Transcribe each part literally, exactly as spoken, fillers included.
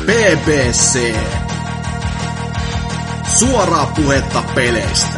B B C. Suoraa puhetta peleistä.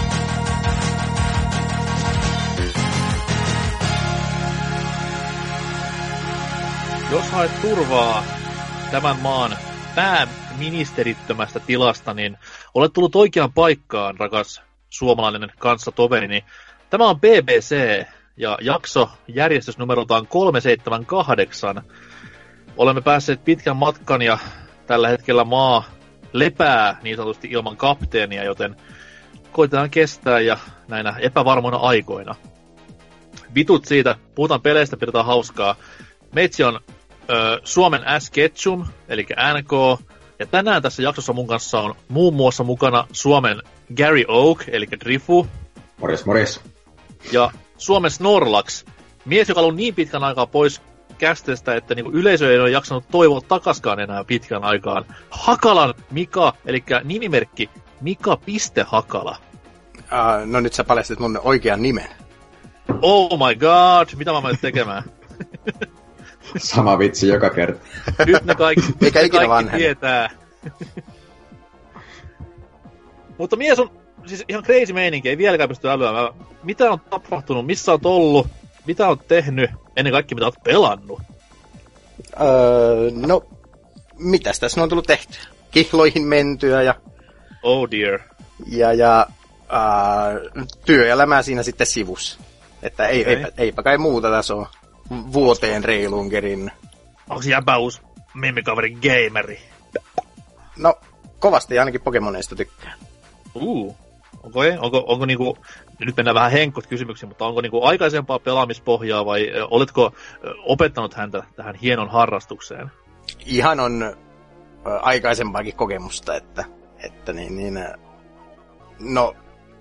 Jos haet turvaa tämän maan pääministerittömästä tilasta, niin olet tullut oikeaan paikkaan, rakas suomalainen kanssatoverini. Tämä on B B C ja jakso järjestysnumeroltaan kolme seitsemän kahdeksan. Olemme päässeet pitkän matkan ja tällä hetkellä maa lepää niin sanotusti ilman kapteenia, joten koitetaan kestää ja näinä epävarmoina aikoina. Vitut siitä, puhutaan peleistä, pidetään hauskaa. Meitsi on ö, Suomen S. Ketchum, eli N K, ja tänään tässä jaksossa mun kanssa on muun muassa mukana Suomen Gary Oak, eli Drifu. Morjes, morjes. Ja Suomen Snorlax, mies, joka on ollut niin pitkän aikaa pois kästestä, että niinku yleisö ei ole jaksanut toivoa takaskaan enää pitkän aikaan. Hakalan Mika, eli nimimerkki Mika.Hakala. Uh, no nyt sä paljastit mun oikean nimen. Oh my god, mitä mä menen tekemään? Sama vitsi joka kerta. Nyt ne kaikki, Eikä ne ikinä kaikki vanhene. tietää. Mutta mies on siis ihan crazy meininki, ei vieläkään pysty älyämään. Mitä on tapahtunut, missä oot ollut, mitä oot tehnyt, ennen kaikkea mitä oot pelannut? Öö, no, mitäs tässä on tullut tehty? Kihloihin mentyä ja... Oh dear. Ja, ja äh, työelämää siinä sitten sivussa. Että ei, Okay. eipä, eipä kai muuta tässä on vuoteen reiluun kerin. Onko se jäbä uusi mimikaveri gameri? No, kovasti ainakin Pokemoneista tykkää. Uh, onko, onko, onko niinku, nyt mennään vähän henkot kysymyksiin, mutta onko niinku aikaisempaa pelaamispohjaa vai ö, oletko ö, opettanut häntä tähän hienon harrastukseen? Ihan on ö, aikaisempaakin kokemusta, että, että niin, niin ö, no,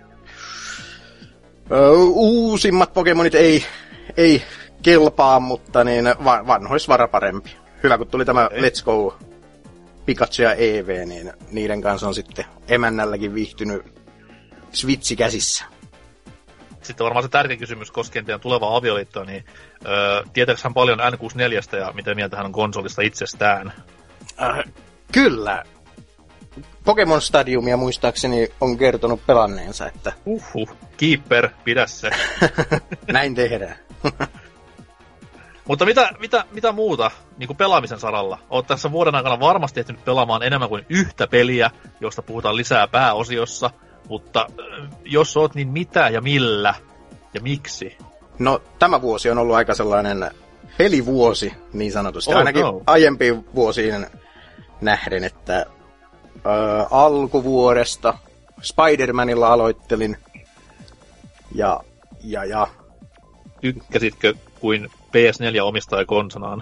ö, uusimmat Pokemonit ei, ei kelpaa, mutta niin va, vanhois vara parempi. Hyvä, kun tuli tämä Ei. Let's Go Pikachu ja E V, niin niiden kanssa on sitten emännälläkin viihtynyt Switchi käsissä. Sitten varmaan se tärkeä kysymys koskien teidän tulevaa avioliittoa, niin öö, tietääkö hän paljon N kuusikymmentäneljä ja mitä mieltä hän on konsolista itsestään? Äh, kyllä. Pokemon Stadiumia muistaakseni on kertonut pelanneensa, että Uhuh, Keeper, pidä se. näin tehdään. Mutta mitä, mitä, mitä muuta niin kuin pelaamisen saralla? Oot tässä vuoden aikana varmasti ehtinyt pelaamaan enemmän kuin yhtä peliä, josta puhutaan lisää pääosiossa. Mutta äh, jos oot, niin mitä ja millä ja miksi? No, tämä vuosi on ollut aika sellainen pelivuosi, niin sanotusti. Oh, Ainakin no. aiempiin vuosiin nähden, että ö, alkuvuodesta Spider-Manilla aloittelin. Ja, ja, ja. Tykkäsitkö kuin P S neljä omistaja konsanaan?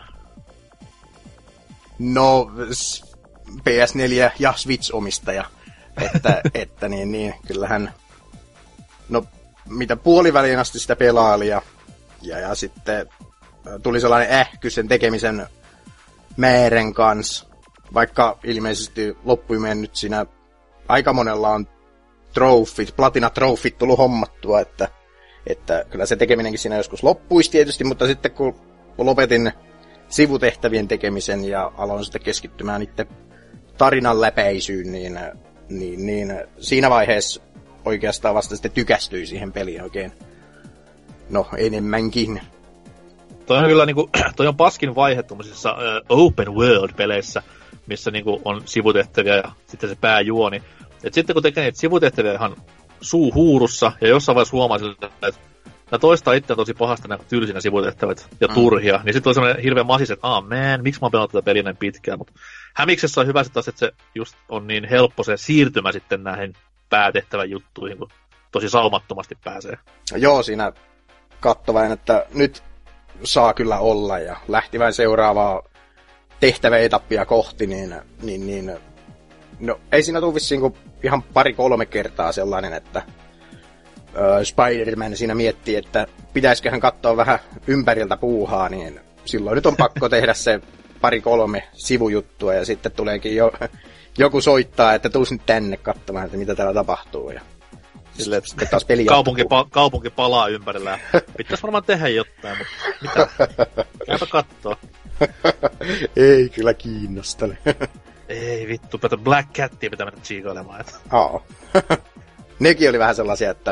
No, s- P S neljä ja Switch-omistaja. Että, että niin, niin, kyllähän, no, mitä puoliväliin asti sitä pelaili ja, ja, ja sitten tuli sellainen ähky sen tekemisen määrän kanssa, vaikka ilmeisesti loppuun mennyt siinä aika monella on trofit, platina-trofit tullut hommattua, että, että kyllä se tekeminenkin siinä joskus loppuisi tietysti, mutta sitten kun lopetin sivutehtävien tekemisen ja aloin sitten keskittymään itse tarinan läpäisyyn, niin Niin, niin siinä vaiheessa oikeastaan vasta sitten tykästyi siihen peliin oikein. No, enemmänkin. Toi on kyllä niinku, toi on paskin vaihe tuommoisissa uh, open world-peleissä, missä niinku on sivutehtäviä ja sitten se pääjuoni. Et sitten kun tekee niitä sivutehtäviä ihan suu huurussa ja jossain vaiheessa huomaa siltä, että nämä toistaa itseään tosi pahasti nämä tylsinä sivutehtävät ja mm. turhia, niin sitten on semmoinen hirveän masis, että aah man, miksi mä oon pelannut tätä peliä näin pitkään, mutta Hämiksessä on hyvä sitten taas, että se just on niin helppo se siirtymä sitten näihin päätehtävän juttuihin, kun tosi saumattomasti pääsee. Joo, siinä kattovain, että nyt saa kyllä olla ja lähti vain seuraavaa tehtäväetappia kohti, niin, niin, niin no ei siinä tule vissiin kuin ihan pari-kolme kertaa sellainen, että ö, Spider-Man siinä miettii, että pitäisiköhän katsoa vähän ympäriltä puuhaa, niin silloin nyt on pakko tehdä se pari-kolme sivujuttua ja sitten tuleekin jo, joku soittaa, että tuus nyt tänne katsomaan, että mitä täällä tapahtuu. Ja sille, sitten taas peli kaupunki, pa- kaupunki palaa ympärillä. Pitäis varmaan tehdä jotain, mutta mitä? Käypä kattoo. Ei kyllä kiinnostane. Ei vittu, päätä Black Catia pitää mennä tsiikailemaan. Oo. Nekin oli vähän sellaisia, että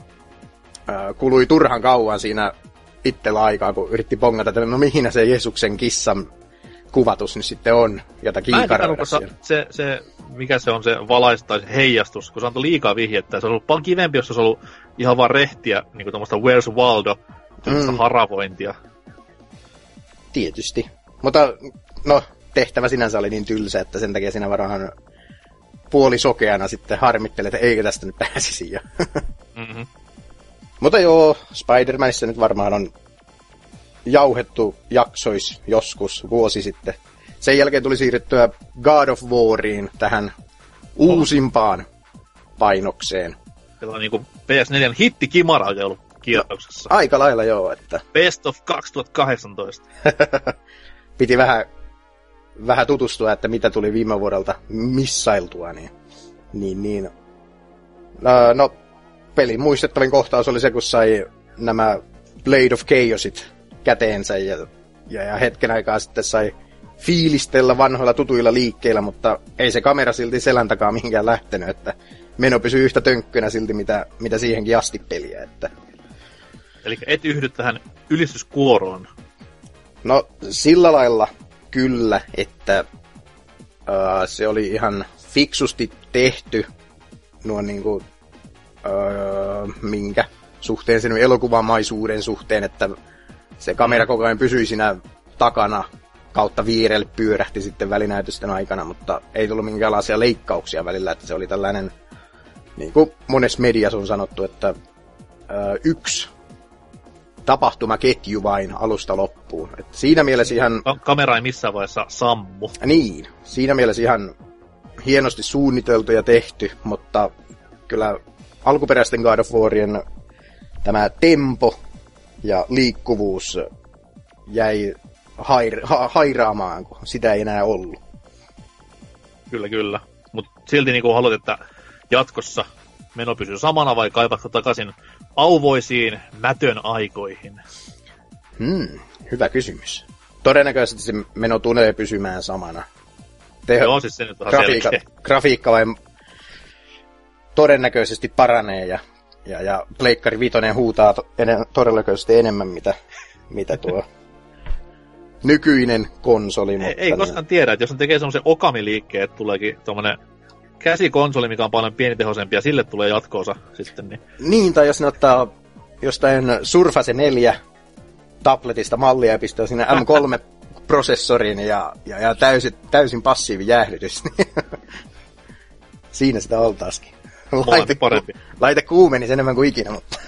äh, kului turhan kauan siinä itsellä aikaa, kun yritti bongata, että no mihin se Jeesuksen kissan kuvatus nyt sitten on, jota kiikaroida siellä. Se, se, mikä se on se valaistais heijastus, kun se antoi liikaa vihjettä, se on ollut paljon kivempi, jos se on ollut ihan vaan rehtiä, niin kuin tommoista Where's Waldo, tommoista mm. haravointia. Tietysti. Mutta no, tehtävä sinänsä oli niin tylsä, että sen takia siinä varmaan puolisokeana sitten harmittelee, että eikä tästä nyt pääsisi. Mm-hmm. Mutta joo, Spider-Manissa nyt varmaan on jauhettu jaksois joskus vuosi sitten. Sen jälkeen tuli siirryttyä God of Wariin, tähän uusimpaan painokseen. Siellä on niinku P S neljän hittikimara on ollut kierroksessa. Aika lailla joo, että... Best of kaksituhattakahdeksantoista. Piti vähän, vähän tutustua, että mitä tuli viime vuodelta missailtua, niin... niin, niin. No, no, pelin muistettavin kohtaus oli se, kun sai nämä Blade of Chaosit käteensä ja, ja, ja hetken aikaa sitten sai fiilistellä vanhoilla tutuilla liikkeillä, mutta ei se kamera silti selän takaa mihinkään lähtenyt, että meno pysyy yhtä tönkkönä silti, mitä, mitä siihenkin asti peliä. Että... Eli et yhdy tähän ylistyskuoroon? No sillä lailla kyllä, että uh, se oli ihan fiksusti tehty nuo niinku, uh, minkä suhteen sen elokuvamaisuuden suhteen, että se kamera koko ajan pysyi siinä takana kautta viirelle pyörähti sitten välinäytösten aikana, mutta ei tullut minkäänlaisia leikkauksia välillä, että se oli tällainen, niin kuin monessa mediassa on sanottu, että ö, yksi tapahtumaketju vain alusta loppuun. Että siinä mielessä ihan... Kamera ei missään vaiheessa sammu. Niin, siinä mielessä ihan hienosti suunniteltu ja tehty, mutta kyllä alkuperäisten God of Warien tämä tempo ja liikkuvuus jäi hair, ha, hairaamaan, kun sitä ei enää ollut. Kyllä, kyllä. Mutta silti niin haluat, että jatkossa meno pysyy samana vai kaivatko takaisin auvoisiin mätön aikoihin? Hmm, hyvä kysymys. Todennäköisesti se meno tulee pysymään samana. Teho, Joo, siis se nyt on grafiikka, grafiikka vain todennäköisesti paranee ja Ja, ja Pleikkari Vitoinen huutaa to, en, todennäköisesti enemmän, mitä, mitä tuo nykyinen konsoli. Ei, mutta ei niin... koskaan tiedä, että jos on tekee semmoisen Okami-liikkeen, että tuleekin tommonen käsikonsoli, mikä on paljon pienitehoisempi, ja sille tulee jatkoosa sitten. Niin, niin tai jos ne ottaa jostain Surface neljä tabletista mallia ja pistää sinne M kolme prosessorin ja, ja, ja täysin, täysin passiivi jäähdytys, niin siinä sitä oltaisikin. Laite, parempi. laite kuumenisi enemmän kuin ikinä, mutta...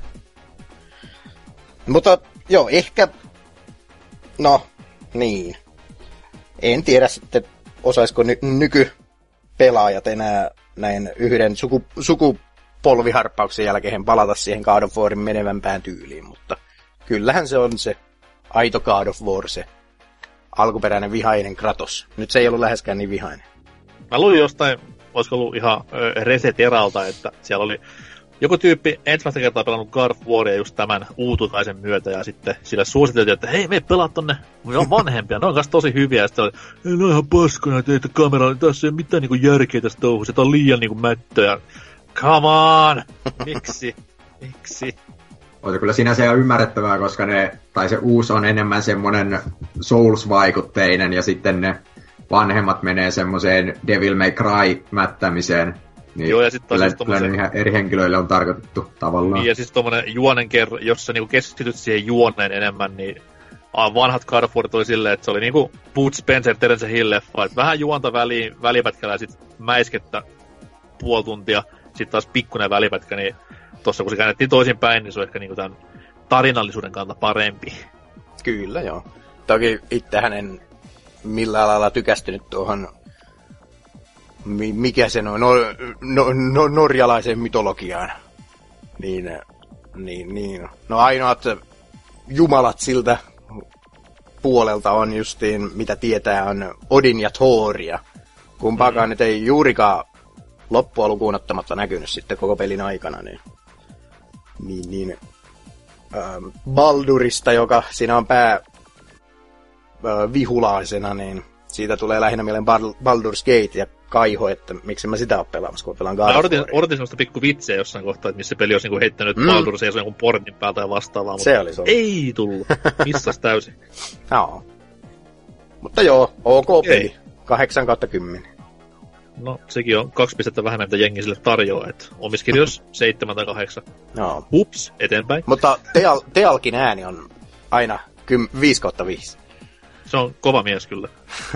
mutta joo, ehkä... No, niin. En tiedä sitten, osaisiko ny- nykypelaajat enää näin yhden suku- sukupolviharppauksen jälkeen palata siihen God of Warin menevämpään tyyliin, mutta kyllähän se on se aito God of War, se alkuperäinen vihainen Kratos. Nyt se ei ollut läheskään niin vihainen. Mä luin jostain, olisiko ollut ihan Reset-eralta, että siellä oli joku tyyppi ensimmäistä kertaa pelannut God of Waria just tämän uutukaisen myötä, ja sitten sille suositeltiin, että hei, me pelaa tonne, me on vanhempia, ne on kanssa tosi hyviä, ja sitten oli, ei, ne on ihan paskoja, teitä kameraa, tässä ei ole mitään niinku järkeä tässä touhussa, tämä on liian niinku mättöä. Come on! Miksi? Miksi? On se kyllä sinänsä ihan ymmärrettävää, koska ne, tai se uusi on enemmän semmonen Souls-vaikutteinen, ja sitten ne vanhemmat menee semmoiseen Devil May Cry-mättämiseen. Niin joo, ja sitten kyllä, siis tommosen... kyllä eri henkilöille on tarkoitettu tavallaan. Niin, ja siis tommonen juonen kerro, jos sä niinku keskityt siihen juoneen enemmän, niin vanhat God of Warit oli silleen, että se oli niinku Bud Spencer, Terence Hill-leffa, että vähän juonta väliin, välipätkällä ja sit mäiskettä puoli tuntia, sit taas pikkuinen välipätkä, niin tossa kun se käännettiin toisinpäin, niin se on ehkä niinku tämän tarinallisuuden kannalta parempi. Kyllä, joo. Toki itsehän en millään lailla tykästynyt tuohon, mikä se on, no, no, no, norjalaiseen mytologiaan. Niin, niin, niin. No ainoat jumalat siltä puolelta on justiin, mitä tietää, on Odin ja Thor, ja kumpaakaan mm. nyt ei juurikaan loppua lukuun ottamatta näkynyt sitten koko pelin aikana, niin, niin, niin ähm, Baldurista, joka siinä on pää ö, vihulaisena, niin siitä tulee lähinnä mieleen Baldur's Gate ja kaiho, että miksi mä sitä oon pelaamassa, kun pelaan God of odotin, Waria. odotin semmoista pikku vitsejä jossain kohtaa, että missä peli olisi niinku heittänyt Mm. Baldur seison jonkun portin päältä ja vastaavaa, Se mutta oli se. ei tullut. Missas täysin. Joo. Mutta joo, ok peli. Ei. kahdeksan kautta kymmenen. No, sekin on kaksi pistettä vähemmän, mitä jengi sille tarjoaa, että omissa kirjoissa seitsemän tai kahdeksan. Joo. Hups, eteenpäin. Mutta Teal, Tealkin ääni on aina viisi kautta viisi. Se on kova mies kyllä.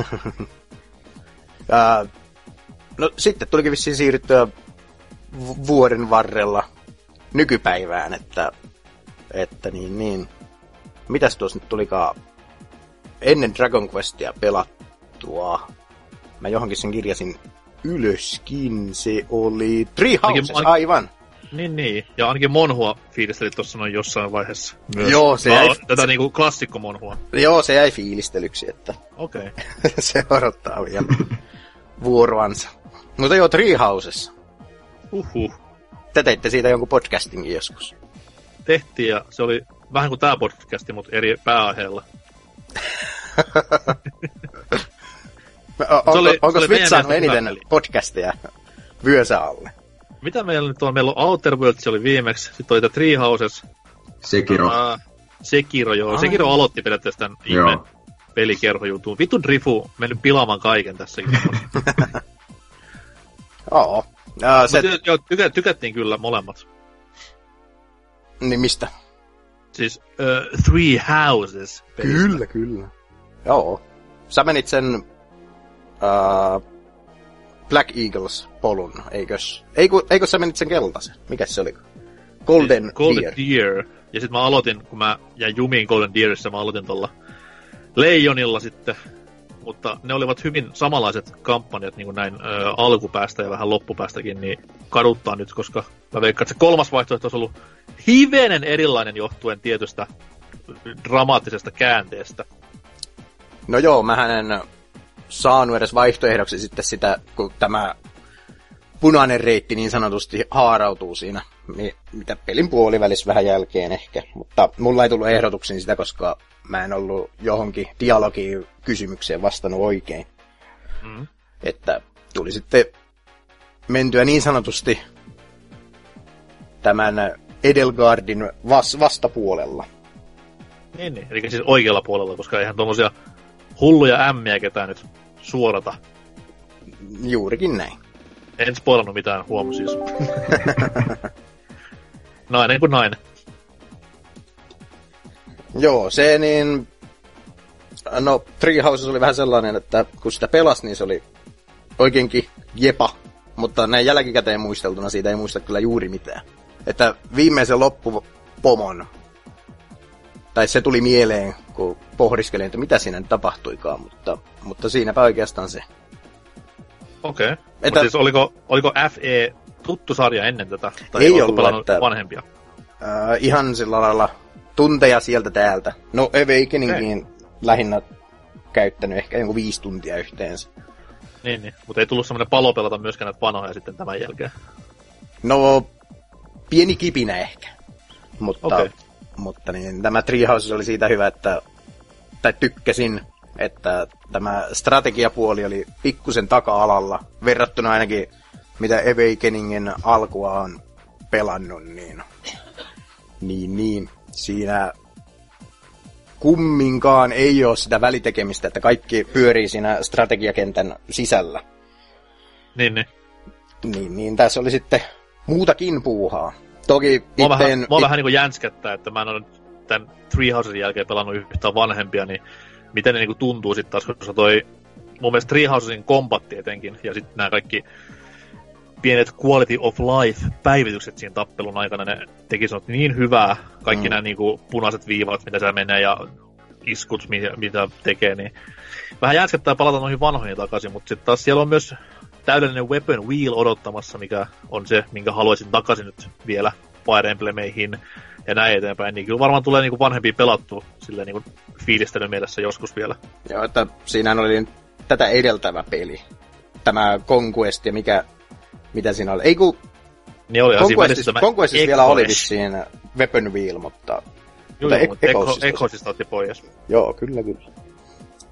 Ää, no sitten tulikin vissiin siirryttyä vu- vuoden varrella nykypäivään, että, että niin, niin. Mitäs tuossa nyt tulikaan ennen Dragon Questia pelattua? Mä johonkin sen kirjasin ylöskin, se oli Three Houses, Ainakin- aivan. Niin, niin. Ja ainakin Monhua fiilisteli tuossa noin jossain vaiheessa. Myös. Joo, se Mä jäi, oon Tätä niinku klassikko Monhua. joo, se jäi fiilistelyksi, että Okei. Okay. se odottaa vielä vuoroansa. Mutta joo, Three Houses. Uhuh. Te teitte siitä jonkun podcastingin joskus. Tehtiin ja se oli vähän kuin tää podcasti, mutta eri pääaiheella. O- onko, oli- onko se oli Switch meidän saanut mielestä eniten hyvä peli. podcasteja vyönsä alle? Mitä meillä nyt on? Meillä on Outer Worlds oli viimeksi, sitten oli tää Three Houses. Sekiro. Ää, Sekiro, joo. Ai. Sekiro aloitti periaatteessa tämän ihme Joo. pelikerhojutun. Vitun Drifu mennyt pilaamaan kaiken tässäkin. Oo. Ää, se, Mutta joo, tykä, tykättiin kyllä molemmat. niin mistä? Siis uh, Three Houses. pelistä. Kyllä, kyllä. Joo. Sä menit sen ää, Black Eagles-polun, eikös? Eiku, eikö sä menit sen keltaisen? Mikäs se oli? Golden, Siis Golden Deer. Deer. Ja sitten mä aloitin, kun mä jäin jumiin Golden Deerissä, mä aloitin tuolla Leijonilla sitten. Mutta ne olivat hyvin samanlaiset kampanjat niin kuin näin ö, alkupäästä ja vähän loppupäästäkin, niin kaduttaa nyt, koska mä veikkaan, että se kolmas vaihtoehto olisi ollut hivenen erilainen johtuen tietystä dramaattisesta käänteestä. No joo, mähän en saanut edes vaihtoehdoksi sitten sitä, kun tämä punainen reitti niin sanotusti haarautuu siinä, mi- mitä pelin puolivälissä vähän jälkeen ehkä. Mutta mulla ei tullut ehdotuksiin sitä, koska mä en ollut johonkin dialogiin kysymykseen vastannut oikein. Mm. Että tuli sitten mentyä niin sanotusti tämän Edelgardin vas- vastapuolella. Niin, niin. Eli siis oikealla puolella, koska eihän tommosia hulluja ämmiä ketään nyt suorata. Juurikin näin. En spoilannut mitään, huomu siis. Nainen kuin nainen. Joo, se niin... No, Three Houses oli vähän sellainen, että kun sitä pelasi, niin se oli oikeinkin jepa. Mutta näin jälkikäteen muisteltuna siitä ei muista kyllä juuri mitään. Että viimeisen loppupomon, tai se tuli mieleen, kun pohdiskelin, että mitä siinä nyt tapahtuikaan, mutta, mutta siinäpä oikeastaan se. Okei. Okay. Että- Mutta siis oliko, oliko F E tuttu sarja ennen tätä? Tai Ei oletko ollut, pelannut että- vanhempia? Äh, ihan sillä lailla tunteja sieltä täältä. No, Awakeningin lähinnä käyttänyt ehkä jonkun viisi tuntia yhteensä. Niin, niin. Mutta ei tullut semmoinen palo pelata myöskään näitä vanhoja sitten tämän jälkeen. No, pieni kipinä ehkä. Mutta, Okei. mutta niin, tämä Treehouse oli siitä hyvä, että tai tykkäsin, että tämä strategiapuoli oli pikkusen taka-alalla verrattuna ainakin mitä Awakeningin alkua on pelannut, niin, niin, niin siinä kumminkaan ei ole sitä välitekemistä, että kaikki pyörii siinä strategiakentän sisällä. Niin, niin. Niin, niin tässä oli sitten muutakin puuhaa. Toki Mua vähän, itteen... mua it... vähän niin kuin jänskättää, että mä en ole nyt tämän Three Housesin jälkeen pelannut yhtään vanhempia, niin miten ne niin kuin tuntuu sitten taas, koska toi mun mielestä Three Housesin kombatti etenkin, ja sitten nämä kaikki pienet quality of life-päivitykset siinä tappelun aikana, ne teki sanot niin hyvää, kaikki mm. nämä niin kuin punaiset viivat, mitä siellä menee, ja iskut, mitä, mitä tekee, niin vähän jänskättää palata noihin vanhoihin takaisin, mutta sitten taas siellä on myös täydellinen weapon wheel odottamassa, mikä on se, minkä haluaisin takaisin nyt vielä Fire Emblemeihin ja näin eteenpäin, niin kyllä varmaan tulee niinku vanhempia pelattua silleen niinku fiilistelyn mielessä joskus vielä. Joo, että siinä oli tätä edeltävä peli. Tämä Conquest ja mikä, mitä siinä oli. Ei kun Niin oli, Conquestissa, Conquestissa vielä oli vissiin weapon wheel, mutta... Joo, mutta joo, mutta Echoesista- Echoesista otti pois. Joo, kyllä, kyllä.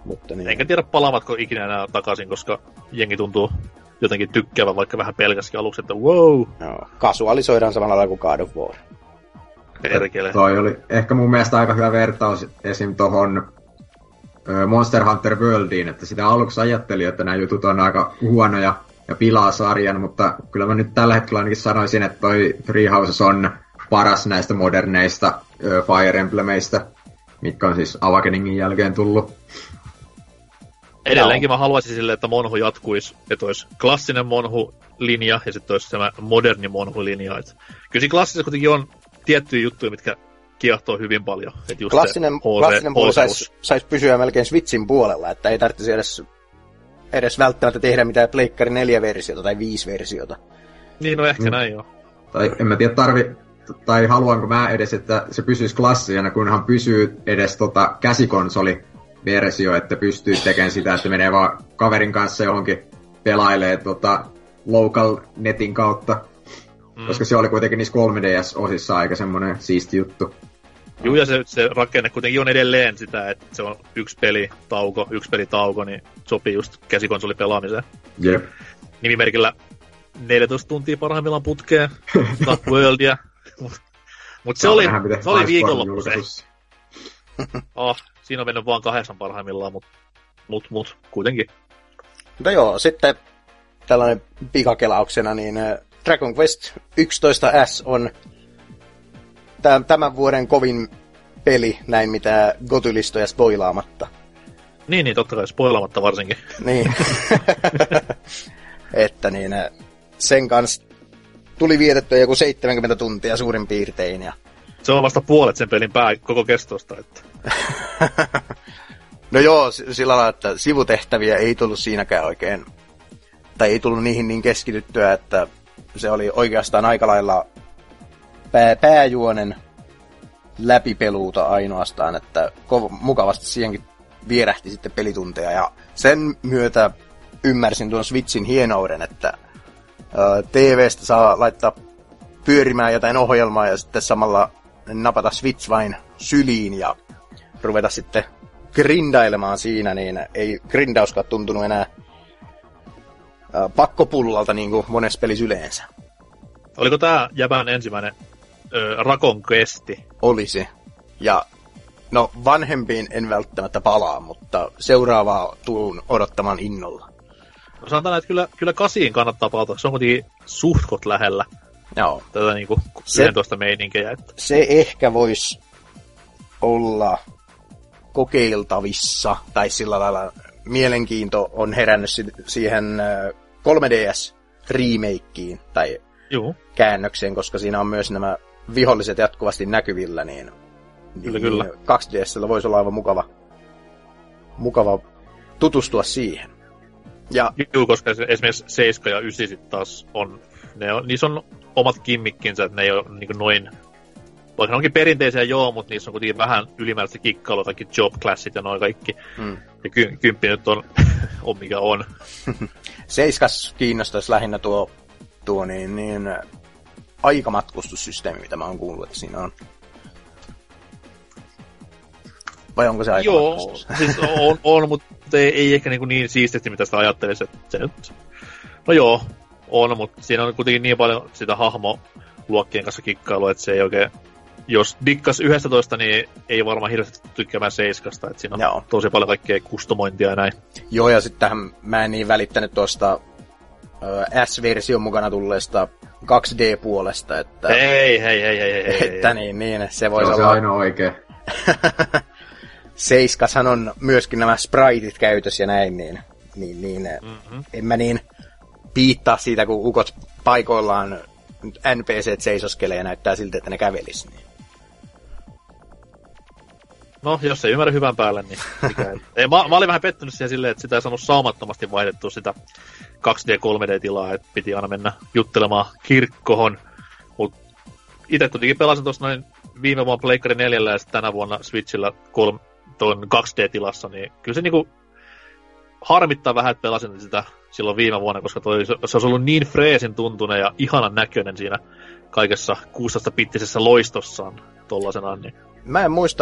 Mutta niin. Enkä tiedä palaavatko ikinä enää takaisin, koska jengi tuntuu jotenkin tykkäävän, vaikka vähän pelkäskin aluksi, että wow. No, kasualisoidaan samalla lailla kuin God of War. Perkele. Toi oli ehkä mun mielestä aika hyvä vertaus esim. Tohon Monster Hunter Worldiin, että sitä aluksi ajattelin, että nämä jutut on aika huonoja ja pilaa sarjan, mutta kyllä mä nyt tällä hetkellä ainakin sanoisin, että toi Three Houses on paras näistä moderneista Fire Emblemistä, mitkä on siis Awakeningin jälkeen tullut. Edelleenkin mä haluaisin silleen, että Monhu jatkuisi, että olisi klassinen Monhu-linja ja sitten olisi tämä moderni Monhu-linja. Et kyllä siinä klassisessa kuitenkin on tiettyjä juttuja, mitkä kiehtoo hyvin paljon. Et just klassinen H C, klassinen puoli saisi sais pysyä melkein Switchin puolella, että ei tarvitsisi edes, edes välttämättä tehdä mitään Pleikkari neljä-versiota tai viisi-versiota. Niin, no ehkä mm. näin joo. Tai en mä tiedä, tarvi, tai haluanko mä edes, että se pysyisi klassisena, kunhan pysyy edes tota käsikonsoliversio, että pystyy tekemään sitä, että menee vaan kaverin kanssa johonkin pelailee tota local netin kautta. Mm. Koska se oli kuitenkin niissä kolme D S-osissa aika semmonen siisti juttu. Juu, ja se, se rakenne kuitenkin on edelleen sitä, että se on yksi peli tauko, yksi peli tauko, niin sopii just käsikonsolipelaamiseen. Jep. Nimimerkillä neljätoista tuntia parhaimmillaan putkeen, Worldia. Mutta se oli, se oli viikonloppu se. Oh, siinä on mennyt vaan kahdeksan parhaimmillaan, mutta mut, mut, kuitenkin. No joo, sitten tällainen pikakelauksena, niin Dragon Quest yksitoista S on tämän vuoden kovin peli, näin mitä gotylistoja spoilaamatta. Niin, niin, totta kai spoilaamatta varsinkin. Niin. Että niin, sen kanssa tuli vietettyä joku seitsemänkymmentä tuntia suurin piirtein. Ja... Se on vasta puolet sen pelin pää koko kestosta. Että... no joo, sillä lailla, että sivutehtäviä ei tullut siinäkään oikein, tai ei tullut niihin niin keskityttyä, että se oli oikeastaan aika lailla pää, pääjuonen läpipeluuta ainoastaan, että ko- mukavasti siihenkin vierähti sitten pelitunteja. Ja sen myötä ymmärsin tuon Switchin hienouden, että ää, T V:stä saa laittaa pyörimään jotain ohjelmaa ja sitten samalla napata Switch vain syliin ja ruveta sitten grindailemaan siinä, niin ei grindauskaan tuntunut enää ää, pakkopullalta niin kuin monessa pelissä yleensä. Oliko tää jäbän ensimmäinen ö, Rakon Questi? Olisi. Ja no vanhempiin en välttämättä palaa, mutta seuraavaa tuun odottamaan innolla. No sanotaan, että kyllä, kyllä kasiin kannattaa palata. Se on kuitenkin suhtkot lähellä. Joo. Tätä niinku yksitoista meininkejä. Että... Se ehkä voisi olla kokeiltavissa, tai sillä lailla mielenkiinto on herännyt siihen kolme D S-remakeen, tai Juu. käännökseen, koska siinä on myös nämä viholliset jatkuvasti näkyvillä, niin, kyllä, niin kyllä. kaksi D S:llä voisi olla aivan mukava, mukava tutustua siihen. Ja... Juu, koska esimerkiksi seitsemän ja yhdeksän sit taas on, ne on, niissä on omat kimmikkinsä, että ne ei ole niin kuin noin, vaikka ne onkin perinteisiä joo, mutta niissä on kuitenkin vähän ylimääräistä kikkailua, kaikki job classit ja noin kaikki. Mm. Ja ky- kymppi nyt on, on mikä on. Seiskas kiinnostaisi lähinnä tuo, tuo niin, niin aikamatkustussysteemi, mitä mä oon kuullut, että siinä on. Vai onko se aikamatkustus? Joo, siis on, on mutta ei, ei ehkä niin, niin siististi, mitä sitä ajattelisi. Että se nyt... No joo, on, mutta siinä on kuitenkin niin paljon sitä hahmoluokkien kanssa kikkailua, että se ei oikein... Jos dikkas yksitoista, niin ei varmaan hirveästi tykkäämään seiskasta, että siinä on joo. tosi paljon kaikkea kustomointia ja näin. Joo, ja sittenhän mä en niin välittänyt tuosta ö, S-version mukana tulleesta kaksi D-puolesta, että... Hei, hei, hei, hei, hei. Että niin, niin, se voisi olla... Se on se ainoa oikein. Seiskashan on myöskin nämä spriteit käytössä ja näin, niin, niin, niin mm-hmm. en mä niin piittaa siitä, kun ukot paikoillaan N P C:t seisoskelee ja näyttää siltä, että ne kävelis. Niin. No, jos ei ymmärrä hyvän päälle, niin mikä ei. Mä, mä olin vähän pettynyt siihen silleen, että sitä ei saanut saumattomasti vaihdettua sitä kaksi D kolme D-tilaa, että piti aina mennä juttelemaan kirkkohon. Mut ite kuitenkin pelasin tuossa noin viime vuonna Pleikkari neljällä ja tänä vuonna Switchillä kolme, tuon kaksi D-tilassa, niin kyllä se niinku harmittaa vähän, että pelasin sitä silloin viime vuonna, koska toi, se olisi ollut niin freesin tuntunen ja ihanan näköinen siinä kaikessa kuusitoista-pittisessä loistossaan tollasenaan. Niin. Mä en muista,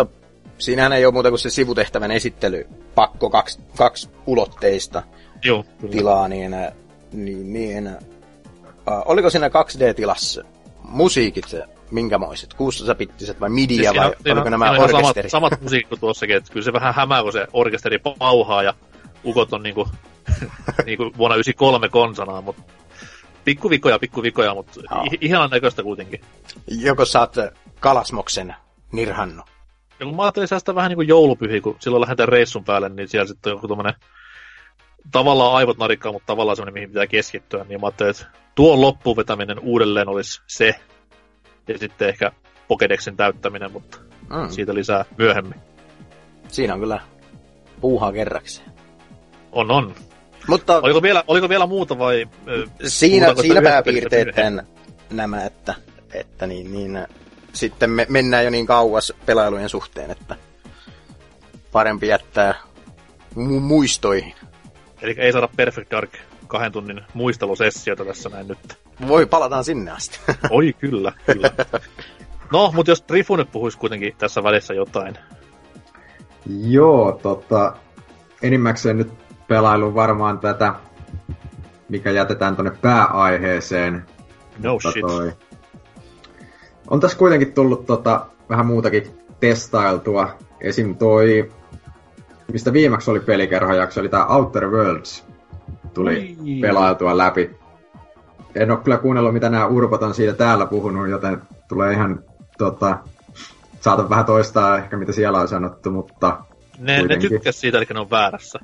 siinähän ei ole muuta kuin se sivutehtävän esittely, pakko kaksi, kaksi ulotteista Joo, tilaa, niin, niin, niin uh, oliko siinä kaksi D-tilassa musiikit minkämoiset, kuusitoista-bittiset vai midia siis vai siinä, oliko nämä siinä orkesterit? Samat, samat musiikki tuossakin, että kyllä se vähän hämää, kun se orkesteri pauhaa ja ukot on niinku, niinku vuonna yhdeksänkymmentäkolme konsanaa, mutta pikkuvikoja, pikkuvikoja, mutta no. Ihanan näköistä kuitenkin. Joko saat Kalasmoksen Nirhanno? Ja kun mä ajattelin säästä vähän niinku joulupyhiä, kun silloin lähdetään reissun päälle, niin siellä sitten on joku tommonen tavallaan aivot narikkaa, mutta tavallaan semmoinen, mihin pitää keskittyä, niin mä ajattelin, että tuon loppuun vetäminen uudelleen olisi se, ja sitten ehkä Pokédexin täyttäminen, mutta mm. siitä lisää myöhemmin. Siinä on kyllä puuhaa kerrakseen. On, on. Mutta oliko vielä, oliko vielä muuta vai... Siinä, siinä pääpiirteet nämä, että, että niin, niin, sitten me mennään jo niin kauas pelailujen suhteen, että parempi jättää mu- muistoihin. Eli ei saada Perfect Dark kahden tunnin muistelusessiota tässä näin nyt. Voi, palataan sinne asti. Oi, kyllä, kyllä. No, mutta jos Trifu nyt puhuisi kuitenkin tässä välissä jotain. Joo, tota, enimmäkseen nyt pelailu varmaan tätä, mikä jätetään tonne pääaiheeseen. No shit. Toi, on tässä kuitenkin tullut tota, vähän muutakin testailtua. Esim. Toi, mistä viimeksi oli pelikerhojakso, oli tää Outer Worlds. Tuli Oi. pelailtua läpi. En oo kyllä kuunnellut, mitä nämä urpot on siitä täällä puhunut, joten tulee ihan tota, saatan vähän toistaa ehkä mitä siellä on sanottu, mutta ne, ne tykkäs siitä, eli ne on väärässä.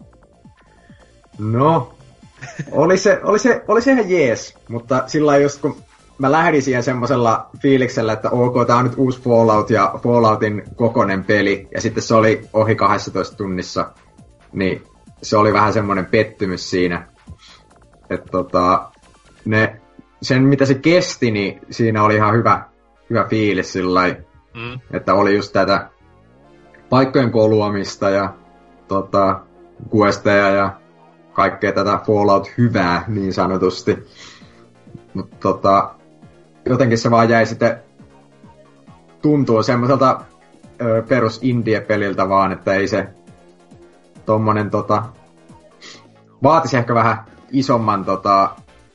No, oli se, oli se, oli se ihan jees, mutta sillä just kun mä lähdin siihen semmosella fiiliksellä, että ok, tää on nyt uusi Fallout ja Falloutin kokoinen peli, ja sitten se oli ohi kaksitoista tunnissa, niin se oli vähän semmonen pettymys siinä, että tota, ne, sen mitä se kesti, niin siinä oli ihan hyvä, hyvä fiilis sillai, mm. että oli just tätä paikkojen koluamista ja tota, questeja ja kaikkea tätä Fallout-hyvää niin sanotusti. Mutta tota, jotenkin se vaan jäi sitten tuntuu semmoiselta ö, perus indie-peliltä vaan, että ei se tommonen tota, vaatisi ehkä vähän isomman tota,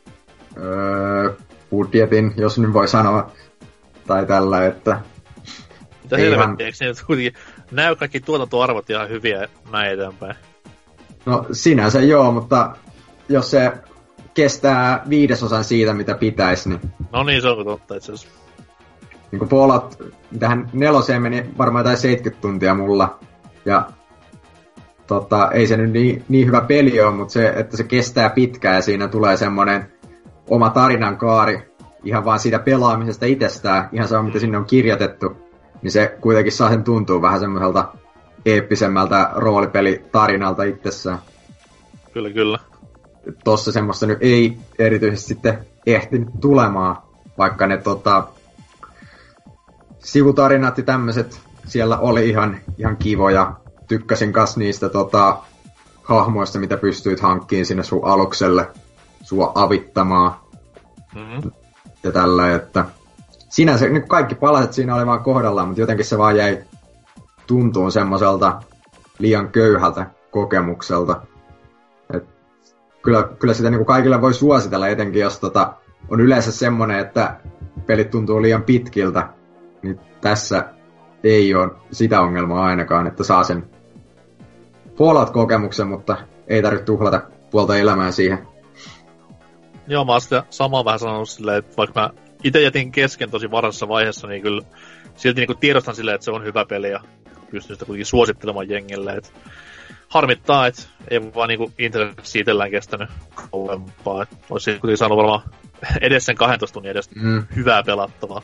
ö, budjetin, jos nyt voi sanoa, tai tällä, että mitä helvettiä, eikö ne nyt kuitenkin näy kaikki tuotantoarvot ihan hyviä näin eteenpäin? No sinänsä joo, mutta jos se kestää viidesosan siitä, mitä pitäisi, niin... No niin, se on totta itse asiassa. Niin kuin Fallout, tähän neloseen meni varmaan jotain seitsemänkymmentä tuntia mulla, ja tota, ei se nyt niin, niin hyvä peli ole, mutta se, että se kestää pitkään ja siinä tulee semmonen oma tarinan kaari ihan vaan siitä pelaamisesta itsestään, ihan sama mitä sinne on kirjoitettu, niin se kuitenkin saa sen tuntua vähän semmoiselta eeppisemmältä roolipelitarinalta itsessään. Kyllä, kyllä. Tossa semmoista nyt ei erityisesti sitten ehtinyt tulemaan, vaikka ne tota, sivutarinat ja tämmöset siellä oli ihan, ihan kivoja. Tykkäsin kas niistä tota, hahmoista, mitä pystyit hankkiin sinne sun alukselle, sua avittamaan. Mm-hmm. Ja tällä, että sinänsä niin kaikki palaset siinä oli vaan kohdallaan, mutta jotenkin se vaan jäi tuntuun semmoiselta liian köyhältä kokemukselta. Et kyllä, kyllä sitä niin kuin kaikille voi suositella, etenkin jos tota, on yleensä semmoinen, että pelit tuntuu liian pitkiltä, niin tässä ei ole sitä ongelmaa ainakaan, että saa sen Fallout-kokemuksen, mutta ei tarvitse tuhlata puolta elämää siihen. Joo, mä oon sitä samaa vähän sanonut silleen, että vaikka mä itse jätin kesken tosi varhaisessa vaiheessa, niin kyllä silti niin kuin tiedostan silleen, että se on hyvä peli ja pystyn sitä kuitenkin suosittelemaan jengille. Et harmittaa, että ei vaan niin intressi itsellään kestänyt kauempaa. Et olisi kuitenkin saanut varmaan edes sen kahdentoista tunnin edestä mm. hyvää pelattavaa.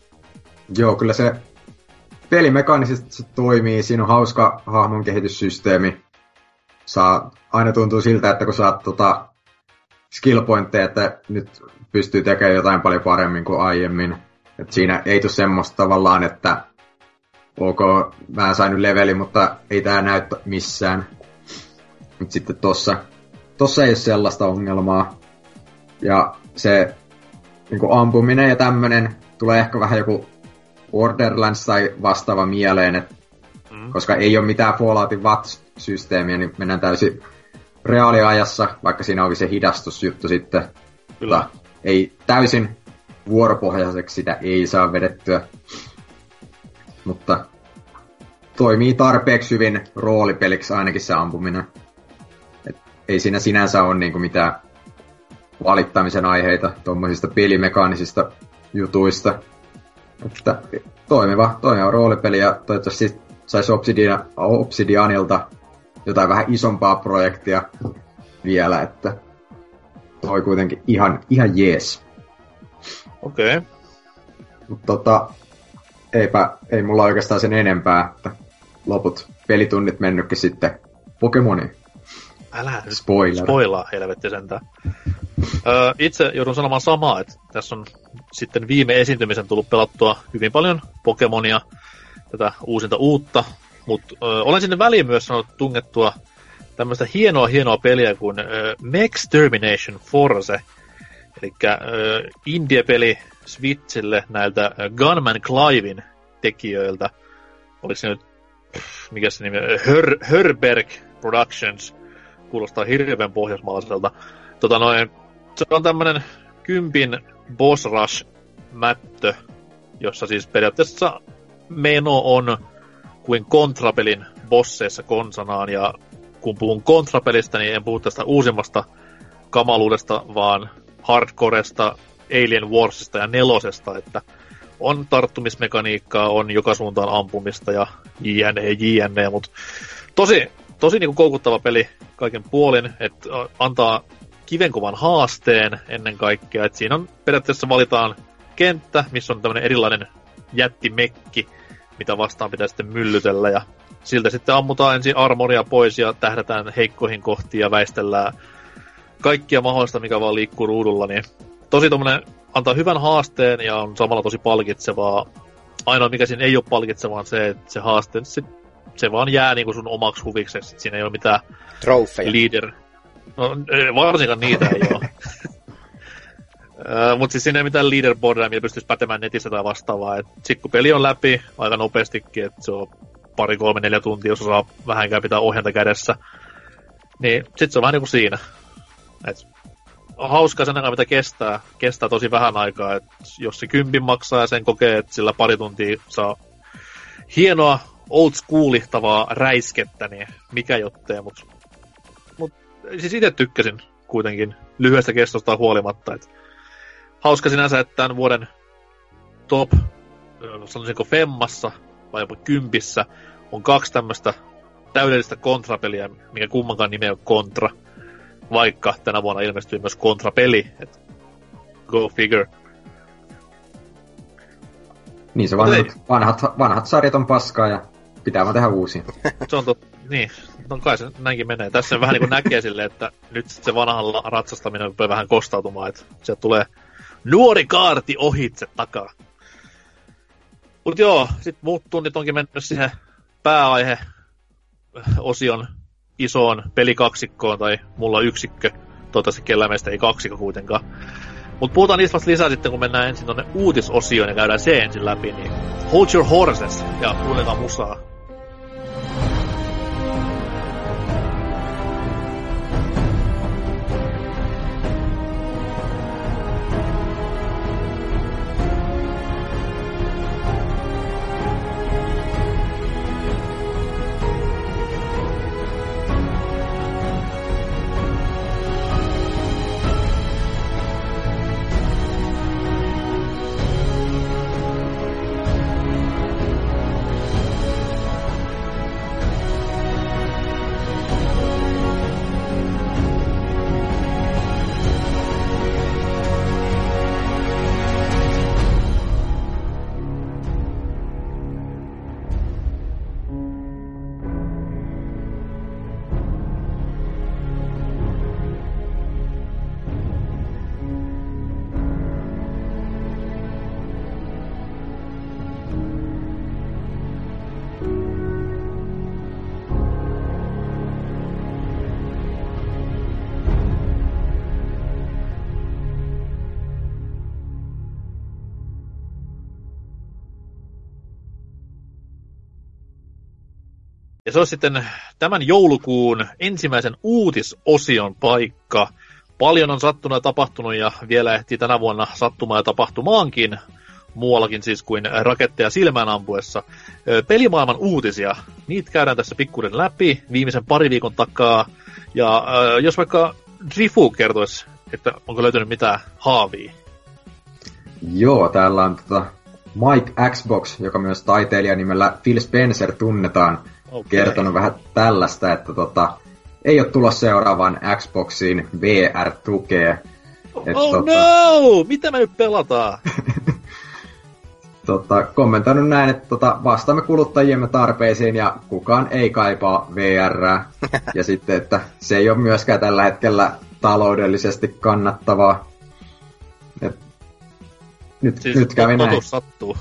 Joo, kyllä se pelimekaanisesti se toimii. Siinä on hauska hahmon kehityssysteemi. Saa, aina tuntuu siltä, että kun saat tota skill-pointteja, että nyt pystyy tekemään jotain paljon paremmin kuin aiemmin. Et siinä ei tule semmoista tavallaan, että ok, mä sain nyt leveli, mutta ei tää näy missään. Mut sitten tossa, tossa ei ole sellaista ongelmaa. Ja se niinku ampuminen ja tämmönen tulee ehkä vähän joku Borderlands tai vastaava mieleen, että koska ei ole mitään Falloutin V A T-systeemiä, niin mennään täysin reaaliajassa, vaikka siinä onkin se hidastusjuttu sitten. Kyllä. Mutta ei täysin vuoropohjaiseksi sitä ei saa vedettyä. Mutta toimii tarpeeksi hyvin roolipeliksi ainakin se ampuminen. Et ei siinä sinänsä ole niinku mitään valittamisen aiheita tuommoisista pelimekaanisista jutuista. Että toimiva, toimiva roolipeli ja toivottavasti saisi Obsidian, Obsidianilta jotain vähän isompaa projektia vielä, että toi kuitenkin ihan, ihan jees. Okei. Okay. Mutta tota, eipä, ei mulla oikeastaan sen enempää, että loput pelitunnit mennytkin sitten Pokemoniin. Älä Spoiler. spoilaa, helvetti sentään. Öö, itse joudun sanomaan samaa, että tässä on sitten viime esiintymisen tullut pelattua hyvin paljon Pokemonia, tätä uusinta uutta, mutta olen sinne väliin myös saanut tungettua tämmöistä hienoa hienoa peliä kuin öö, Mextermination Force, eli öö, indie-peli Switchille näiltä Gunman Cliven tekijöiltä. Oliko se nyt, mikä se nimi, Hör, Hörberg Productions, kuulostaa hirveän pohjoismaalaiselta. Tota noin, se on tämmönen kympin boss rush mättö, jossa siis periaatteessa meno on kuin kontrapelin bosseissa konsanaan, ja kun puhun kontrapelistä, niin en puhu tästä uusimmasta kamaluudesta, vaan hardcoresta, Alien Warsista ja nelosesta, että on tarttumismekaniikkaa, on joka suuntaan ampumista ja jne, jne, mutta tosi, tosi niinku koukuttava peli kaiken puolin, että antaa kivenkovan haasteen ennen kaikkea, että siinä on periaatteessa valitaan kenttä, missä on tämmöinen erilainen jättimekki, mitä vastaan pitää sitten myllytellä, ja siltä sitten ammutaan ensin armoria pois ja tähdätään heikkoihin kohtiin ja väistellään kaikkia mahdollista, mikä vaan liikkuu ruudulla, niin tosi tommonen antaa hyvän haasteen ja on samalla tosi palkitsevaa. Ainoa mikä siinä ei ole palkitsevaa on se, että se haaste, se, se vaan jää niinku sun omaksi huvikseksi, siinä ei ole mitään trofeja. Leader. No varsinkaan niitä ei ole. Uh, mutta siis siinä ei mitään leaderboardia, millä pystyisi pätemään netissä tai vastaavaa. Sitten kun peli on läpi aika nopeastikin, että se on pari, kolme, neljä tuntia, jos osaa vähänkään pitää ohjanta kädessä, niin sitten se on vähän niin kuin siinä. Et hauskaa sen aikaa, mitä kestää. Kestää tosi vähän aikaa, että jos se kympin maksaa ja sen kokee, että sillä pari tuntia saa hienoa old schoolihtavaa räiskettä, niin mikä jottee, mutta mut, siis itse tykkäsin kuitenkin lyhyestä kestosta huolimatta, että hauska sinänsä, että tämän vuoden top, sanoisinko femmassa vai jopa kympissä, on kaksi tämmöistä täydellistä kontrapeliä, mikä kummankaan nimi on Contra, vaikka tänä vuonna ilmestyi myös Contra-peli, että go figure. Niin se vanhat, vanhat, vanhat sarjat on paskaa ja pitää vaan tehdä uusia. Se on totta, niin, no kai se näinkin menee. Tässä vähän niin kuin näkee silleen, että nyt se vanhalla ratsastaminen rupeaa vähän kostautumaan, että sieltä tulee nuori kaarti ohitse takaa. Mut joo, sit muut tunnit onkin mennyt siihen pääaihe-osion isoon pelikaksikkoon, tai mulla yksikkö, toivottavasti kellään meistä ei kaksikko kuitenkaan. Mut puhutaan niistä vasta lisää sitten, kun mennään ensin tonne uutisosioon ja käydään se ensin läpi, niin hold your horses ja kuunnellaan musaa. Ja se on sitten tämän joulukuun ensimmäisen uutisosion paikka. Paljon on sattunut ja tapahtunut ja vielä ehtii tänä vuonna sattumaan ja tapahtumaankin. Muuallakin siis kuin raketteja silmään ampuessa. Pelimaailman uutisia, niitä käydään tässä pikkuinen läpi viimeisen pari viikon takaa. Ja äh, jos vaikka Drifu kertoisi, että onko löytynyt mitään haavia? Joo, täällä on tota Mike Xbox, joka myös taiteilija nimellä Phil Spencer tunnetaan, okay. kertonut vähän tällaista, että tota, ei ole tulossa seuraavaan Xboxiin V R-tukea. Oh, oh tota, no! Mitä me nyt pelataan? tota, kommentoinut näin, että tota, vastaamme kuluttajiemme tarpeisiin ja kukaan ei kaipaa V R:ää. Ja sitten, että se ei ole myöskään tällä hetkellä taloudellisesti kannattavaa. Et nyt, siis nyt kävi näin. Totuus sattuu.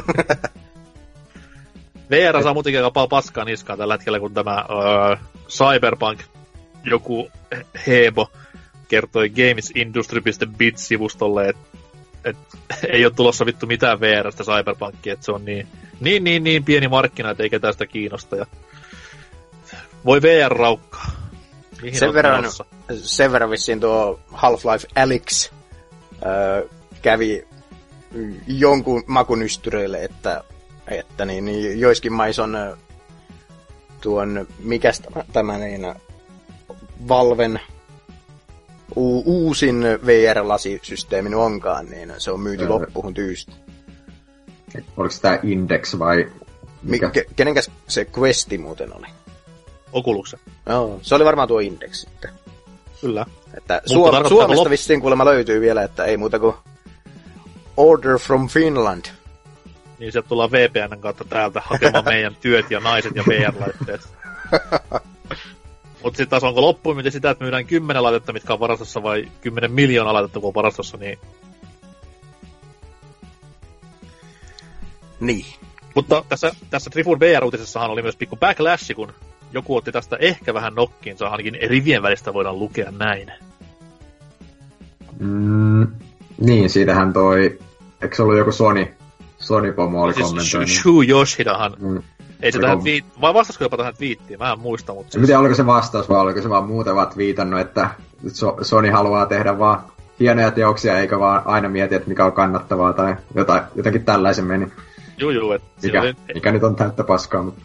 V R saa muutenkin aika paskaa niskaan tällä hetkellä, kun tämä uh, Cyberpunk, joku hebo, kertoi gamesindustry piste bit-sivustolle, että et, ei ole tulossa vittu mitään V R:stä Cyberpunkia, että se on niin, niin, niin, niin pieni markkina, että ei ketään sitä kiinnosta. Ja voi V R raukkaa. Mihin sen, verran, sen verran vissiin tuo Half-Life Alyx öö, kävi jonkun makunystyröille, että, että niin, niin joiskin mais on tuon, mikäs tämä niin, Valven u- uusin V R-lasisysteemi onkaan, niin se on myyty öö. loppuun tyystä. Oliko tämä Index vai mikä? Ke- kenenkäs se Questi muuten oli? Oculuksen. Joo, se oli varmaan tuo Index sitten. Kyllä. Että Suom- Suomesta lop- vissiin kuulemma löytyy vielä, että ei muuta kuin Order from Finland. Niin sieltä tullaan V P N:n kautta täältä hakemaan meidän työt ja naiset ja V R-laitteet. Mut sit taas onko loppuun sitä, että myydään kymmenen laitetta, mitkä on varastossa, vai kymmenen miljoonaa laitetta, kun on varastossa, niin... Niin. Mutta tässä, tässä Trifun V R-uutisessahan oli myös pikku backlash, kun joku otti tästä ehkä vähän nokkiin, saa ainakin rivien välistä voidaan lukea näin. Mm, niin, siitähän toi... Eikö se ollut joku Sony? Sony-pomo oli siis kommentoinut. Shu Yoshidahan. Mm. Ei se tähän kom... viit... Vai vastasko jopa tähän twiittiin? Mä en muista, mutta siis... En tiedä, oliko se vastaus vai oliko se vaan muuten vaan viitannut, että so- Sony haluaa tehdä vaan hienoja teoksia, eikä vaan aina mieti, että mikä on kannattavaa tai jotain, jotenkin tällaisen meni. Juu, juu. Et mikä, oli... mikä nyt on täyttä paskaa, mutta...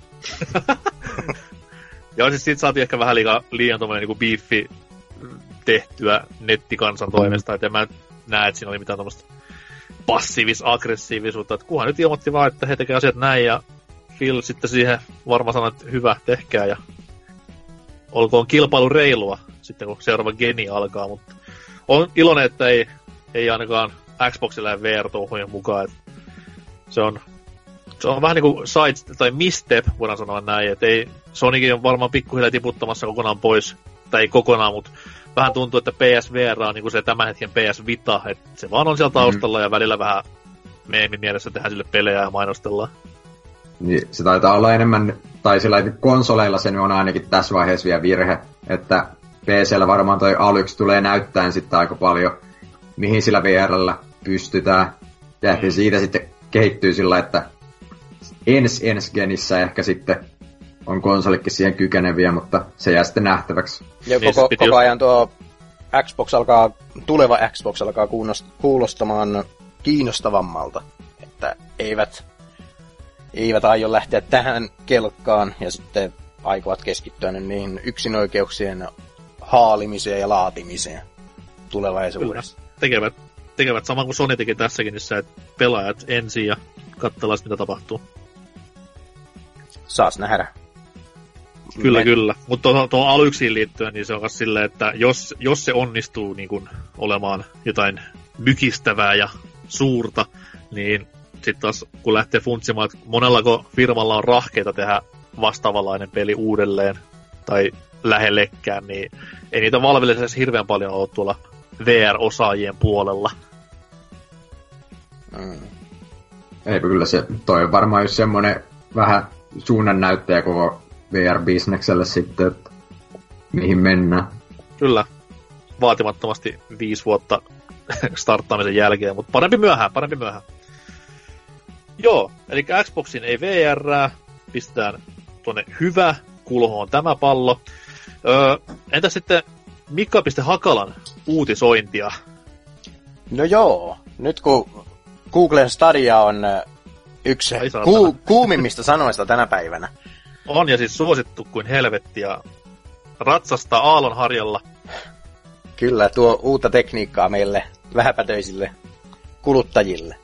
Joo, siis siitä saatiin ehkä vähän liian, liian tommoinen niinku biiffi tehtyä nettikansan toimesta, et en mä näe, että siinä oli mitään tommoista passiivis-aggressiivisuutta, että kunhan nyt ilmoitti vaan, että he tekee asiat näin, ja Phil sitten siihen varmaan sanoi, että hyvä, tehkää, ja olkoon kilpailu reilua sitten, kun seuraava geni alkaa, mutta on iloinen, että ei, ei ainakaan Xboxilla ja V R-touhujen mukaan, että se on, se on vähän niinku side, tai misstep, voidaan sanoa näin, että ei, Sonykin on varmaan pikkuhiljaa tiputtamassa kokonaan pois, tai ei kokonaan, mutta vähän tuntuu, että P S V R on niinku se tämän hetken P S Vita, että se vaan on siellä taustalla mm. ja välillä vähän meemin mielessä tehdään sille pelejä ja mainostellaan. Niin, se taitaa olla enemmän, tai sillä konsoleilla se on ainakin tässä vaiheessa vielä virhe, että P C:llä varmaan toi Alyx tulee näyttäen sitten aika paljon, mihin sillä V R:llä pystytään, ja ehkä mm. siitä sitten kehittyy sillä, että ens ens genissä ehkä sitten on konsolikin siihen kykeneviä, mutta se jää sitten nähtäväksi. Ja koko, koko just... ajan tuo Xbox alkaa, tuleva Xbox alkaa kuulostamaan kiinnostavammalta, että eivät, eivät aio lähteä tähän kelkkaan ja sitten aikovat keskittyä niihin yksinoikeuksien haalimiseen ja laatimiseen tulevaisuudessa. Kyllä. Tekevät, tekevät saman kuin Sony teki tässäkin, niissä, että pelaajat ensin ja katsellaan mitä tapahtuu. Saas nähdä. Kyllä, Me... kyllä. Mutta tuohon tuo Alyxiin liittyen, niin se on myös silleen, että jos, jos se onnistuu niin kun olemaan jotain mykistävää ja suurta, niin sitten taas kun lähtee funtsimaan, että monellako firmalla on rahkeita tehdä vastaavanlainen peli uudelleen tai lähellekään, niin ei niitä Valvelle edes hirveän paljon ole tuolla V R-osaajien puolella. Mm. Eipä kyllä se, toi on varmaan just semmonen vähän suunnannäyttäjä koko V R-bisnekselle sitten, että mihin mennään. Kyllä. Vaatimattomasti viisi vuotta starttaamisen jälkeen, mutta parempi myöhään, parempi myöhään. Joo, eli Xboxin ei V R, pistetään tuonne hyvä kulhoon tämä pallo. Öö, entä sitten Mikka.Hakalan uutisointia? No joo, nyt kun Googlen Stadia on yksi ku- kuumimmista sanoista tänä päivänä. On, ja siis suosittu kuin helvetti, ja ratsastaa aallonharjalla. Kyllä, tuo uutta tekniikkaa meille vähäpätöisille kuluttajille.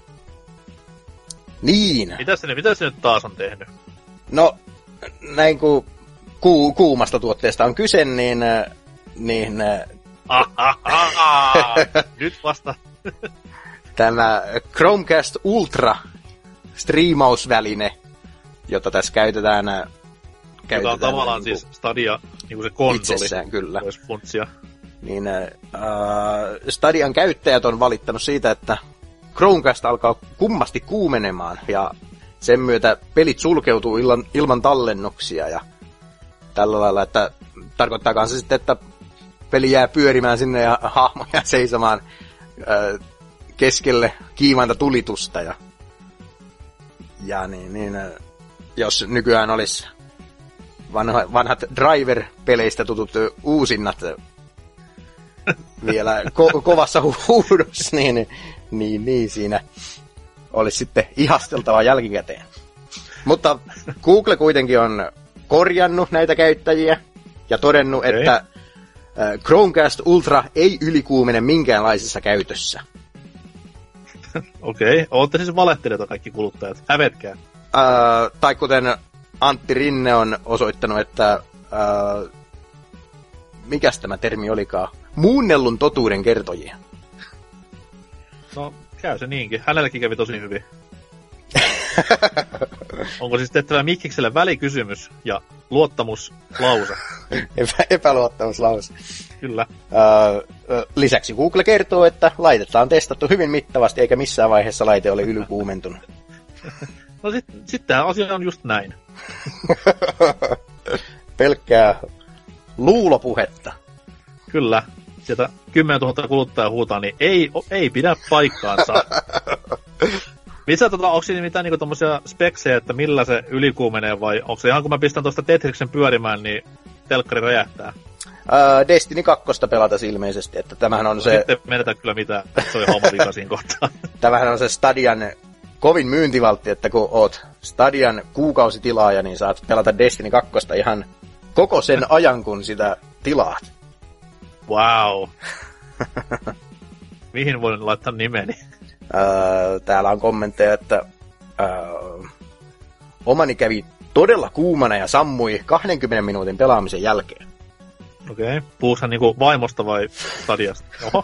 Niin. Mitä se, mitä se nyt taas on tehnyt? No, näin kun ku- kuumasta tuotteesta on kyse, niin... niin ah, ah, ah, ah. Nyt vasta. Tämä Chromecast Ultra striimausväline, jota tässä käytetään... käytetään joka on tavallaan niin siis Stadia, niin kuin se konsoli. Itsessään, kyllä. Funtsia. Niin äh, Stadian käyttäjät on valittanut siitä, että Chromecast alkaa kummasti kuumenemaan, ja sen myötä pelit sulkeutuu ilman, ilman tallennuksia, ja tällä lailla, että tarkoittaakaan se sitten, että peli jää pyörimään sinne ja hahmoja seisomaan äh, keskelle kiivainta tulitusta, ja, ja niin, niin äh, jos nykyään olisi vanha, vanhat Driver-peleistä tutut uusinnat vielä ko- kovassa huudossa, niin, niin, niin siinä olisi sitten ihasteltava jälkikäteen. Mutta Google kuitenkin on korjannut näitä käyttäjiä ja todennut, okay. että Chromecast Ultra ei ylikuumene minkäänlaisessa käytössä. Okei, okay. Ootte siis valehtelijoita kaikki kuluttajat. Hävetkää. Äh, tai kuten Antti Rinne on osoittanut, että äh, mikäs tämä termi olikaan? Muunnellun totuuden kertojia. No, käy se niinkin. Hänelläkin kävi tosi hyvin. Onko siis tehtävä Mikkikselle välikysymys ja luottamuslause? Epä, epäluottamuslause. Kyllä. Öö, lisäksi Google kertoo, että laitetta on testattu hyvin mittavasti, eikä missään vaiheessa laite ole ylikuumentunut. No sit, sit tää asia on just näin. Pelkkää luulopuhetta. Kyllä. Sieltä kymmenentuhatta kuluttajaa huutaa, niin ei, ei pidä paikkaansa. Missä tota, onko siinä mitään niinku tommosia speksejä, että millä se ylikuumenee, vai onko se ihan kun mä pistän tuosta Tetriksen pyörimään, niin telkkari räjähtää? Uh, Destiny kaksi pelata ilmeisesti, että tämähän on no, se... Sitten menetä kyllä mitään, se on homma vika siinä kohtaa. Tämähän on se Stadian kovin myyntivaltti, että kun oot Stadian kuukausitilaaja, niin saat pelata Destiny kaksi ihan koko sen ajan, kun sitä tilaat. Wow. Mihin voin laittaa nimeni? Öö, täällä on kommentteja, että öö, omani kävi todella kuumana ja sammui kahdenkymmenen minuutin pelaamisen jälkeen. Okei. Okay. Puhuuhan niinku vaimosta vai Stadiasta? Oho.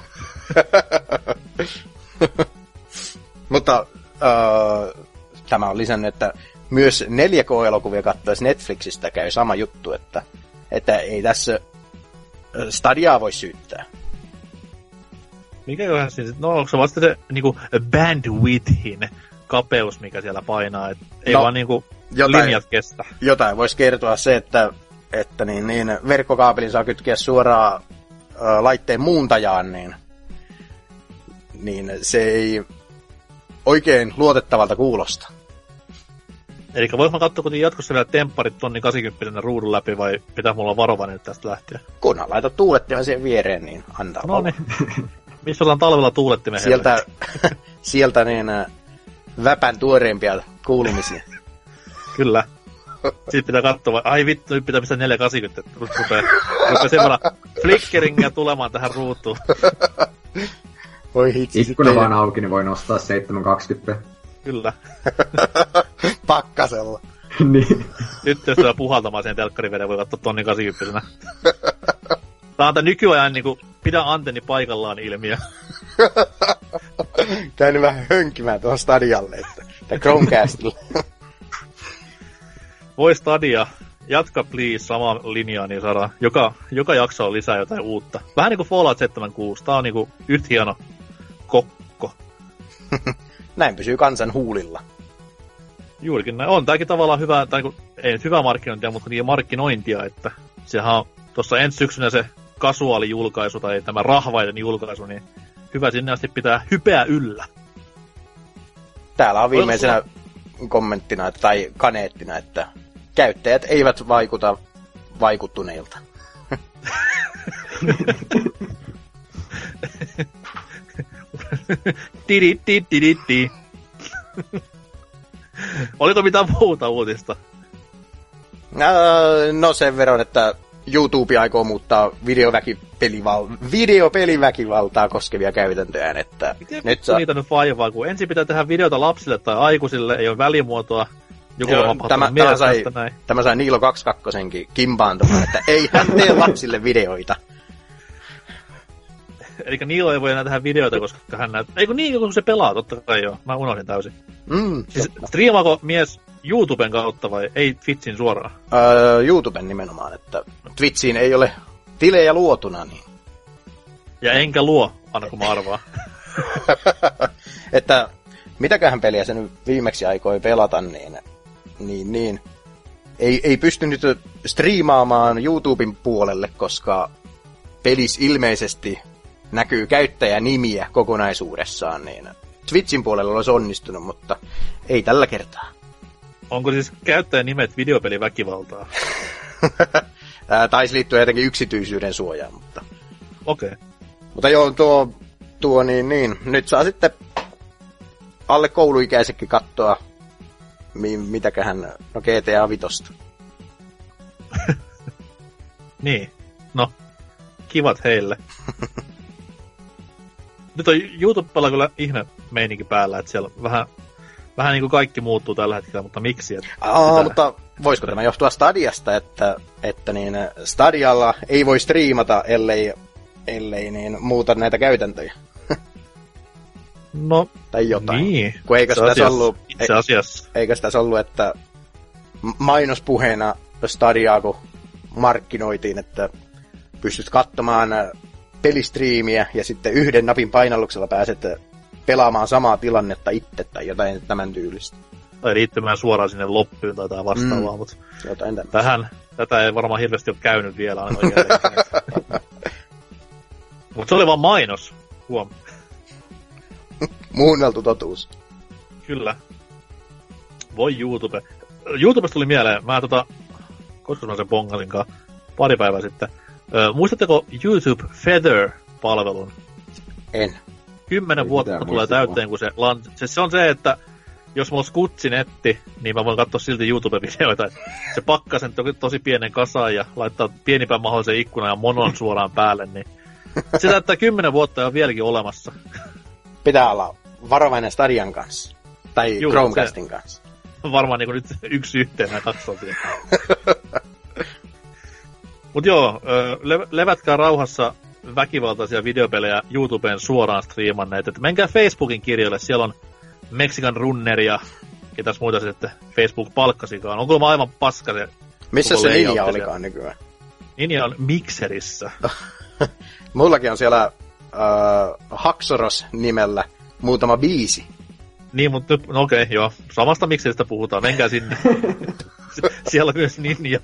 Mutta öö, tämä on lisännyt, että myös neljä K-elokuvia katsoessa Netflixistä käy sama juttu, että, että ei tässä Stadiaa voi syyttää. Mikäköhän siis, no onko se vasta se niinku bandwidthin kapeus, mikä siellä painaa, et ei no, vaan niinku jotain, linjat kestä. Jotain voisi kertoa se, että, että niin, niin, verkkokaapelin saa kytkeä suoraan ä, laitteen muuntajaan, niin, niin se ei oikein luotettavalta kuulosta. Eli voiko mä katsoa kuitenkin jatkossa vielä tempparit tonni kahdeksankymmentä ruudun läpi, vai pitää mulla varovainen tästä lähteä? Kunhan laitat tuulettimen siihen viereen, niin antaa no niin. Missä ollaan talvella tuulettimen sieltä, sieltä niin väpän tuoreimpia kuulumisia. Kyllä. Sitten pitää katsoa, ai vittu, nyt pitää pistää neljä kahdeksankymmentä, että rupeaa, rupeaa semmoinen flickeringia tulemaan tähän ruutuun. Voi hitsi. Ikkuna vaan auki, niin voi nostaa seitsemän kaksikymmentä. Kyllä. Pakkasella. Niin. Nyt jos tulee puhaltamaan sen telkkariveden, voi katsoa tonni kahdeksankymmentä. Tää on tää nykyajan niinku pidä antenni paikallaan ilmiö. Käynyt vähän hönkimään tuohon Stadialle, että tää Chromecastilla. Voi Stadia, jatka please samaa linjaa, niin saadaan joka, joka jakso on lisää jotain uutta. Vähän niinku Fallout seitsemänkymmentäkuusi, tää on niinku yhtä hieno kokko. Näin pysyy kansan huulilla. Juurikin näin. On tääkin tavallaan hyvä, tai niinku, ei nyt hyvää markkinointia, mutta niin markkinointia, että sehän on tossa ensi syksynä se kasuaalijulkaisu tai tämä rahvaiden julkaisu, niin hyvä sinne asti pitää hypeä yllä. Täällä on viimeisenä kommenttina tai kaneettina, että käyttäjät eivät vaikuta vaikuttuneilta. Tidi, tidi, tidi, tidi. Oliko mitään muuta uutista? No sen verran, että YouTube aikoo muuttaa videoväkipelival- videopeliväkivaltaa koskevia käytäntöjään, että miten nyt saa... niitä nyt vaivaa, kun ensin pitää tehdä videota lapsille tai aikuisille, ei ole välimuotoa. Joku Joo, on tämä, tämä, sai, näin. tämä sai Niilo kaksikymmentäkaksi kimpaantumaan, että ei hän tee lapsille videoita. Elikkä Niilo ei voi enää tehdä videoita, koska hän näyttää... Eikö niin, kun se pelaa, totta kai joo. Mä unohdin täysin. Mm, siis striimaako mies YouTuben kautta vai ei Twitchin suoraan? Öö, YouTuben nimenomaan, että Twitchiin ei ole tilejä luotuna, niin... Ja enkä luo, aina kun mä arvaan. Että mitäköhän peliä se nyt viimeksi aikoi pelata, niin... niin, niin ei, ei pystynyt striimaamaan YouTuben puolelle, koska pelis ilmeisesti näkyy käyttäjänimiä kokonaisuudessaan, niin Twitchin puolella olisi onnistunut, mutta ei tällä kertaa. Onko siis käyttäjän nimet videopeliväkivaltaa? Taisi liittyä jotenkin yksityisyyden suojaan, mutta... Okei. Okay. Mutta joo, tuo, tuo niin, niin. Nyt saa sitten alle kouluikäisekin katsoa, mi- mitäköhän, no G T A Vitosta. Niin, no, kivat heille. Nyt on YouTubella kyllä ihme meininki päällä, että siellä vähän, vähän niin kuin kaikki muuttuu tällä hetkellä, mutta miksi? Että Aa, pitää... mutta voisiko tämä johtua Stadiasta, että, että niin Stadialla ei voi striimata, ellei, ellei niin muuta näitä käytäntöjä? No, tai jotain. Niin. Kun eikö sitä asiassa, ollut, itse asiassa. Eikö sitä ollut, että mainospuheena Stadiaa, kun markkinoitiin, että pystyt katsomaan pelistriimiä ja sitten yhden napin painalluksella pääset pelaamaan samaa tilannetta itse tai jotain tämän tyylistä. Tai liittymään suoraan sinne loppuun tai jotain vastaavaa, mm. mutta tähän, tätä ei varmaan hirveästi ole käynyt vielä. Mutta se oli vaan mainos, huom. Muunneltu totuus. Kyllä. Voi YouTube. YouTubesta tuli mieleen, mä tota, koska mä sen bongasinkaan pari päivää sitten. Ö, muistatteko YouTube Feather-palvelun? En. Kymmenen vuotta tulee täyteen, kun se, lan... se, se on se, että jos mulla olisi kutsinetti, niin mä voin katsoa silti YouTube-videoita. Se pakkaa sen to- tosi pienen kasaan ja laittaa pienimpään mahdollisen ikkunan ja monon suoraan päälle, niin se täyttää kymmenen vuotta ja on vieläkin olemassa. Pitää olla varovainen Stadian kanssa. Tai Juu, Chromecastin se... kanssa. Varmaan niin nyt yksi yhteen nämä kaksi siihen. Mut joo, le- levätkää rauhassa väkivaltaisia videopelejä YouTubeen suoraan striimanneet. Et menkää Facebookin kirjoille, siellä on Mexican Runner ja ketäs muita sitten Facebook palkkasikaan. Onko mä aivan paska se... Missä se Ninja olikaan nykyään? Ninja on Mixerissä. Mullakin on siellä äh, Haxoros-nimellä muutama biisi. Niin, mutta no okei, okay, joo. Samasta Mixeristä puhutaan, menkää sinne. Siellä on myös Ninja.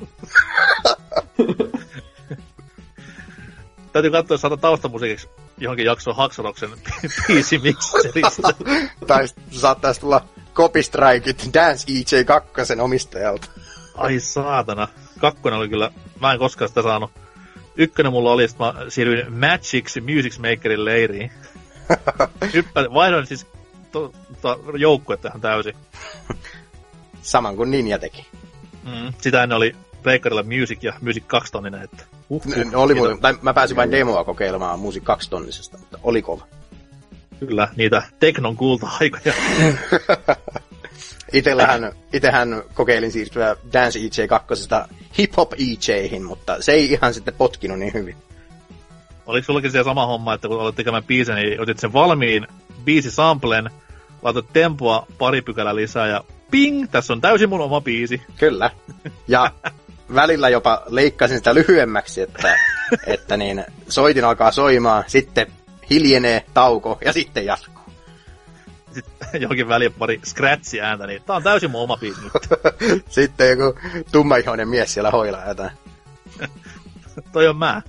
Täytyy katsoa, jos saada taustamusiikiksi johonkin jaksoon Haxoroksen biisi Mixeristä. Tai saattaisi tulla copystrikeit Dance E J kaksi omistajalta. Ai saatana. Kakkonen oli kyllä, mä en koskaan sitä saanut. Ykkönen mulla oli, että mä siirryin Magic's Music Makerin leiriin. Hyppä, vaihdoin siis to, to, joukkuetta ihan täysin. Saman kuin Ninja teki. Mm, sitä ennen oli Breakerilla Music ja Music kaksi tonninen, että uh, uh, oli muuten, tai mä pääsin vain demoa kokeilemaan Music kaksi tonnisesta, mutta oli kova. Kyllä, niitä teknon kulta-aikoja. Itellähän, itehän kokeilin siirtyä Dance E J kaksi hip-hop E J:hin, mutta se ei ihan sitten potkinut niin hyvin. Oliko sullakin siellä sama homma, että kun olet tekemään biisin, niin otit sen valmiin biisisamplen, laitat tempoa pari pykälää lisää ja ping, tässä on täysin mun oma biisi. Kyllä. Ja välillä jopa leikkasin sitä lyhyemmäksi, että, että niin, soitin alkaa soimaan, sitten hiljenee, tauko ja sitten jatkuu. Sitten johonkin väliin pari scratch-ääntä, niin tää on täysin mun oma biisi nyt. Sitten joku tummaihoinen mies siellä hoilaa jotain. Toi on mä.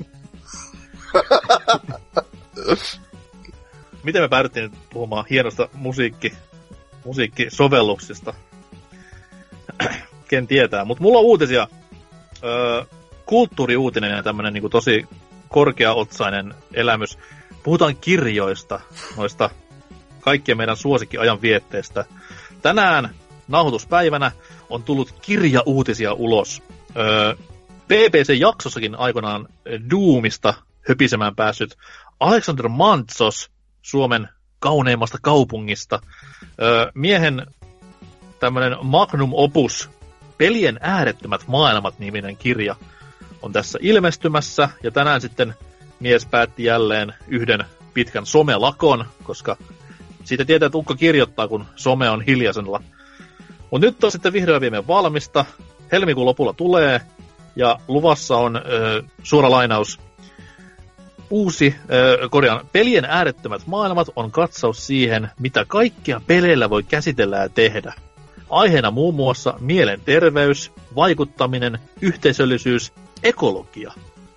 Miten me päädyttiin nyt puhumaan hienosta musiikki, musiikkisovelluksista? ken tietää. Mutta mulla on uutisia. Öö, kulttuuriuutinen ja tämmönen niinku tosi korkeaotsainen elämys. Puhutaan kirjoista, noista kaikkien meidän suosikkiajan vietteistä. Tänään nauhoituspäivänä on tullut kirjauutisia ulos. Öö, B B C-jaksossakin aikanaan Doomista höpisemään päässyt Alexander Mantsos Suomen kauneimmasta kaupungista. Öö, miehen tämmönen magnum opus, Pelien äärettömät maailmat-niminen kirja on tässä ilmestymässä. Ja tänään sitten mies päätti jälleen yhden pitkän somelakon, koska siitä tietää, että ukko kirjoittaa, kun some on hiljaisella. Mutta nyt on sitten vihdoin viimein valmista. Helmikuun lopulla tulee, ja luvassa on ö, suora lainaus. Uusi, ö, korjaan, Pelien äärettömät maailmat on katsaus siihen, mitä kaikkea peleillä voi käsitellä ja tehdä. Aiheena muun muassa mielenterveys, vaikuttaminen, yhteisöllisyys, ekologia.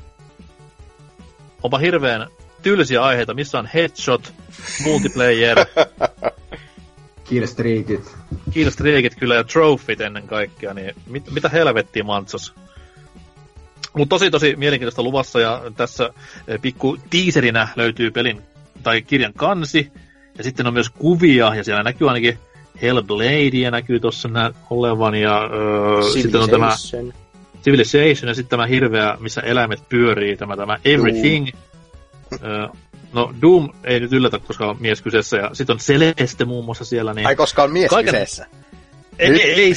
Onpa hirveän tylsiä aiheita, missä on headshot, multiplayer, killstreakit. Killstreakit kyllä ja trophyt ennen kaikkea, niin mit, mitä helvettiä Mantsos. Mutta tosi tosi mielenkiintoista luvassa ja tässä pikku teaserinä löytyy pelin tai kirjan kansi ja sitten on myös kuvia ja siellä näkyy ainakin Hellbladea näkyy tuossa olevan ja öö, sitten on tämä Civilization ja sitten tämä hirveä, missä eläimet pyörii, tämä, tämä Everything. Öö, no Doom ei nyt yllätä, koska on mies kyseessä ja sitten on Celeste muun muassa siellä. Niin ai koska on mies kaiken... kyseessä? Ei, ei, ei.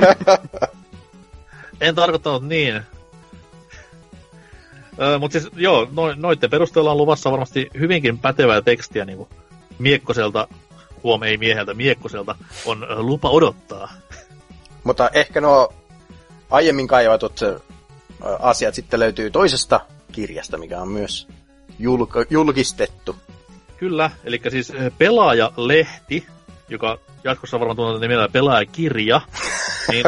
En tarkoittanut niin. Öö, mutta siis joo, no, noitten perusteella on luvassa varmasti hyvinkin pätevää tekstiä niin kuin miekkoselta, huom ei mieheltä, miekkoselta on lupa odottaa. Mutta ehkä nuo aiemmin kaivatut asiat sitten löytyy toisesta kirjasta, mikä on myös julk- julkistettu. Kyllä, eli siis Pelaajalehti, joka jatkossa varmaan tunnetaan nimellä Pelaajakirja, niin,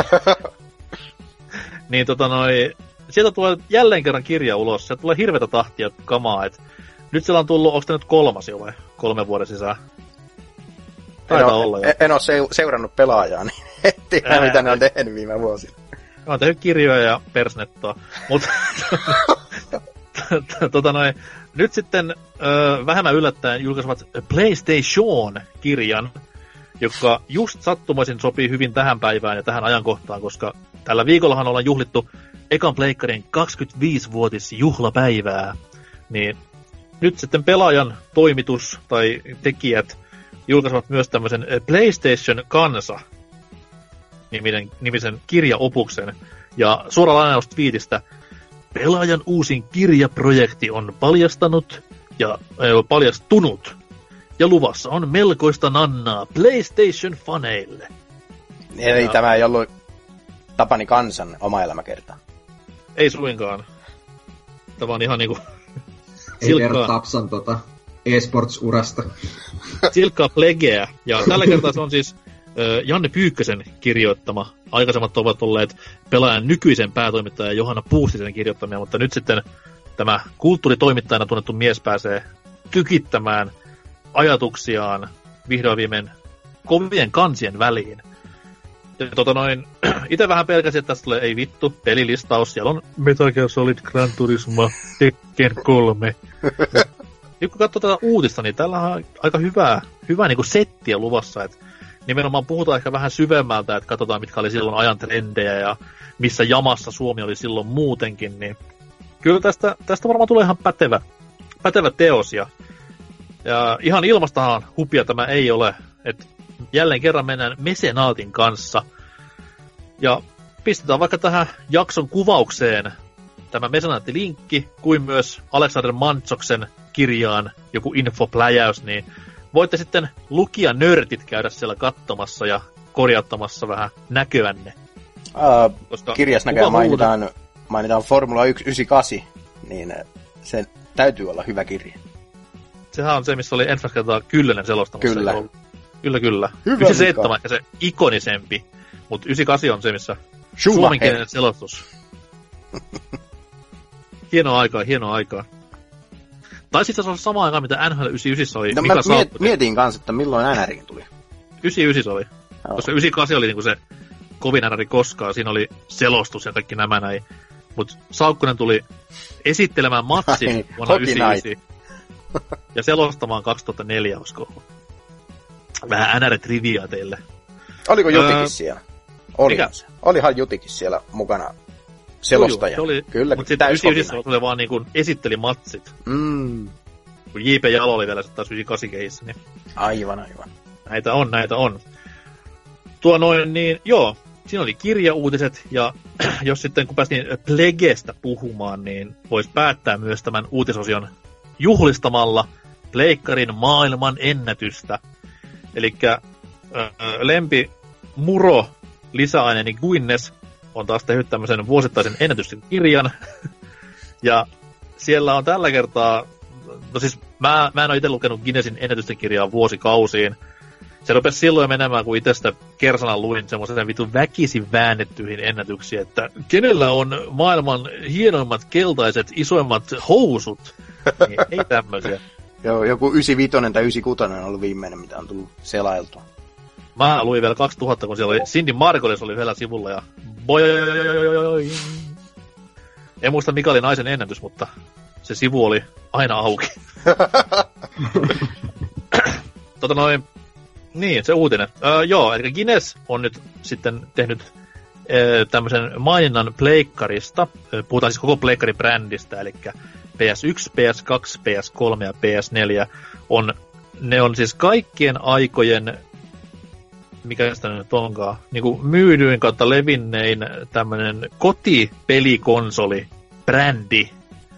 niin tota noi, sieltä tulee jälleen kerran kirja ulos, sieltä tulee hirveätä tahtia kamaa, et nyt siellä on tullut, onko nyt kolmas jo vai kolmen vuoden sisään? Taitaa en olla ole, en ole seurannut Pelaajaa, niin en tiedä, mitä ne on tehnyt viime vuosina. Mä oon tehnyt kirjoja ja persnettoa, mutta tota noin, nyt sitten ö, vähemmän yllättäen julkaisivat PlayStation-kirjan, joka just sattumaisin sopii hyvin tähän päivään ja tähän ajankohtaan, koska tällä viikollahan ollaan juhlittu ekan pleikkarin kaksikymmentäviisi-vuotisjuhlapäivää, niin nyt sitten Pelaajan toimitus tai tekijät julkaisivat myös tämmöisen PlayStation Kansa nimisen, nimisen kirjaopuksen. Ja suora lainaus twiitistä, Pelaajan uusin kirjaprojekti on paljastanut ja äh, paljastunut. Ja luvassa on melkoista nannaa PlayStation-faneille. Eli ja... tämä ei ollut Tapani Kansan oma elämäkerta. Ei suinkaan. Tämä on ihan niinku... Ei verran Tapsan tota eSports-urasta. Silkkaa plegeä. Ja tällä kertaa se on siis äh, Janne Pyykkösen kirjoittama. Aikaisemmat ovat olleet Pelaajan nykyisen päätoimittajan Johanna Puustisen kirjoittamia, mutta nyt sitten tämä kulttuuritoimittajana tunnettu mies pääsee tykittämään ajatuksiaan vihdoin viimein kovien kansien väliin. Ja tota noin, ite vähän pelkäsin, että tästä tulee ei vittu, pelilistaus, siellä on Metal Gear Solid, Gran Turismo, Tekken kolme. Nyt kun katsoo tätä uutista, niin tällä on aika hyvää, hyvää niin kuin settiä luvassa, että nimenomaan puhutaan ehkä vähän syvemmältä, että katsotaan mitkä oli silloin ajan trendejä ja missä jamassa Suomi oli silloin muutenkin, niin kyllä tästä, tästä varmaan tulee ihan pätevä, pätevä teos ja, ja ihan ilmastahan hupia tämä ei ole, että jälleen kerran mennään mesenaatin kanssa ja pistetään vaikka tähän jakson kuvaukseen tämä mesenaatti-linkki, kuin myös Alexander Mantsoksen kirjaan joku infopläjäys, niin voitte sitten lukijanörtit käydä siellä katsomassa ja korjauttamassa vähän näköänne. Uh, kirjassa näköjään mainitaan, mainitaan Formula yksi yhdeksänkymmentäkahdeksan, niin sen täytyy olla hyvä kirja. Sehän on se, missä oli ensimmäistä kertaa Kyllönen selostamassa. Kyllä. Kyllä, kyllä. Hyvä yhdeksänkymmentäseitsemän on ehkä se ikonisempi, mutta yhdeksänkymmentäkahdeksan on se, missä suomenkielinen selostus. Hienoa aikaa, hienoa aikaa. Taisi itse asiassa samaan aikaan, mitä N H L yhdeksänkymmentäyhdeksän oli. No Mika mä Salttunen. mietin kanssa, että milloin N R oli. yhdeksänkymmentäyhdeksän oli. Joo. Koska yhdeksänkymmentäkahdeksan oli niinku se kovin ääri koskaan. Siinä oli selostus ja kaikki nämä näin. Mut Saukkonen tuli esittelemään matsin vuonna yhdeksänkymmentäyhdeksän ja selostamaan kaksituhattaneljä, olisiko. Vähän N R-triviaa teille. Oliko Jutikin öö, siellä? Oli. Olihan Jutikin siellä mukana selostaja. Oli, kyllä, mutta sitten yhdeksänkymmentäyhdeksän oli vaan niin esitteli matsit. Mm. Kun J P Jalo oli vielä taas yhdeksänkymmentäkahdeksan kehissä. Niin aivan, aivan. Näitä on, näitä on. Tuo noin, niin joo. Siinä oli kirjauutiset, ja jos sitten kun päästiin Plegestä puhumaan, niin voisi päättää myös tämän uutisosion juhlistamalla Pleikkarin maailman ennätystä. Elikkä äh, lempi Muro lisäaineeni Guinness on taas tehnyt tämmöisen vuosittaisen ennätysten kirjan. Ja siellä on tällä kertaa, no siis mä, mä en ole itse lukenut Guinnessin ennätysten kirjaa vuosikausiin. Se rupesi silloin menemään, kun itse sitä kersana luin semmoisen vitun väkisin väännettyihin ennätyksiin, että kenellä on maailman hienoimmat keltaiset isoimmat housut. Niin, ei tämmöisiä. Joo, joku yhdeksänkymmentäviisi tai yhdeksänkymmentäkuusi on ollut viimeinen, mitä on tullut selailtua. Mä luin vielä kaksituhatta, kun siellä oli Cindy Margolis oli yhdellä sivulla ja boi. En muista mikä oli naisen ennätys, mutta se sivu oli aina auki. tota noin, niin, se uutinen. Öö, joo, eli Guinness on nyt sitten tehnyt öö, tämmöisen maininnan pleikkarista. Puhutaan siis koko pleikkari-brändistä, eli P S yksi, P S kaksi, P S kolme ja P S neljä on, ne on siis kaikkien aikojen, mikä sitä nyt onkaan, niin kuin myydyin kautta levinnein tämmönen kotipelikonsoli, brändi.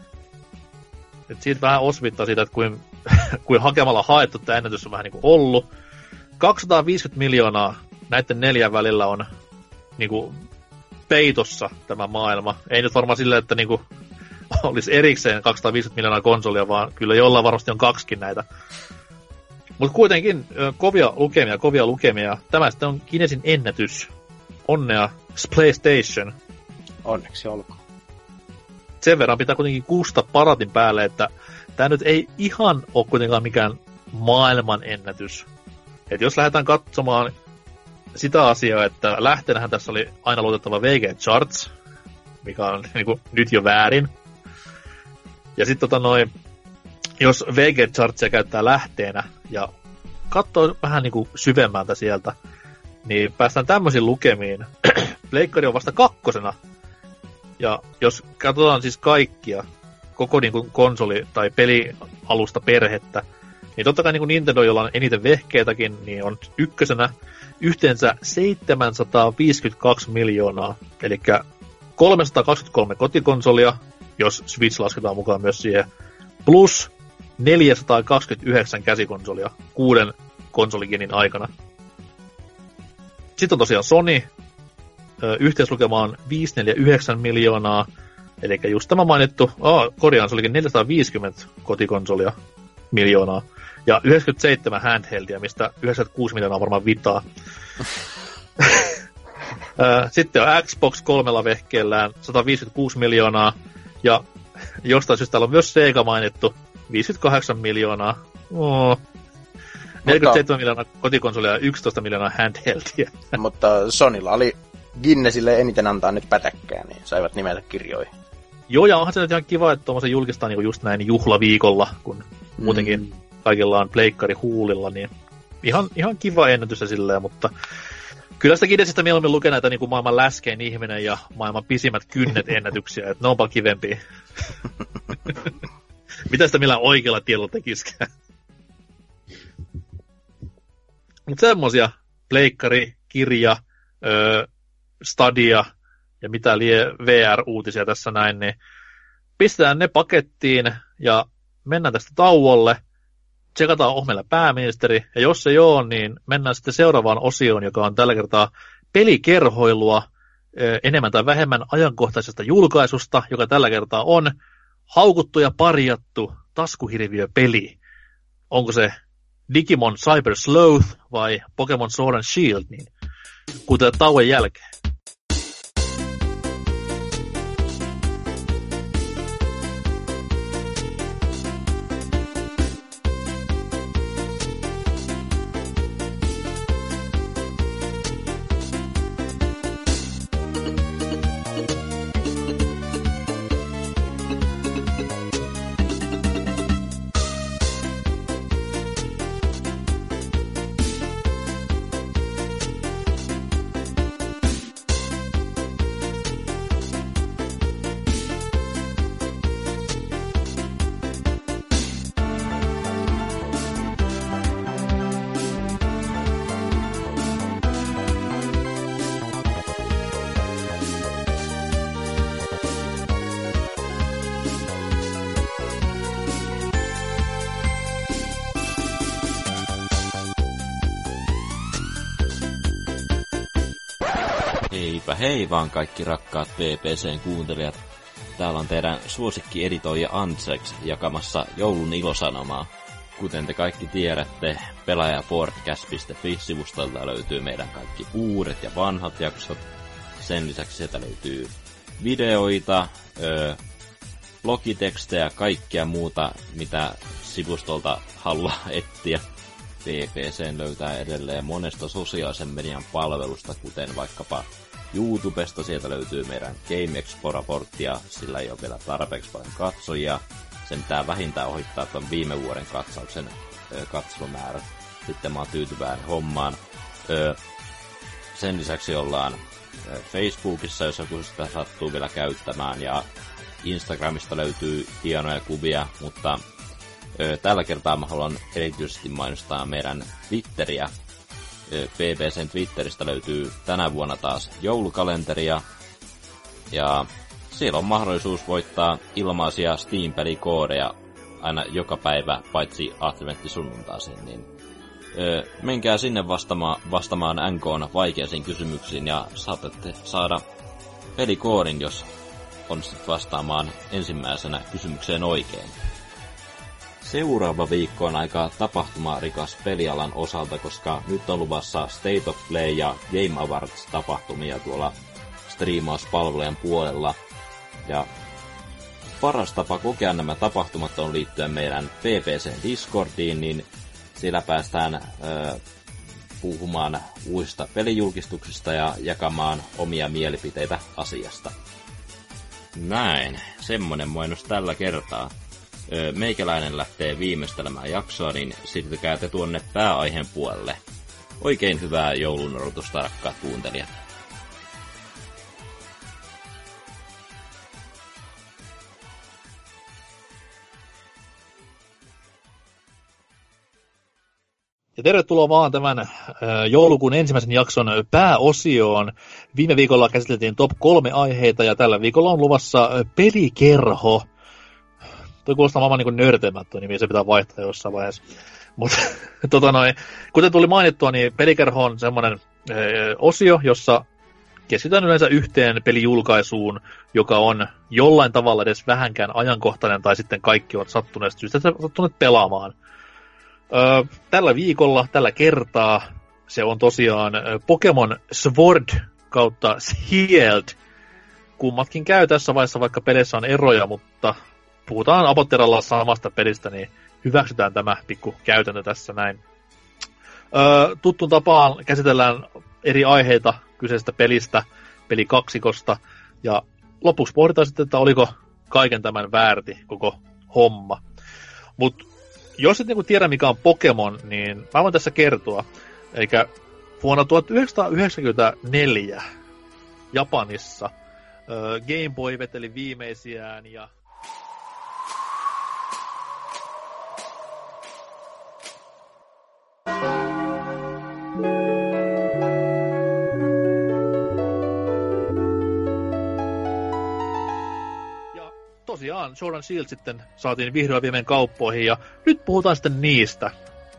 Et siitä vähän osvittaa siitä, että kuin, kuin hakemalla haettu tämä ennätys on vähän niin kuin ollut. kaksisataaviisikymmentä miljoonaa näiden neljän välillä on niin kuin peitossa tämä maailma. Ei nyt varmaan silleen, että niin kuin olisi erikseen kaksisataaviisikymmentä miljoonaa konsolia, vaan kyllä jollain varmasti on kaksikin näitä. Mutta kuitenkin kovia lukemia, kovia lukemia. Tämä sitten on Guinnessin ennätys. Onnea PlayStation. Onneksi olkoon. Sen verran pitää kuitenkin kuusta paratin päälle, että tämä nyt ei ihan ole kuitenkaan mikään maailman ennätys. Et jos lähdetään katsomaan sitä asiaa, että lähteenähän tässä oli aina luotettava V G Charts, mikä on niin kuin, nyt jo väärin. Ja sitten tota noin, jos V G Chartsia käyttää lähteenä ja katsoo vähän niin kuin syvemmältä sieltä, niin päästään tämmöisiin lukemiin. Pleikkari on vasta kakkosena. Ja jos katsotaan siis kaikkia, koko niin kuin konsoli- tai pelialusta perhettä, niin totta kai niin kuin Nintendo, jolla on eniten vehkeitäkin, niin on ykkösenä yhteensä seitsemänsataaviisikymmentäkaksi miljoonaa. Eli kolmesataakaksikymmentäkolme kotikonsolia, jos Switch lasketaan mukaan myös siihen, plus neljäsataakaksikymmentäyhdeksän käsikonsolia kuuden konsoligenin aikana. Sitten on tosiaan Sony, yhteislukema on viisisataaneljäkymmentäyhdeksän miljoonaa, eli just tämä mainittu, oh, korjaan, se olikin neljäsataaviisikymmentä kotikonsolia miljoonaa, ja yhdeksänkymmentäseitsemän handheldia, mistä yhdeksänkymmentäkuusi miljoonaa on varmaan vitaa. Sitten on Xbox kolmella vehkeellään sataviisikymmentäkuusi miljoonaa, ja jostain syystä täällä on myös Sega mainittu, viisikymmentäkahdeksan miljoonaa. Oh. neljäkymmentäseitsemän miljoonaa kotikonsolia ja yksitoista miljoonaa handheldia. Mutta Sonylla oli Guinnessille eniten antaa nyt pätäkkää, niin saivat nimetä kirjoihin. Joo, ja onhan se nyt ihan kiva, että tuommoisen julkistaa niin just näin juhlaviikolla, kun mm. muutenkin kaikilla on pleikkari huulilla, niin ihan, ihan kiva ennätys silleen, mutta kyllä sitä Guinnessistä mieluummin lukee näitä niin kuin maailman läskein ihminen ja maailman pisimmät kynnet ennätyksiä, että ne on paljon kivempiä. Mitä sitä millään oikealla tiedolla tekiskään? Mutta semmosia, pleikkari, kirja, öö, Stadia ja mitä lie V R-uutisia tässä näin, niin pistetään ne pakettiin ja mennään tästä tauolle, tsekataan ohmeella pääministeri, ja jos se joo, niin mennään sitten seuraavaan osioon, joka on tällä kertaa pelikerhoilua enemmän tai vähemmän ajankohtaisesta julkaisusta, joka tällä kertaa on haukuttu ja parjattu taskuhirviöpeli. Onko se Digimon Cyber Sleuth vai Pokemon Sword and Shield, niin kuten tauon jälkeen. Heipä hei vaan kaikki rakkaat P P C:n kuuntelijat. Täällä on teidän suosikki-editoija Antseks jakamassa joulun ilosanomaa. Kuten te kaikki tiedätte, pelaajapodcast piste fi-sivustolta löytyy meidän kaikki uudet ja vanhat jaksot. Sen lisäksi sieltä löytyy videoita, öö, blogitekstejä, kaikkea muuta, mitä sivustolta haluaa etsiä. P P C:n löytää edelleen monesta sosiaalisen median palvelusta, kuten vaikkapa YouTubesta. Sieltä löytyy meidän Game Expo-raporttia, sillä ei ole vielä tarpeeksi paljon katsojia. Sen pitää vähintään ohittaa tuon viime vuoden katsauksen ö, katselumäärät. Sitten mä oon tyytyväinen hommaan. Ö, sen lisäksi ollaan ö, Facebookissa, jos joku sitä sattuu vielä käyttämään, ja Instagramista löytyy hienoja kuvia, mutta ö, tällä kertaa mä haluan erityisesti mainostaa meidän Twitteriä. P P C:n Twitteristä löytyy tänä vuonna taas joulukalenteria, ja siellä on mahdollisuus voittaa ilmaisia Steam-pelikoodeja aina joka päivä, paitsi adventtisunnuntaisiin, niin öö, menkää sinne vastama, vastaamaan N K:n vaikeisiin kysymyksiin ja saatatte saada pelikoodin, jos onnistut vastaamaan ensimmäisenä kysymykseen oikein. Seuraava viikko on aika tapahtumarikas pelialan osalta, koska nyt on luvassa State of Play ja Game Awards-tapahtumia tuolla striimauspalvelujen puolella. Ja paras tapa kokea nämä tapahtumat on liittyen meidän P P C:n Discordiin, niin siellä päästään ö, puhumaan uusista pelijulkistuksista ja jakamaan omia mielipiteitä asiasta. Näin, semmonen mainos tällä kertaa. Ö, meikäläinen lähtee viimeistelemään jaksoa, niin siirtykää te tuonne pääaiheen puolelle. Oikein hyvää joulun odotusta, rakkaat kuuntelijat. Ja tervetuloa vaan tämän äh, joulukuun ensimmäisen jakson pääosioon. Viime viikolla käsiteltiin top kolme aiheita ja tällä viikolla on luvassa äh, pelikerho. Toi kuulostaa maailman niin nörtemättö nimi, se pitää vaihtaa jossain vaiheessa. Mutta tota noin, kuten tuli mainittua, niin pelikerho on semmoinen äh, osio, jossa keskitytään yleensä yhteen pelijulkaisuun, joka on jollain tavalla edes vähänkään ajankohtainen, tai sitten kaikki ovat sattuneet syystä sattuneet pelaamaan. Öö, tällä viikolla, tällä kertaa, se on tosiaan Pokemon Sword kautta Shield. Kummatkin käy tässä vaiheessa, vaikka peleissä on eroja, mutta puhutaan Apotteralla samasta pelistä, niin hyväksytään tämä pikku käytäntö tässä näin. Öö, tuttuun tapaan käsitellään eri aiheita kyseisestä pelistä, pelikaksikosta, ja lopuksi pohditaan sitten, että oliko kaiken tämän väärti koko homma. Mutta jos et niinku tiedä, mikä on Pokemon, niin mä voin tässä kertoa. Eikä vuonna tuhatyhdeksänsataayhdeksänkymmentäneljä Japanissa äh, Game Boy veteli viimeisiään ja tosiaan Sword and Shield sitten saatiin vihdoin viimein kauppoihin, ja nyt puhutaan sitten niistä.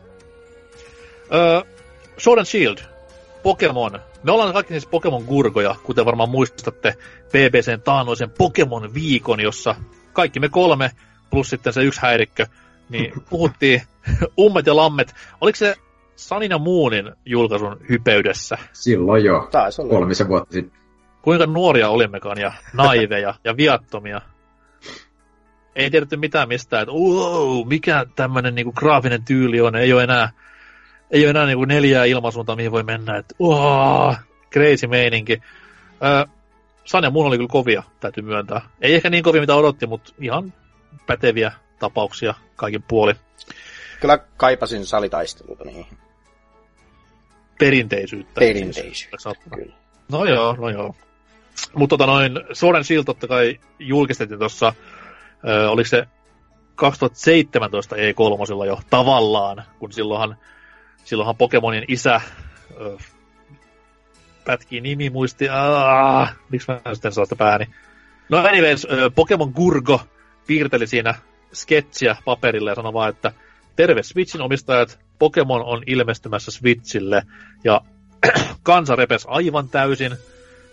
Öö, Sword and Shield, Pokemon. Me ollaan kaikki siis Pokemon-gurgoja, kuten varmaan muistatte P P C:n taannoisen Pokemon-viikon, jossa kaikki me kolme, plus sitten se yksi häirikkö, niin puhuttiin ummet ja lammet. Oliko se Sunin ja Moonin julkaisun hypeydessä? Silloin jo, kolmisen vuotta sitten. Kuinka nuoria olimmekaan, ja naiveja, ja viattomia. Ei tiedetty mitään mistään, että wow, mikä tämmönen niinku graafinen tyyli on, ei ole enää, ei ole enää niinku neljää ilmansuuntaa, mihin voi mennä, että wow, crazy meininki. Öö, Sun ja Moon oli kyllä kovia, täytyy myöntää. Ei ehkä niin kovia, mitä odotti, mutta ihan päteviä tapauksia kaikin puolin. Kyllä kaipasin salitaisteluta niihin. Perinteisyyttä. Perinteisyyttä, siis, kyllä. No joo, no joo. Mutta tota noin, Sword and Shield totta kai julkistettiin tuossa, Öö, oliko se kaksituhattaseitsemäntoista E kolme jo tavallaan, kun silloinhan, silloinhan Pokemonin isä öö, pätkii nimi muisti, aah, miksi mä sitten saa sitä pääni. No anyways, öö, Pokemon Gurgo piirteli siinä sketchiä paperille ja sanoi vaan, että terve Switchin omistajat, Pokemon on ilmestymässä Switchille, ja kansa repes aivan täysin.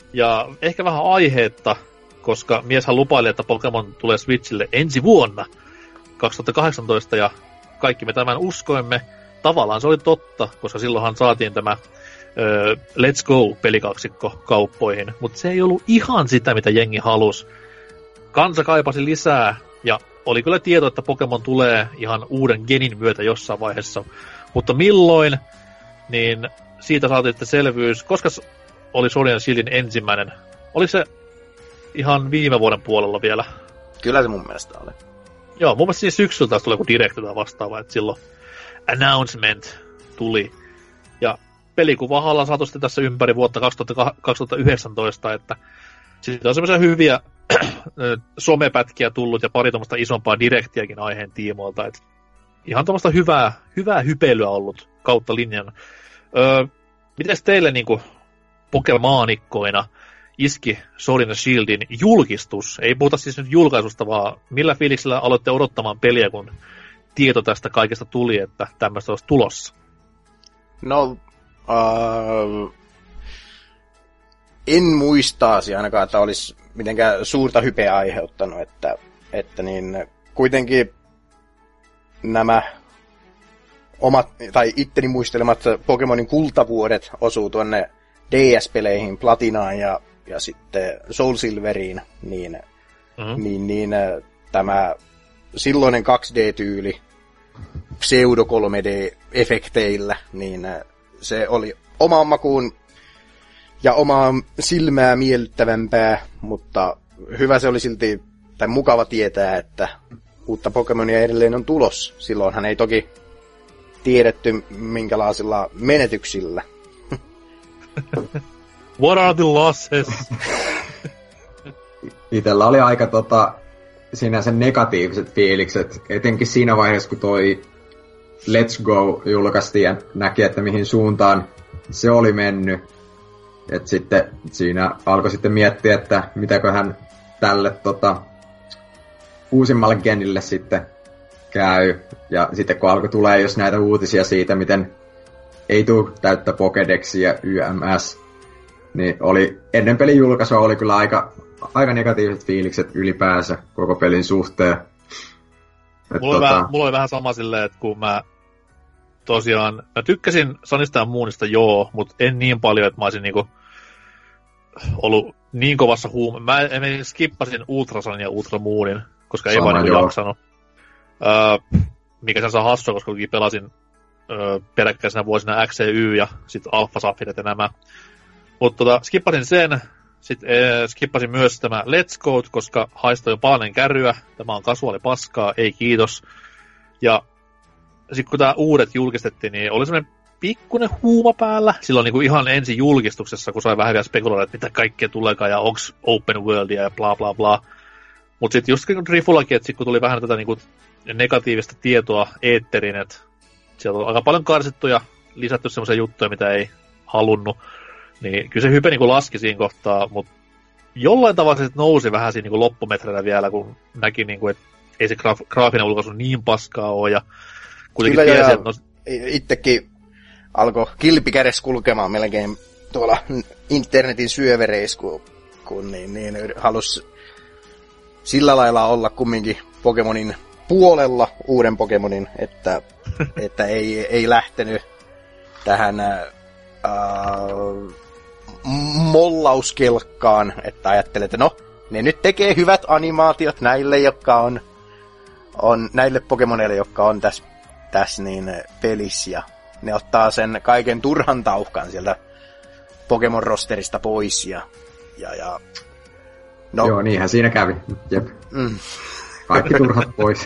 Ja ehkä vähän aiheetta, koska mieshän lupaili, että Pokemon tulee Switchille ensi vuonna, kaksituhattakahdeksantoista, ja kaikki me tämän uskoimme. Tavallaan se oli totta, koska silloinhan saatiin tämä ö, Let's Go-pelikaksikko kauppoihin, mutta se ei ollut ihan sitä, mitä jengi halusi. Kansa kaipasi lisää, ja oli kyllä tieto, että Pokemon tulee ihan uuden genin myötä jossain vaiheessa. Mutta milloin, niin siitä saatiin sitten selvyys, koska oli Sword and Shieldin ensimmäinen. Oliko se ihan viime vuoden puolella vielä? Kyllä se mun mielestä oli. Joo, mun mielestä siinä syksyllä taas tuli joku direkti tai vastaava, että silloin announcement tuli. Ja pelikuvahan ollaan saatu sitten tässä ympäri vuotta kaksituhattayhdeksäntoista, että siitä on semmoisia hyviä somepätkiä tullut ja pari tuommoista isompaa direktiäkin aiheen tiimoilta. Et ihan tuommoista hyvää, hyvää hypeilyä ollut kautta linjan. Öö, mites teille niinku pokemaanikkoina iski Sword and Shieldin julkistus? Ei puhuta siis nyt julkaisusta, vaan millä fiiliksellä aloitte odottamaan peliä, kun tieto tästä kaikesta tuli, että tämmöistä olisi tulossa? No, uh, en muistaasi ainakaan, että olisi mitenkään suurta hypeä aiheuttanut, että, että niin kuitenkin nämä omat, tai itteni muistelemat Pokemonin kultavuodet osuu tuonne D S-peleihin, Platinaan ja, ja sitten Soul Silveriin, niin, mm-hmm. niin, niin tämä silloinen kaksi D-tyyli pseudo kolme D-efekteillä, niin se oli omaan makuun ja omaa silmää miellyttävämpää, mutta hyvä se oli silti, tai mukava tietää, että uutta Pokemonia edelleen on tulos. Silloinhan ei toki tiedetty minkälaisilla menetyksillä. What are the losses? Itellä oli aika tota, sinänsä negatiiviset fiilikset, etenkin siinä vaiheessa, kun toi Let's Go julkaistiin ja näki, että mihin suuntaan se oli mennyt. Et sitten siinä alkoi sitten miettiä, että mitäköhän tälle tota, uusimmalle genille sitten käy. Ja sitten kun alkoi tulee jos näitä uutisia siitä, miten ei tule täyttä Pokédexia Y M S, niin oli, ennen pelin julkaisua oli kyllä aika, aika negatiiviset fiilikset ylipäänsä koko pelin suhteen. Mulla, tota... vähän, mulla oli vähän sama silleen, että kun mä tosiaan, mä tykkäsin Sunista ja Moonista joo, mutta en niin paljon, että mä olisin niinku ollut niin kovassa huume. Mä, mä skippasin Ultrasun ja Ultramoonin, koska sama, ei vaan niinku jaksanut. Öö, mikä sen saa hassua, koska pelasin öö, peräkkäisenä vuosina X ja Y ja sit Alpha Saphiret ja nämä. Mutta tota, skippasin sen. Sitten ee, skippasin myös tämä Let's Go, koska haistoi jo paljon kärryä. Tämä on kasuaali paskaa, ei kiitos. Ja sitten kun tää uudet julkistettiin, niin oli semmoinen pikkuinen huuma päällä. Silloin niinku ihan ensi julkistuksessa, kun sai vähän vielä spekuloida, että mitä kaikkea tuleekaan ja onks open worldia ja bla bla bla. Mut sitten just Rifullakin, että sit kun tuli vähän tätä niinku negatiivista tietoa eetteriin, että sieltä on aika paljon karsittu ja lisätty semmoisia juttuja, mitä ei halunnut. Niin kyllä se hype niinku laski siinä kohtaa, mutta jollain tavalla se nousi vähän siinä niinku loppumetreillä vielä, kun näki, niinku, että ei se graaf- graafinen ulkoisu niin paskaa ole. Ja kuitenkin kyllä tiesi, ja että... No... itsekin alkoi kilpi kädessä kulkemaan melkein tuolla internetin syövereissä, kun, kun niin, niin halusi sillä lailla olla kumminkin Pokemonin puolella, uuden Pokemonin, että, että ei, ei lähtenyt tähän Uh, mollauskelkkaan, että ajattelee, että no, ne nyt tekee hyvät animaatiot näille, jotka on, on näille Pokemoneille, jotka on tässä täs niin pelissä, ja ne ottaa sen kaiken turhan tauhkan sieltä Pokemon rosterista pois, ja, ja, ja no. Joo, niinhän siinä kävi. Jep. Mm. Kaikki turhat pois.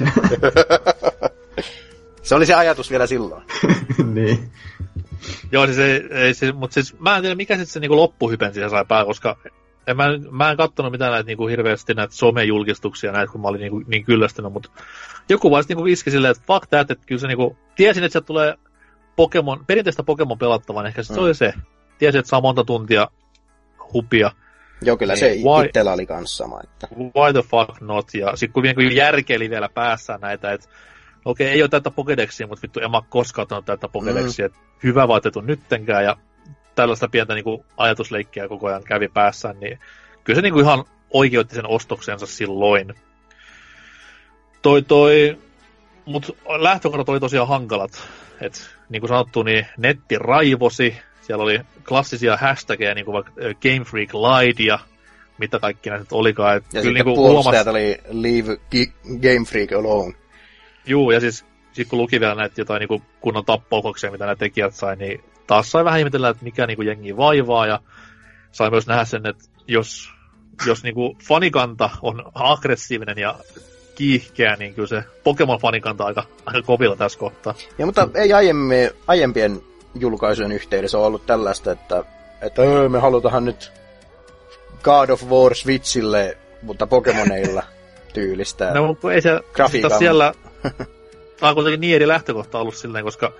Se oli se ajatus vielä silloin. Niin. Joo, siis ei, ei siis, mutta siis mä en tiedä, mikä sitten se niinku loppuhypen siihen sai päällä, koska en, mä, mä en kattonut mitään näitä niinku hirveästi näitä somejulkistuksia näitä, kun mä olin niinku, niin kyllästynyt, mutta joku vaan niinku iski silleen, että fuck that, että kyllä se niinku, tiesin, että sieltä tulee Pokemon, perinteistä Pokemon pelattavan, ehkä sit mm. se oli se. Tiesin, että saa monta tuntia hupia. Joo, kyllä se why, itsellä oli kans sama. Että... Why the fuck not, ja sit kun niinku järkeili vielä päässä näitä, että okei, okay, ei ole täyttä Pokédexia, mutta vittu en mä koskaan ottanut täyttä Pokédexia, mm. että hyvä vaan, että nyttenkään, ja tällaista pientä niinku ajatusleikkiä koko ajan kävi päässään, niin kyllä se niinku ihan oikeutti sen ostoksensa silloin. Toi toi, mut lähtökohdat oli tosiaan hankalat. Et niin kuin sanottu, niin netti raivosi, siellä oli klassisia hashtageja, niin kuin vaikka Game Freak Lied ja mitä kaikki näitä olikaan. Et ja kyllä sitten niin puolustajat huomas... oli Leave Game Freak Alone. Juu, ja siis sit kun luki vielä näitä jotain niin kunnon tappauksia, mitä nämä tekijät sai, niin taas sai vähän ihmetellä, että mikä niin jengi vaivaa, ja sai myös nähdä sen, että jos, jos niin kuin fanikanta on aggressiivinen ja kiihkeä, niin kyllä se Pokemon-fanikanta aika, aika kovilla tässä kohtaa. Ja mutta ei aiemmin, aiempien julkaisujen yhteydessä on ollut tällaista, että, että öö, me halutaan nyt God of War Switchille, mutta Pokemoneilla tyylistä no, mutta ei se, grafiikan. Siellä, tämä on kuitenkin niin eri lähtökohta ollut silleen, koska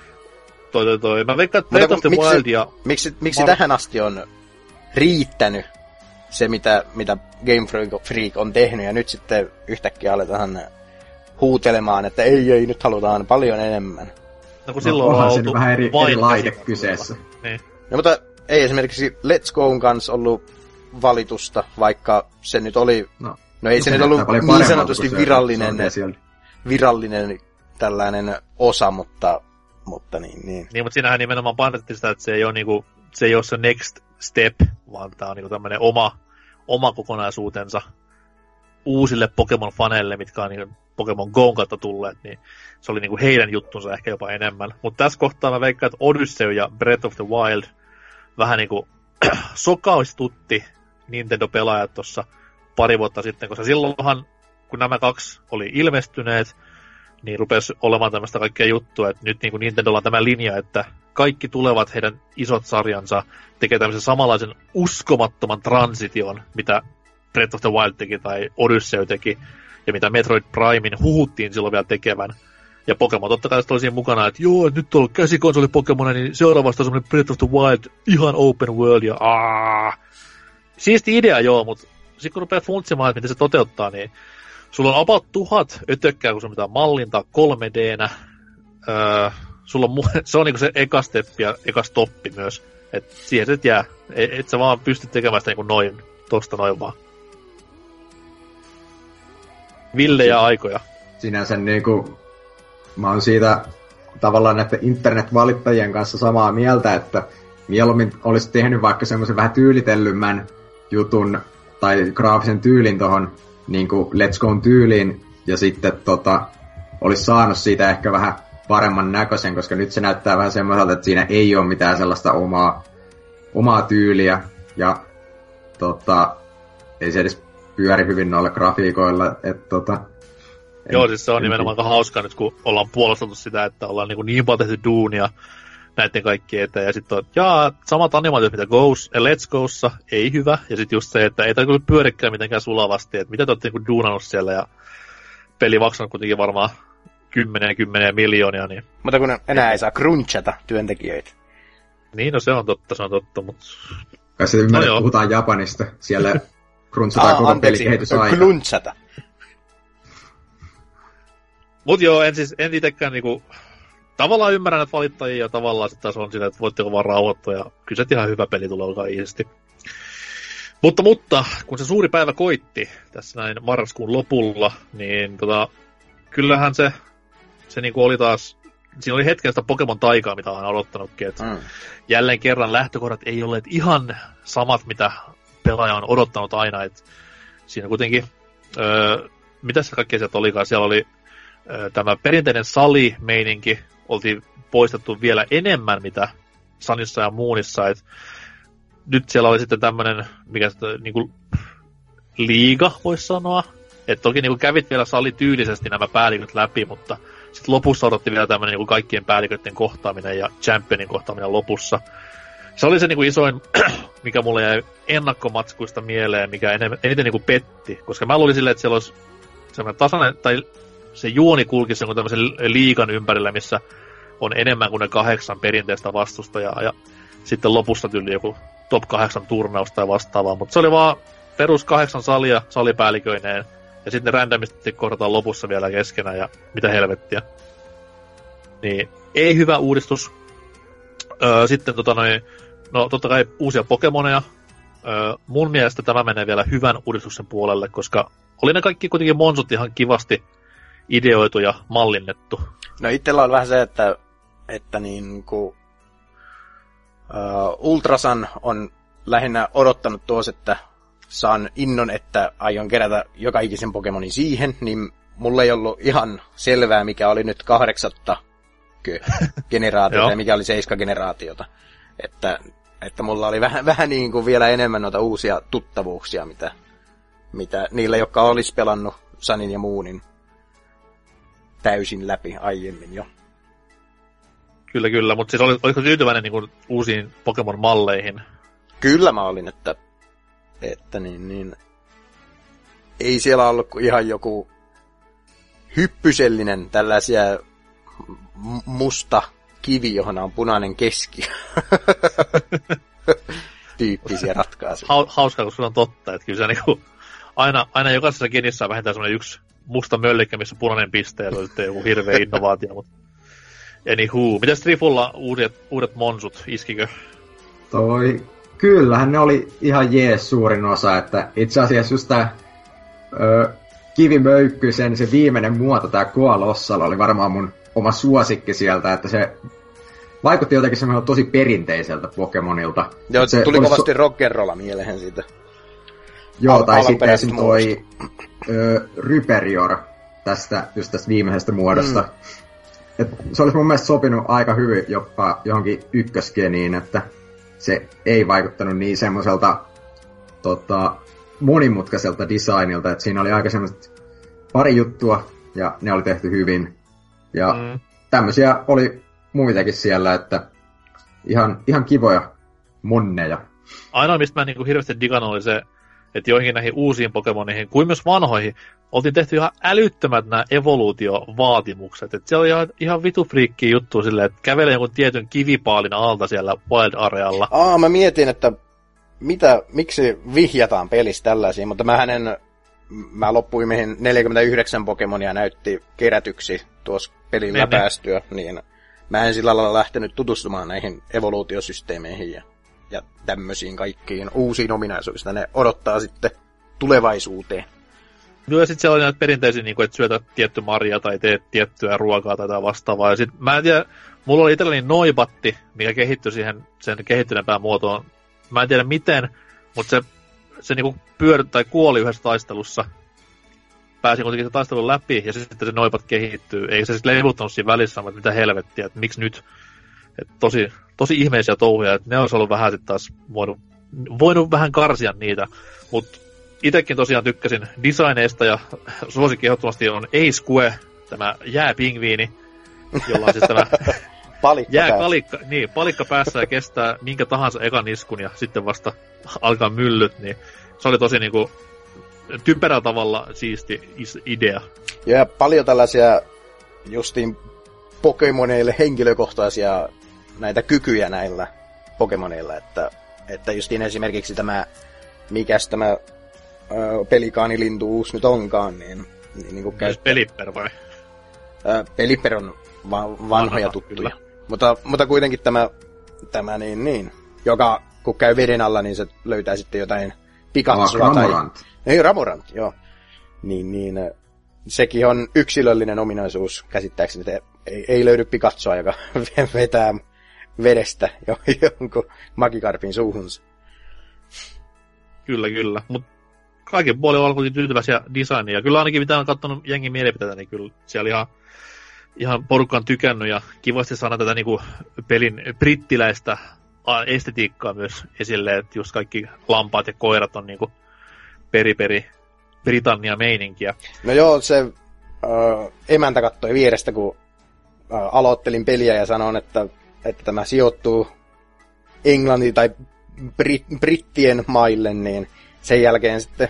toi toi toi, mä veikkaan, että Breath of the Wild ja... Miksi, miksi Mar- tähän asti on riittänyt se, mitä, mitä Game Freak on tehnyt, ja nyt sitten yhtäkkiä aletaan huutelemaan, että ei, ei, nyt halutaan paljon enemmän. No kun silloin no, on oltu vähän eri, eri laite kyseessä. Niin. No mutta ei esimerkiksi Let's Go'n kanssa ollut valitusta, vaikka se nyt oli, no, no ei se, se nyt ollut niin sanotusti virallinen, virallinen tällainen osa, mutta, mutta niin, niin. Niin, mutta siinähän nimenomaan painotettiin sitä, että se ei ole, niinku, se, ei ole se next step, vaan tämä on niinku tämmöinen oma, oma kokonaisuutensa uusille Pokemon-faneille, mitkä on niinku Pokemon Go'n kautta tulleet, niin se oli niinku heidän juttunsa ehkä jopa enemmän. Mutta tässä kohtaa mä veikkaan, että Odyssey ja Breath of the Wild vähän niinku sokaustutti Nintendo-pelaajat tuossa pari vuotta sitten, koska silloinhan, kun nämä kaksi oli ilmestyneet, niin rupesi olemaan tämmöistä kaikkea juttua, että nyt niin kuin Nintendolla on tämä linja, että kaikki tulevat heidän isot sarjansa tekee tämmöisen samanlaisen uskomattoman transition, mitä Breath of the Wild teki tai Odyssey teki, ja mitä Metroid Primein huhuttiin silloin vielä tekevän. Ja Pokemon totta kai oli siinä mukana, että joo, että nyt on käsikonsoli Pokemon, niin seuraavasta on semmoinen Breath of the Wild, ihan open world, ja aah. Siisti idea joo, mutta sitten kun rupeaa funtsimaan, että miten se toteuttaa, niin sulla on about tuhat ötökkää, kun sun pitää mallintaa kolme D-nä. Öö, sulla on, se on niinku se eka steppi ja eka stoppi myös. Et siihen se et jää. Et, et sä vaan pysty tekemään sitä niinku noin, tosta noin vaan. Villejä aikoja. Sinänsä niinku, mä oon siitä tavallaan näiden internet-valittajien kanssa samaa mieltä, että mieluummin olisi tehnyt vaikka semmoisen vähän tyylitellymän jutun tai graafisen tyylin tohon niinku Let's Go'n tyyliin, ja sitten tota, olisi saanut siitä ehkä vähän paremman näköisen, koska nyt se näyttää vähän semmoiselta, että siinä ei ole mitään sellaista omaa, omaa tyyliä, ja tota, ei se edes pyöri hyvin noilla grafiikoilla, että tota... Joo, siis se on nimenomaan aika hauska nyt, kun ollaan puolusteltu sitä, että ollaan niin, niin paljon tehty duunia näiden kaikkien eteen, ja sitten on, jaa, samat animaatiot, mitä Go's, Let's Go'ssa, ei hyvä, ja sitten just se, että ei tämä kyllä pyörikään mitenkään sulavasti, että mitä te olette niin duunannut siellä, ja peli maksanut kuitenkin varmaan kymmeniä kymmeniä miljoonia, niin... Mutta kun enää ei saa crunchata työntekijöitä. Niin, no se on totta, se on totta, mutta... Kai se ymmärrät, no puhutaan Japanista, siellä crunchataan koko pelikehitysaika. Crunchata. Mut joo, en siis, en itekään niinku... Tavallaan ymmärrän näitä valittajia ja tavallaan sitten taas on sitä, että voitteko vaan rauhoittua ja kyllä se ihan hyvä peli tulee olkaa iisisti. Mutta, mutta, kun se suuri päivä koitti tässä näin marraskuun lopulla, niin tota, kyllähän se, se niinku oli taas, siinä oli hetken sitä Pokemon taikaa, mitä olen odottanutkin, että mm. jälleen kerran lähtökohdat ei olleet ihan samat, mitä pelaaja on odottanut aina, että siinä kuitenkin, öö, mitä se kaikkea sieltä olikaan, siellä oli öö, tämä perinteinen sali-meininki, oltiin poistettu vielä enemmän, mitä Sunissa ja Moonissa, et nyt siellä oli sitten tämmönen, mikä sitä, niinku, liiga, voisi sanoa. Että toki niinku kävit vielä salityylisesti nämä päälliköt läpi, mutta sitten lopussa odotti vielä tämmönen niinku kaikkien päälliköiden kohtaaminen ja championin kohtaaminen lopussa. Se oli se niinku isoin, mikä mulle jäi ennakkomatskuista mieleen, mikä eniten, eniten niinku petti. Koska mä luulin silleen, että siellä olisi semmoinen tasainen, tai se juoni kulkisi jonkun tämmöisen liigan ympärillä, missä on enemmän kuin ne kahdeksan perinteistä vastustajaa, ja sitten lopussa tyyli joku top kahdeksan turnaus tai vastaavaa, mutta se oli vaan perus kahdeksan salia salipäälliköineen, ja sitten ne randomisti kohdataan lopussa vielä keskenään, ja mitä helvettiä. Niin, ei hyvä uudistus. Öö, sitten tota noin, No totta kai uusia Pokemoneja. Öö, mun mielestä tämä menee vielä hyvän uudistuksen puolelle, koska oli ne kaikki kuitenkin monsut ihan kivasti ideoitu ja mallinnettu. No itsellä on vähän se, että, että niin kuin, uh, Ultrasan on lähinnä odottanut tuossa, että saan innon, että aion kerätä joka ikisen Pokemonin siihen, niin mulla ei ollut ihan selvää, mikä oli nyt kahdeksatta generaatiota ja mikä oli seiska generaatiota. Että, että mulla oli vähän, vähän niin kuin vielä enemmän noita uusia tuttavuuksia, mitä, mitä niillä, jotka olisi pelannut Sunin ja Moonin täysin läpi aiemmin jo. Kyllä, kyllä, mutta siis oliko tyytyväinen niin kuin uusiin Pokemon-malleihin? Kyllä mä olin, että, että niin, niin, ei siellä ollut ihan joku hyppysellinen tällaisia musta kivi, johon on punainen keski. Tyyppisiä ratkaisuja. Hauskaa, kun sulla on totta, että kyllä se niinku, aina, aina jokaisessa genissä on vähintään semmoinen yksi musta möllikkä, missä punainen piste, ja se on sitten joku hirveä innovaatio. Mutta anywho, mitäs Trifulla uudet, uudet monsut, iskikö? Toi, kyllähän ne oli ihan jees suurin osa, että itse asiassa just tää ö, Kivimöykkysen se viimeinen muoto, tää Koalossalo, oli varmaan mun oma suosikki sieltä, että se vaikutti jotenkin semmoinen tosi perinteiseltä Pokemonilta. Joo, se tuli kovasti so- rock'n'rolla mieleen siitä. Joo, Al- tai sitten esim. toi ö, Ryperior tästä, just tästä viimeisestä muodosta. Mm. Et se olisi mun mielestä sopinut aika hyvin jopa johonkin ykköskeniin, että se ei vaikuttanut niin semmoiselta tota, monimutkaiselta designilta, että siinä oli aika semmoiset pari juttua, ja ne oli tehty hyvin. Ja mm. tämmöisiä oli muitakin siellä, että ihan, ihan kivoja monneja. Ainoa, mistä mä niinku hirveästi digannut, oli se, että joihinkin näihin uusiin Pokemonihin, kuin myös vanhoihin, oltiin tehty ihan älyttömät nämä evoluutiovaatimukset. Että siellä oli ihan, ihan vitu friikkiä juttu silleen, että kävelee jonkun tietyn kivipaalin alta siellä Wild-arealla. Aa, mä mietin, että mitä, miksi vihjataan pelissä tällaisia, mutta mähän en, mä loppuin mihin neljäkymmentäyhdeksän Pokemonia näytti kerätyksi tuossa pelin läpäistyä, niin mä en sillä lailla lähtenyt tutustumaan näihin evoluutiosysteemeihin ja, ja tämmöisiin kaikkiin uusiin ominaisuuksista. Ne odottaa sitten tulevaisuuteen. Joo, ja sitten siellä oli näitä perinteisiä, niin kuin, että syötä tietty marja tai teet tiettyä ruokaa tai jotain vastaavaa. Ja sit, mä en tiedä, mulla oli itselläni Noibatti, mikä kehittyi siihen sen kehittyneempään muotoon. Mä en tiedä miten, mutta se, se niinku pyöri tai kuoli yhdessä taistelussa. Pääsi kuitenkin se taistelun läpi, ja sitten se Noibat kehittyy. Eikä se sitten leivuttanut siinä välissä, mutta mitä helvettiä, että miksi nyt. Et tosi, tosi ihmeisiä touhuja, että ne olisi ollut vähän sitten taas voinut, voinut vähän karsia niitä. Mutta itekin tosiaan tykkäsin designeista, ja suosikki ehdottomasti on Ace-Kue, tämä jääpingviini, jolla on siis tämä palikka jääkalikka, niin, palikka päässä ja kestää minkä tahansa ekan iskun, ja sitten vasta alkaa myllyt, niin se oli tosi niinku typerällä tavalla siisti idea. Ja paljon tällaisia justiin Pokemoneille henkilökohtaisia näitä kykyjä näillä Pokemoneilla, että, että justiin esimerkiksi tämä, mikäs tämä ö, pelikaanilintu uusi nyt onkaan, niin, niin, niin kuin käyttää. Pelipper vai? Ö, Pelipper on va- vanhoja Vanha, tuttuja. Mutta, mutta kuitenkin tämä, tämä niin, niin, joka kun käy veden alla, niin se löytää sitten jotain Pikachua oh, tai... Ramorant. Ei, Ramorant, joo. Niin, niin, sekin on yksilöllinen ominaisuus käsittääkseni, että ei, ei löydy Pikachua, joka vetää vedestä jonkun Magikarpin suuhunsa. Kyllä, kyllä. Mutta kaiken puolella on kuitenkin tyytyväisiä designia. Kyllä ainakin mitä on katsonut jengin mielipiteitä, niin kyllä siellä ihan, ihan porukka on tykännyt ja kivasti saada tätä niinku pelin brittiläistä estetiikkaa myös esille, että just kaikki lampaat ja koirat on niinku peri peri Britannia-meininkiä. No joo, se äh, emäntä kattoi vierestä, kun äh, aloittelin peliä ja sanoin, että, että tämä sijoittuu Englantiin tai Brit- Brittien maille, niin sen jälkeen sitten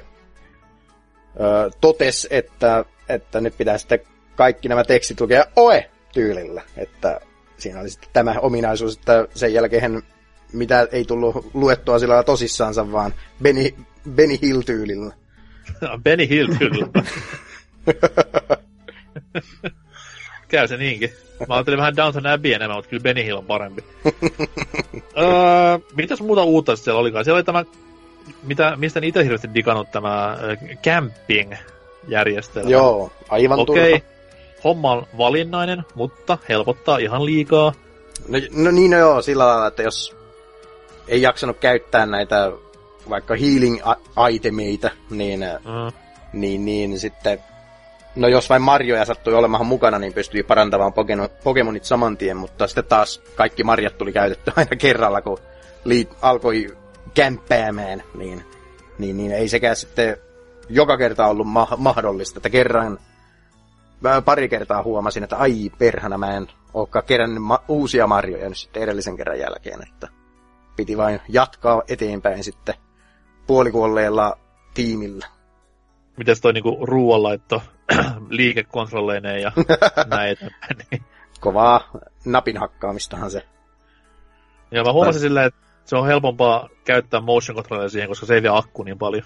äh, totes, että, että nyt pitää sitten kaikki nämä tekstit lukea oe-tyylillä. Että siinä oli sitten tämä ominaisuus, että sen jälkeen mitä ei tullut luettua sillä tosissaansa, vaan Benny, Benny Hill-tyylillä. Benny Hill-tyylillä. käy se niinkin. Mä ajattelin vähän Downton Abbey enemmän, mutta kyllä Benny Hill on parempi. öö, mitäs muuta uutta siellä olikaan? Siellä oli tämä, mitä, mistä en itse hirveästi digannut, tämä äh, camping-järjestelmä. Joo, aivan Okei, turha. homma on valinnainen, mutta helpottaa ihan liikaa. No, no niin, no joo, sillä lailla, että jos ei jaksanut käyttää näitä vaikka healing-itemeita, niin, Mm. niin, niin sitten, no jos vain marjoja sattui olemaan mukana, niin pystyi parantamaan Pokeno- Pokemonit saman tien, mutta sitten taas kaikki marjat tuli käytetty aina kerralla, kun liit- alkoi kämppäämään, niin, niin, niin ei sekään sitten joka kerta ollut ma- mahdollista, että kerran, mä pari kertaa huomasin, että ai perhana, mä en olekaan kerännyt ma- uusia marjoja nyt sitten edellisen kerran jälkeen, että piti vain jatkaa eteenpäin sitten puolikuolleella tiimillä. Mites toi niinku ruoanlaitto liikekontrolleineen ja näin eteenpäin. Niin. Kovaa napin hakkaamistahan se. Ja mä huomasin silleen, että se on helpompaa käyttää motion controlleja siihen, koska se ei vie akku niin paljon.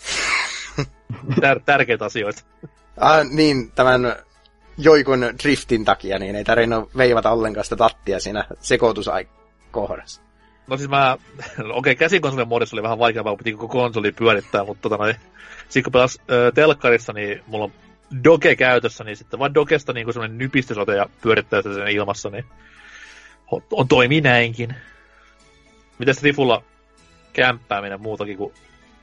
Tär- tärkeitä asioita. Ah, niin, tämän joikon driftin takia, niin ei tarvinnut veivata ollenkaan sitä tattia siinä sekoituskohdassa. No siis mä, okei, okay, käsikonsolin muodossa oli vähän vaikeampaa, kun piti koko konsoli pyörittää, mutta tota noin, sit kun pelas ö, telkkarissa, niin mulla on doge käytössä, niin sitten vaan dogesta niin semmonen nypistysote ja pyörittää sitä sen ilmassa, niin on, on toimii näinkin. Mitäs Rifulla kämppääminen muutakin kuin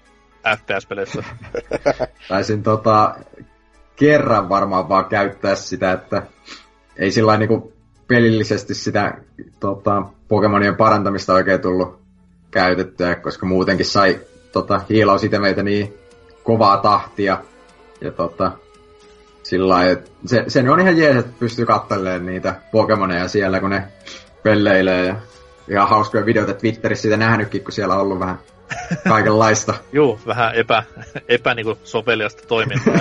F P S-peleissä? Taisin tota, kerran varmaan vaan käyttää sitä, että ei sillä niinku pelillisesti sitä tota, Pokemonien parantamista oikein tullut käytettyä, koska muutenkin sai tota, hiilausitemeitä niin kovaa tahtia. Ja tota, sillai, et se, se on ihan jees, että pystyy katselemaan niitä Pokemoneja siellä, kun ne pelleilee. Ja ihan hauskoja videoita Twitterissä siitä nähnytkin, kun siellä on ollut vähän kaikenlaista. Juu, vähän epä, epä niinku soveliasta toimintaa.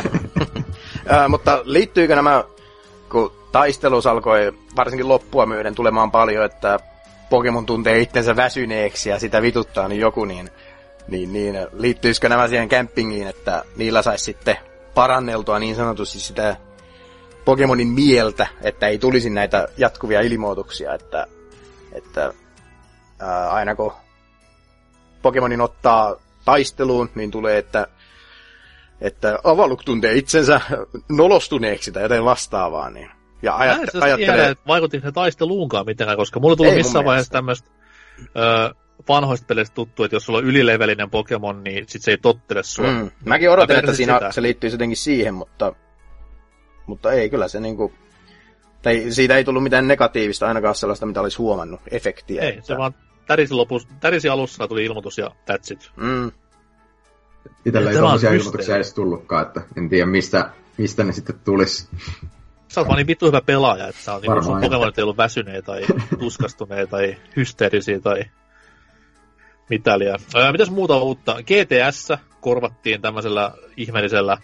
Ää, mutta liittyykö nämä, kun taistelus alkoi varsinkin loppua myöden tulemaan paljon, että Pokemon tuntee itsensä väsyneeksi ja sitä vituttaa, niin joku, niin, niin, niin liittyisikö nämä siihen campingiin, että niillä saisi sitten paranneltua niin sanotusti sitä Pokemonin mieltä, että ei tulisi näitä jatkuvia ilmoituksia, että, että ää, aina kun Pokemonin ottaa taisteluun, niin tulee, että että Avaluk tuntee itsensä nolostuneeksi tai jotain vastaavaa, niin. Ja ajat, mä en ajattelee... tiedä, että vaikuttiko se taisteluunkaan mitenkään, koska mulla tuli missään vaiheessa tämmöistä ö, vanhoista peleistä tuttu, että jos sulla on ylilevelinen Pokemon, niin sit se ei tottele sua. Mm. Mäkin odotin, mä että siinä sitä. se liittyy jotenkin siihen, mutta, mutta ei, kyllä se niinku... Tai siitä ei tullut mitään negatiivista, ainakaan sellaista, mitä olisi huomannut, efektiä. Ei, että... se vaan tärisi, lopussa, tärisi alussa tuli ilmoitus ja that's it. Mm. Itellä ei Tämä on tommosia mysteeri. ilmoituksia edes tullutkaan, että en tiedä mistä, mistä ne sitten tulisi. Sä oot vaan niin vittu hyvä pelaaja, että sä oot niinku, sun Varmaan. Pokemonit ei ollut väsyneet tai tuskastuneet tai hysteerisiä tai mitäliä. Öö, mitäs muuta uutta? G T S korvattiin tämmöisellä ihmeellisellä...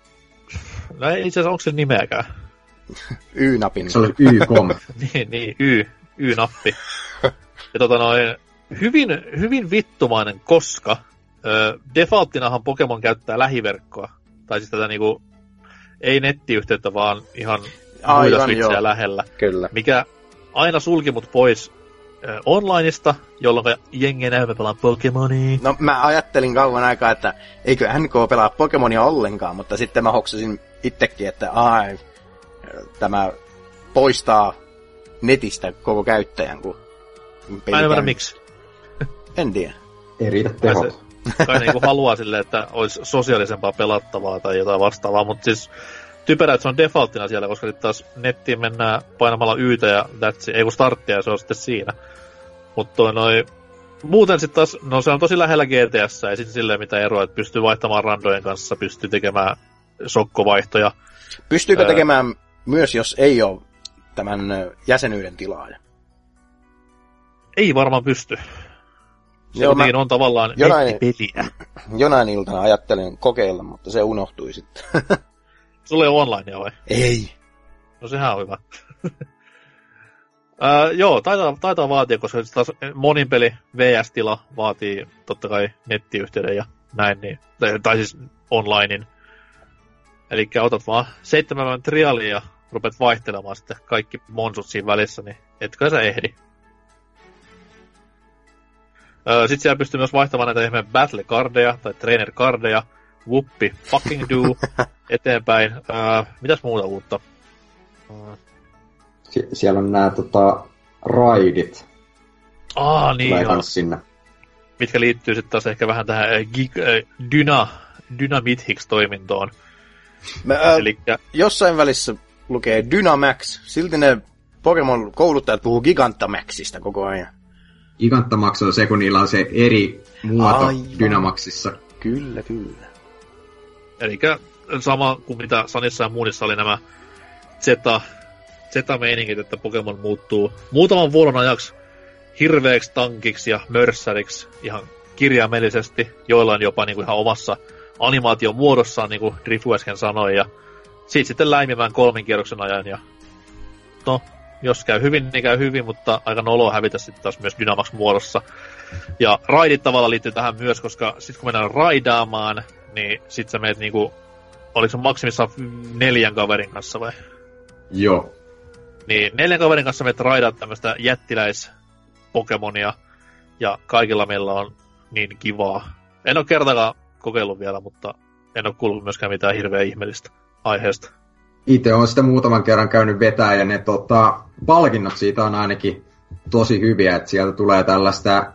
No ei itse asiassa, onko se nimeäkään? Y-napin. Se oli Y piste com. niin, niin, Y, Y-nappi. Ja tota noin, hyvin, hyvin vittumainen, koska ö, defaulttinahan Pokemon käyttää lähiverkkoa. Tai siis tätä niinku, ei nettiyhteyttä, vaan ihan muita switchejä lähellä. Kyllä. Mikä aina sulki mut pois ö, onlineista, jolloin jengi näymme pelaa Pokemonia. No mä ajattelin kauan aikaa, että eikö N K pelaa Pokemonia ollenkaan, mutta sitten mä hoksasin itsekin, että ai, tämä poistaa netistä koko käyttäjän, kun Mä en ymmärrä miksi. En tiedä. Ei riitä Kai, tehot. se, kai niinku haluaa silleen, että olisi sosiaalisempaa pelattavaa tai jotain vastaavaa, mutta siis typerä, että se on defaulttina siellä, koska sitten taas nettiin mennään painamalla Ytä ja that's it. Ei kun starttia ja se on sitten siinä. Mutta noi, muuten sitten taas, no se on tosi lähellä G T S, ei sitten silleen mitään eroa, että pystyy vaihtamaan randojen kanssa, pystyy tekemään sokkovaihtoja. Pystyykö Ää... tekemään myös, jos ei ole tämän jäsenyyden tilaaja? Ei varmaan pysty. Se Joo, kuitenkin mä... on tavallaan jonain... nettipeliä. Jonain iltana ajattelin kokeilla, mutta se unohtui sitten. Sulla ei ole onlinea vai? Ei. No sehän on hyvä. Ää, joo, taitaa, taitaa vaatia, koska taas monin peli V S-tila vaatii totta kai nettiyhteyden ja näin, niin, tai, tai siis onlinein. Eli otat vaan seitsemän trialia ja rupeat vaihtelemaan sitten kaikki monsut siinä välissä, niin etkö sä ehdi. Öö, sitten siellä pystyy myös vaihtamaan näitä ihmeen battle cardeja tai trainer cardeja. Whoopi fucking do eteenpäin. Öö, mitäs muuta uutta? Sie- siellä on nää tota, raidit. Aa, niin Tulee joo. kans sinne. Mitkä liittyy sitten taas ehkä vähän tähän äh, gig, äh, dyna, Dynamithix-toimintoon. Mä, ää, Elikkä, jossain välissä lukee Dynamax, silti ne Pokemon-kouluttajat puhuu Gigantamaxista koko ajan. Gigantamax on se, kun niillä on se eri muoto Aivan. Dynamaxissa. Kyllä, kyllä. elikkä sama kuin mitä Sanissa ja Moonissa oli nämä Zeta, Zeta-meiningit, että Pokemon muuttuu muutaman vuoden ajaksi hirveäksi tankiksi ja mörssäriksi ihan kirjaimellisesti, joillain jopa niin kuin ihan omassa animaation muodossaan, niin kuin Drifu äsken sanoi, ja siitä sitten läimimään kolmen kierroksen ajan, ja no, jos käy hyvin, niin käy hyvin, mutta aika noloa hävitä sitten taas myös Dynamax-muodossa. Ja raidit tavallaan liittyy tähän myös, koska sitten kun mennään raidaamaan, niin sit sä meet niinku, oliko se maksimissaan neljän kaverin kanssa vai? Joo. Niin neljän kaverin kanssa meet raidaat tämmöstä jättiläis-Pokemonia, ja kaikilla meillä on niin kivaa. En oo kertakaan kokeillut vielä, mutta en oo kuullut myöskään mitään hirveän ihmeellistä aiheesta. Itse olen sitä muutaman kerran käynyt vetää, ja ne tota, palkinnot siitä on ainakin tosi hyviä, että sieltä tulee tällaista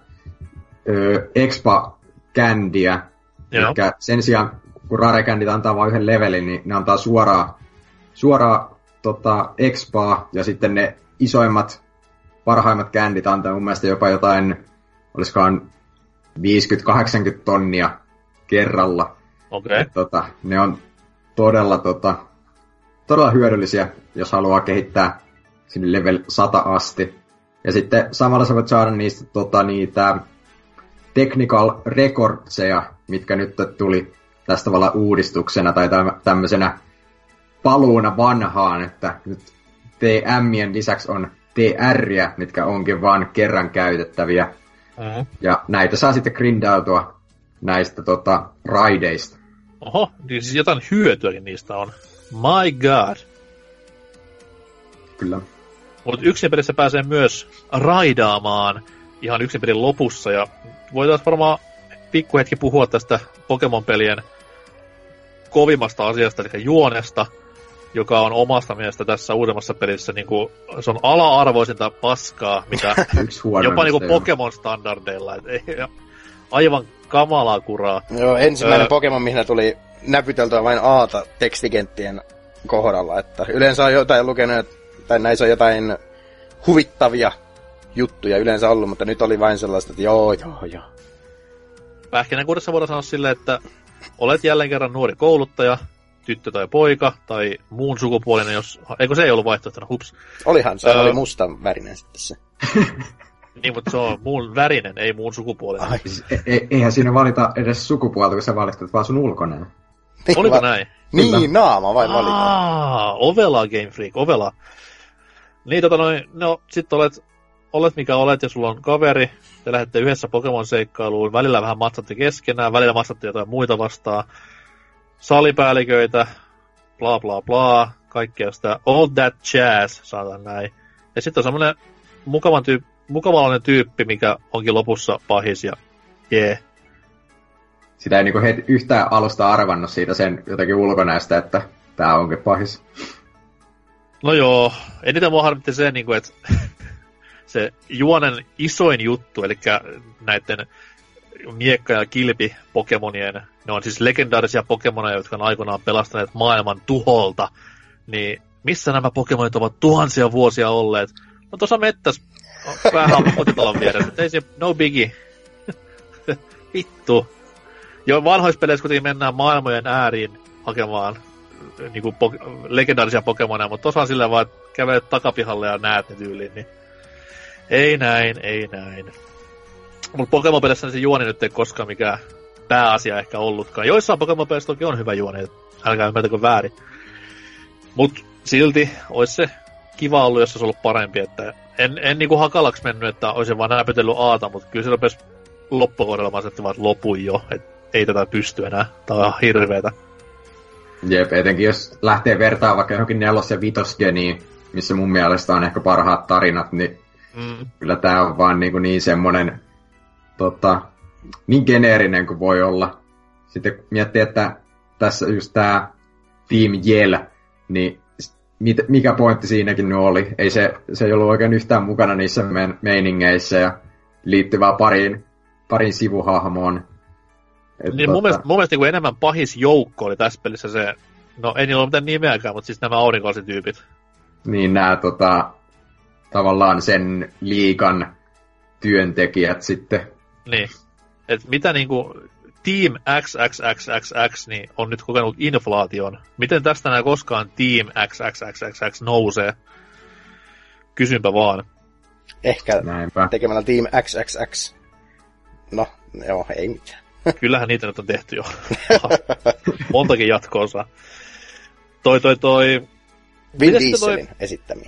ö, expa-kändiä. Eli sen sijaan, kun rare-kändit antaa vain yhden levelin, niin ne antaa suoraan, suoraan tota, expaa, ja sitten ne isoimmat, parhaimmat kändit antaa mun mielestä jopa jotain, olisikohan viisikymmentä kahdeksankymmentä tonnia kerralla. Okei. Okay. Tota, ne on todella, tota, todella hyödyllisiä, jos haluaa kehittää sinne level sata asti. Ja sitten samalla sä voit saada niistä tota, niitä technical recordseja, mitkä nyt tuli tästä tavallaan uudistuksena tai tämmöisenä paluuna vanhaan, että nyt T M:ien lisäksi on T R:iä, mitkä onkin vaan kerran käytettäviä. Mm-hmm. Ja näitä saa sitten grindautua näistä tota, raideista. Oho, niin siis jotain hyötyäkin niistä on. My god. Kyllä. Mutta yksin pelissä pääsee myös raidaamaan ihan yksin pelin lopussa, ja voitaisiin varmaan pikkuhetki puhua tästä Pokemon-pelien kovimmasta asiasta, eli juonesta, joka on omasta mielestä tässä uudemmassa pelissä, niin kuin, se on ala-arvoisinta paskaa, mitä jopa niin kuin Pokemon-standardeilla. Et ei, aivan kamalaa kuraa. Joo, ensimmäinen öö, Pokemon, mihin tuli näpyteltyä vain Aata tekstikenttien kohdalla, että yleensä on jotain lukenut, tai näissä on jotain huvittavia juttuja yleensä ollut, mutta nyt oli vain sellaista, että joo, joo, joo. Pähkinänkuudessa voidaan sanoa silleen, että olet jälleen kerran nuori kouluttaja, tyttö tai poika, tai muun sukupuolinen, jos... Eikö se ei ollut vaihtoehtona, hups. Olihan se, öö, oli mustan värinen sitten se. Niin, mutta se on muun värinen, ei muun sukupuolinen. Ai, e- e- eihän siinä valita edes sukupuolta, kun sä valitset vaan sun ulkoneen. Oliko näin? Niin, Kyllä. naama vain valitaan. Aa, ovela Game Freak, ovela. Niin, tota noin, no, sit olet, olet mikä olet, ja sulla on kaveri, te lähdette yhdessä Pokemon-seikkailuun, välillä vähän matsatte keskenään, välillä matsatte jotain muita vastaan, salipäälliköitä, bla bla bla, kaikkea sitä, all that jazz, saatan näin. Ja sitten on semmonen mukavan tyyppi, mukavallinen tyyppi, mikä onkin lopussa pahis, ja jee. Yeah. Sitä ei niinku heti yhtään alusta arvannut siitä sen jotenkin ulkonäöstä, että tää onkin pahis. No joo, eniten mua harmitti se, niin kuin, että se juonen isoin juttu, eli näiden miekka- ja kilpi-pokemonien, ne on siis legendaarisia pokemoneja, jotka on aikoinaan pelastaneet maailman tuholta, niin missä nämä pokemonit ovat tuhansia vuosia olleet? No tuossa mettäs vähän kotitalon vieressä, ei se, no biggie. Vittu. Jo vanhoissa peleissä kuitenkin mennään maailmojen ääriin hakemaan niinku po- legendaarisia pokemoneja, mutta tuossa on silleen vaan, että kävelet takapihalle ja näet ne tyyliin, niin ei näin, ei näin. Mutta Pokemon-pelissä se juoni nyt ei koskaan mikään pääasia ehkä ollutkaan. Joissain Pokemon-pelissä toki on hyvä juoni, älkää ymmärtäkö väärin. Mut silti olisi se kiva ollut, jos se olisi ollut parempi, että en, en niinku hakalaks mennyt, että olisin vaan näpytellyt Aata, mutta kyllä se rupesi loppukohdella vaan, että vaan lopui jo, että ei tätä pysty enää, tää on hirveetä. Jep, etenkin jos lähtee vertaa vaikka johonkin nelos- ja vitosgeniin, missä mun mielestä on ehkä parhaat tarinat, niin mm. kyllä tää on vaan niin, niin semmonen tota, niin geneerinen kuin voi olla. Sitten miettii, että tässä just tää Team Yell, niin mit, mikä pointti siinäkin nyt oli? Ei se, se ei ollut oikein yhtään mukana niissä me- meiningeissä ja liittyvää pariin, pariin sivuhahmoon. Et niin tota... mun mielestä, mun mielestä niin enemmän pahis joukko oli tässä pelissä se, no ei niillä ole mitään nimeäkään, mutta siis nämä aurinkoasityypit. Niin nämä tota, tavallaan sen liigan työntekijät sitten. Niin, että mitä niinku Team X X X X X niin on nyt kokenut inflaation. Miten tästä enää koskaan Team X X X X X nousee? Kysynpä vaan. Ehkä Näinpä. Tekemällä Team X X X. No, joo, ei mitään. Kyllähän niitä nyt on tehty jo. Montakin jatko-osaa. Toi toi toi... Vin Dieselin toi... esittämiä.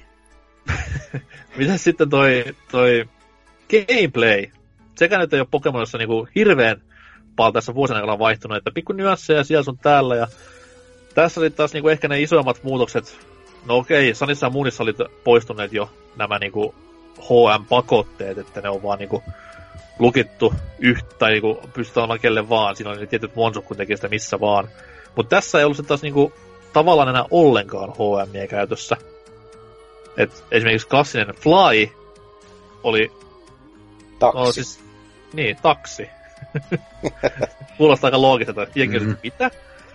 Mitäs sitten toi, toi gameplay? Sekä nyt ei ole Pokemonissa niinku hirveän paljon tässä vuosien aikana vaihtunut, että pikku nyansseja siellä sun täällä. Ja tässä oli taas niinku ehkä ne isoimmat muutokset. No okei, Sunissa ja Moonissa oli poistuneet jo nämä niinku H M-pakotteet, että ne on vaan niinku lukittu yhtä, tai niinku pystytään olemaan kelle vaan. Siinä oli ne tietyt monsut, kun teki sitä missä vaan. Mutta tässä ei ollut se taas niinku tavallaan enää ollenkaan H M:iä käytössä. Et esimerkiksi klassinen Fly oli... Taksi. No, siis, niin, taksi. Kuulostaa aika loogiselta, että jenkin mm-hmm. mitä?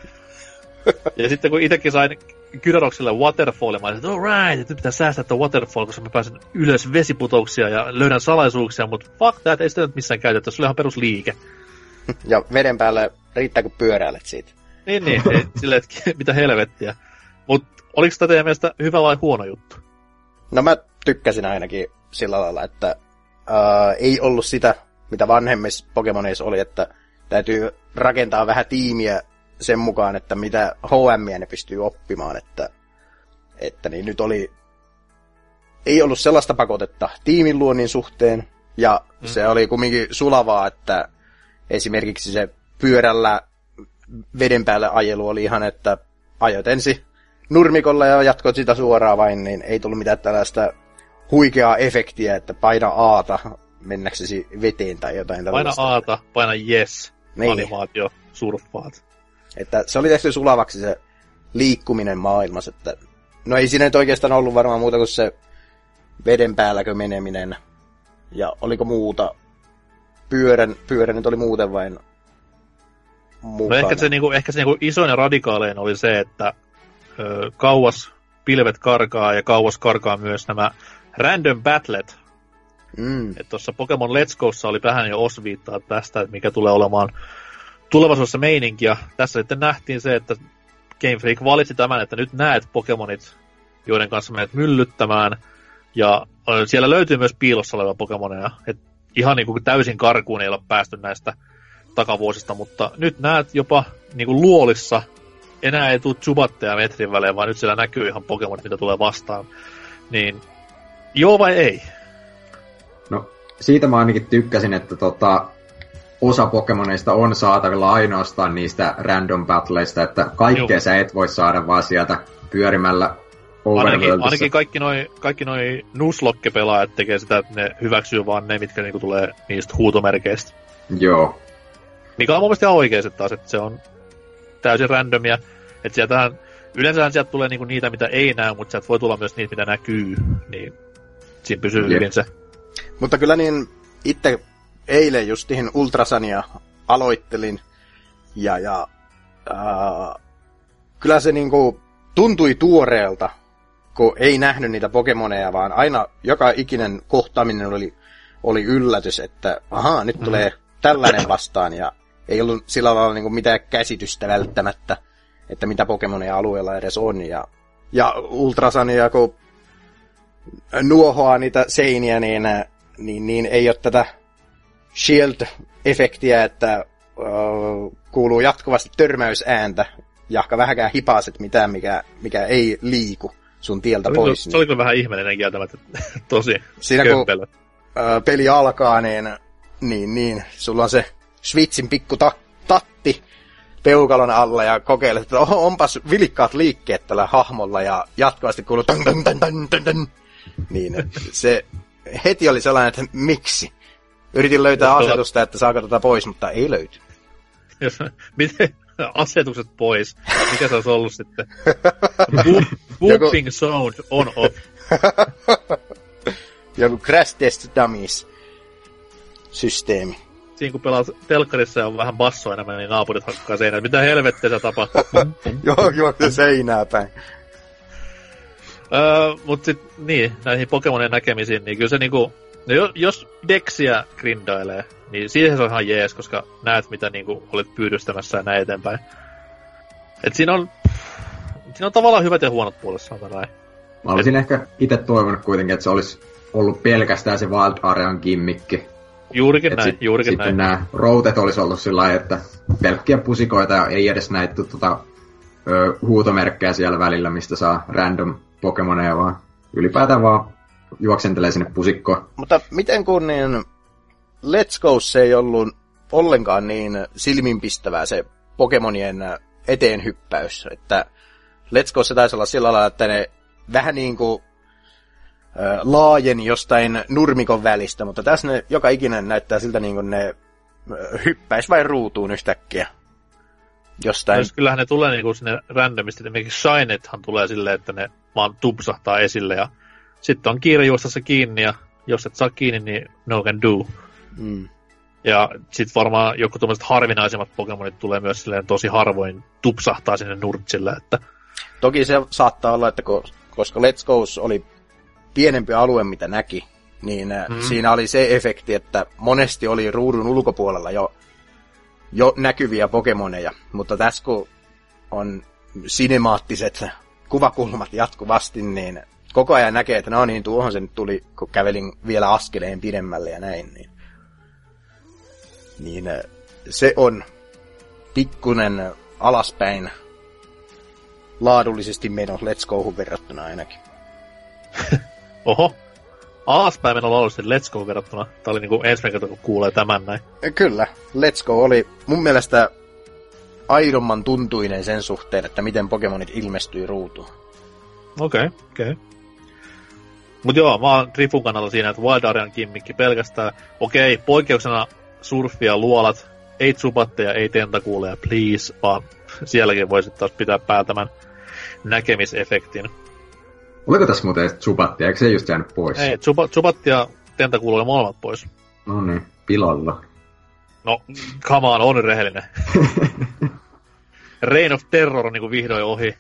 Ja sitten kun itsekin sain Gyrodoxille Waterfallin, mä olin, että alright, että nyt pitää säästää tuon Waterfall, koska mä pääsen ylös vesiputouksia ja löydän salaisuuksia, mutta fuck that, ei sitä nyt missään käytetä, se oli ihan perusliike. Ja veden päälle riittää, kun pyöräilet siitä. Niin, niin, ei, silleen, että mitä helvettiä. Mut oliko sitä teidän mielestä hyvä vai huono juttu? No mä tykkäsin ainakin sillä lailla, että ää, ei ollut sitä, mitä vanhemmissa Pokemoneissa oli, että täytyy rakentaa vähän tiimiä sen mukaan, että mitä H M:iä ne pystyy oppimaan, että, että niin nyt oli, ei ollut sellaista pakotetta tiimin luonnin suhteen, ja mm. se oli kumminkin sulavaa, että esimerkiksi se pyörällä veden päälle ajelu oli ihan, että ajoit ensin nurmikolla ja jatkot sitä suoraan vain, niin ei tullut mitään tällaista huikeaa efektiä, että paina Aata mennäksesi veteen tai jotain tällaista. Paina Aata, paina yes, niin. Animaatio, surffaat. Että se oli tehty sulavaksi se liikkuminen maailmassa, että no ei siinä nyt oikeastaan ollut varmaan muuta kuin se veden päälläkö meneminen, ja oliko muuta, pyörän, pyörä nyt oli muuten vain mukana. No ehkä se, niinku, ehkä se niinku isoin ja radikaalein oli se, että ö, kauas pilvet karkaa ja kauas karkaa myös nämä random battlet. Mm. Että tuossa Pokemon Let's Gossa oli vähän jo osviittaa tästä, että mikä tulee olemaan tulevaisuudessa meininki, ja tässä sitten nähtiin se, että Game Freak valitsi tämän, että nyt näet Pokemonit, joiden kanssa menet myllyttämään, ja siellä löytyy myös piilossa olevia Pokemoneja, että ihan niin kuin täysin karkuun ei ole päästy näistä takavuosista, mutta nyt näet jopa niin kuin luolissa, enää ei tule Zubatteja metrin välein, vaan nyt siellä näkyy ihan Pokemonit, mitä tulee vastaan, niin joo vai ei? No, siitä mä ainakin tykkäsin, että tota, osa Pokemoneista on saatavilla ainoastaan niistä random battleista, että kaikkea Juh. sä et voi saada vaan sieltä pyörimällä ainakin, ainakin kaikki noi, kaikki noi Nuzlocke-pelaajat tekee sitä, että ne hyväksyy vaan ne, mitkä niinku tulee niistä huutomerkeistä. Joo. Mikä on mun mielestä ihan oikein se taas, että se on täysin randomia. Että sieltähän, yleensähän sieltä tulee niinku niitä, mitä ei näy, mutta sieltä voi tulla myös niitä, mitä näkyy. Niin siinä pysyy Jep. hyvin se. Mutta kyllä niin itse eilen justiin Ultrasania aloittelin, ja, ja äh, kyllä se niinku tuntui tuoreelta, kun ei nähnyt niitä Pokemoneja, vaan aina joka ikinen kohtaaminen oli, oli yllätys, että ahaa, nyt tulee tällainen vastaan, ja ei ollut sillä lailla niinku mitään käsitystä välttämättä, että mitä Pokemoneja alueella edes on, ja, ja Ultrasania, kun nuohoaa niitä seiniä, niin, niin, niin ei ole tätä Shield-efektiä, että uh, kuuluu jatkuvasti törmäysääntä, jahka vähäkään hipaset mitään, mikä, mikä ei liiku sun tieltä oliko, pois. Se oli kyllä vähän ihmeellinen kieltämättä, tosi siinä kömpelö. Kun uh, peli alkaa, niin, niin, niin sulla on se Switchin pikku ta- tatti peukalon alla ja kokeilet, että oho, onpas vilkkaat liikkeet tällä hahmolla ja jatkuvasti kuuluu tän, tän, tän, tän, tän, tän. Niin, se heti oli sellainen, että miksi? Yritin löytää jos asetusta, että saako tätä pois, mutta ei löyty. Jos, miten asetukset pois? Mikä se olisi ollut sitten? Whooping Joku... sound on off. Joku Crash Test Dummies-systeemi. Siinä kun pelaat telkkarissa ja on vähän bassoa enemmän, niin naapurit hakkaa seinään. Mitä helvettiä se tapahtuu? Joo, joo, seinää päin. Öö, mut sit niin, näihin Pokemonien näkemisiin, niin kyllä se niinku, no jos Dexiä grindailee, niin siihen se on ihan jees, koska näet mitä niinku olet pyydystämässä ja näin eteenpäin. Et siinä on, siinä on tavallaan hyvät ja huonot puolet, sanotaan näin. Mä olisin Et, ehkä itse toivonut kuitenkin, että se olisi ollut pelkästään se Wild Arean gimmikki. Juurikin Et näin, sit, juurikin sitten näin. Sitten nämä routet olisi ollut sillä lailla, että pelkkiä pusikoita ja ei edes näitä tota, ö, huutomerkkejä siellä välillä, mistä saa random Pokemoneja, vaan ylipäätään vaan juoksentelee sinne pusikkoon. Mutta miten kun niin Let's Go se ei ollut ollenkaan niin silminpistävää se Pokemonien eteen hyppäys, että Let's Go se taisi olla sillä lailla, että ne vähän niin kuin äh, laajeni jostain nurmikon välistä, mutta tässä ne joka ikinen näyttää siltä niin kuin ne hyppäis vain ruutuun yhtäkkiä. Jostain. Jos kyllähän ne tulee niinku sinne randomisti, esimerkiksi Shinethan tulee silleen, että ne vaan tupsahtaa esille ja sitten on kiire juostassa kiinni ja jos et saa kiinni, niin no can do. Mm. Ja sit varmaan joku tommoset harvinaisemmat Pokemonit tulee myös silleen tosi harvoin tupsahtaa sinne nurtsille, että... Toki se saattaa olla, että koska Let's Go oli pienempi alue, mitä näki, niin mm. siinä oli se efekti, että monesti oli ruudun ulkopuolella jo jo näkyviä Pokemoneja, mutta tässä kun on sinemaattiset kuvakulmat jatkuvasti, niin koko ajan näkee, että no niin, tuohon se nyt tuli, kun kävelin vielä askeleen pidemmälle ja näin, niin, niin se on pikkunen alaspäin laadullisesti meno Let's Gohun verrattuna ainakin. Oho. Alaspäin mennä laadullisesti Let's Go verrattuna. Tää oli niinku ensimmäinen kerta, kun kuulee tämän näin. Kyllä. Let's Go oli mun mielestä aidomman tuntuinen sen suhteen, että miten Pokemonit ilmestyy ruutuun. Okei, okay, okei. Okay. Mut joo, mä oon Trifun kannalta siinä, että Wild Arean gimmikki pelkästään. Okei, okay, poikkeuksena surfia luolat, ei tsupatteja, ei tentakuuleja, please, vaan sielläkin voisit taas pitää päällä tämän näkemisefektin. Oliko tässä muuten Zubattia? Eikö se just jäänyt pois? Ei, Zubat ja Tentakuulu oli molemmat pois. No niin, pilalla. No, come on, on rehellinen. Reign of Terror on niinku vihdoin ohi.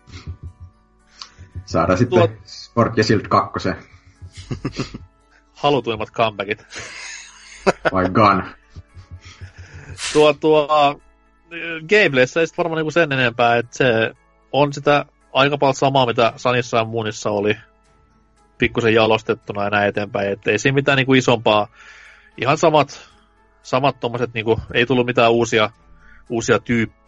Saadaan sitten Tuo... Sword ja Shield kaksi. Halutuimmat comebackit. Vai Gun? Tuo, tuo... Gameplayssä ei sit varmaan niinku sen enempää, että se on sitä aika paljon samaa, mitä Sunissa ja Moonissa oli pikkusen jalostettuna ja näin eteenpäin, että ei siinä mitään niinku isompaa, ihan samat, samat tommoset, niinku, ei tullut mitään uusia, uusia tyyppejä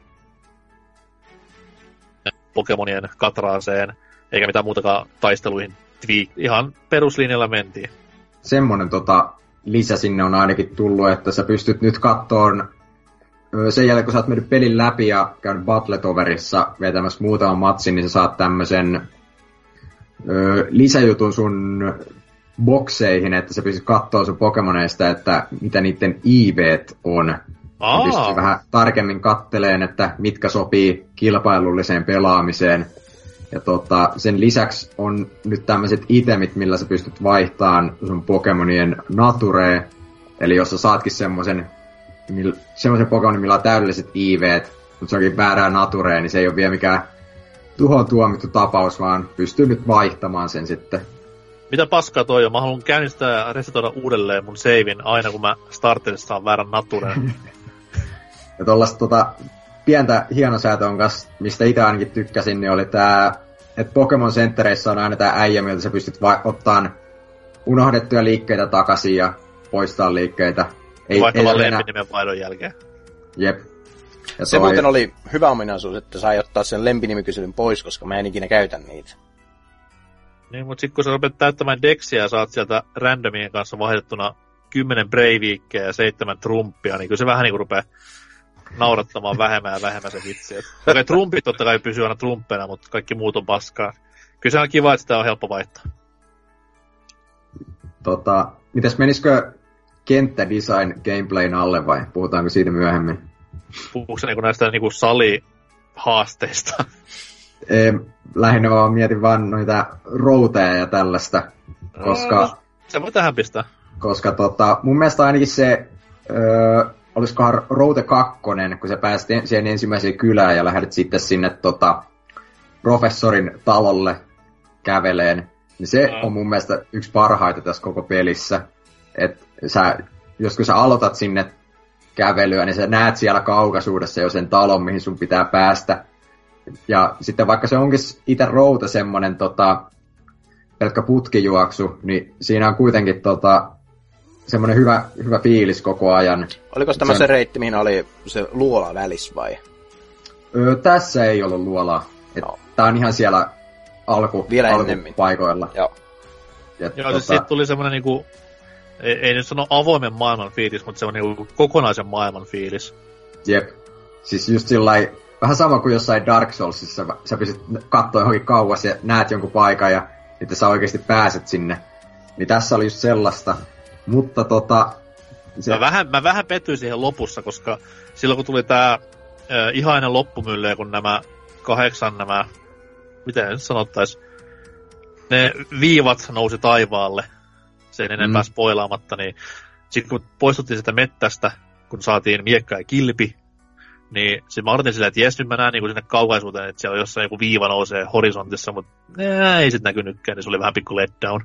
Pokemonien katraaseen, eikä mitään muutakaan taisteluihin tweak, ihan peruslinjalla mentiin. Semmonen tota, lisä sinne on ainakin tullut, että sä pystyt nyt kattoon sen jälkeen, kun sä oot mennyt pelin läpi ja käynyt Battletoverissa vetämässä muutaman matsin, niin sä saat tämmösen ö, lisäjutun sun bokseihin, että sä pystyt kattoo sun Pokemoneista, että mitä niiden I V:t on. Pystyt vähän tarkemmin katteleen, että mitkä sopii kilpailulliseen pelaamiseen. Ja tota, sen lisäksi on nyt tämmöiset itemit, millä sä pystyt vaihtamaan sun Pokemonien natureen. Eli jos sä saatkin semmosen semmoisen Pokemonin, millä on täydelliset I V:t, mutta se onkin väärää natureen, niin se ei ole vielä mikään tuhoon tuomittu tapaus, vaan pystyy nyt vaihtamaan sen sitten. Mitä paskaa toi on? Mä haluan käynnistää ja resetoida uudelleen mun savein aina, kun mä starterissa saan väärän natureen. Ja tollaista tota, pientä hienosäätöä on kanssa, mistä itse ainakin tykkäsin, niin oli tää, että Pokemon Centereissä on aina tää äijä, miltä sä pystyt va- ottaan unohdettuja liikkeitä takaisin ja poistaa liikkeitä. Ei, Vaihtamaan lempinimen vaihdon jälkeen. Jep. Ja se toi... muuten oli hyvä ominaisuus, että sai ottaa sen lempinimikyselyn pois, koska mä en ikinä käytä niitä. Niin, mutta sit kun sä rupeat täyttämään Dexiä ja saat sieltä randomien kanssa vaihdettuna kymmenen Breivikkeä ja seitsemän Trumpia, niin kyllä se vähän niinku rupee naurattamaan vähemmän ja vähemmän se vitsi. Okei, trumpit totta kai pysyy aina trumppeina, mutta kaikki muut on paskaa. Kyllä se on kiva, että sitä on helppo vaihtaa. Tota, mitäs menisikö kenttädesign gameplayn alle vai puhutaanko siitä myöhemmin? Puhuuko se niinku näistä niinku salihaasteista? Ei, lähinnä vaan mietin vaan noita routeja ja tällaista, koska... No, se voi tähän pistää. Koska tota, mun mielestä ainakin se, öö, olisikohan Route kakkonen, kun sä pääsit siihen ensimmäiseen kylään ja lähdet sitten sinne tota, professorin talolle käveleen, niin se mm. on mun mielestä yksi parhaita tässä koko pelissä. Et sä, jos kun sä aloitat sinne kävelyä, niin sä näet siellä kaukaisuudessa jo sen talon, mihin sun pitää päästä. Ja sitten vaikka se onkin itse Route semmonen tota, pelkkä putkijuoksu, niin siinä on kuitenkin tota, semmoinen hyvä, hyvä fiilis koko ajan. Oliko tämä sen... se reitti, mihin oli se luola välissä vai? Öö, tässä ei ollut luolaa. No. Tää on ihan siellä alku, vielä ennemmin paikoilla. Joo. Ja Joo, tota... siitä tuli semmoinen niinku, ei, ei nyt sano avoimen maailman fiilis, mutta semmoinen niinku kokonaisen maailman fiilis. Jep. Siis just sillai, vähän sama kuin jossain Dark Soulsissa, sä pystyt kattoo johonkin kauas ja näet jonkun paikan ja sitten sä oikeesti pääset sinne. Niin tässä oli just sellaista. Mutta tota... Se... Mä, vähän, mä vähän pettyin siihen lopussa, koska silloin kun tuli tää äh, ihainen loppumylly, kun nämä kahdeksan nämä, miten nyt sanottais, ne viivat nousi taivaalle, sen enempää mm. spoilaamatta, niin sit kun poistuttiin sitä mettästä, kun saatiin miekka ja kilpi, niin sit mä odotin silleen, että jes, nyt mä näen niin sinne kaukaisuuteen, että siellä on jossain joku viiva nousee horisontissa, mutta nää, ei sit näkynytkään, niin se oli vähän pikku letdown.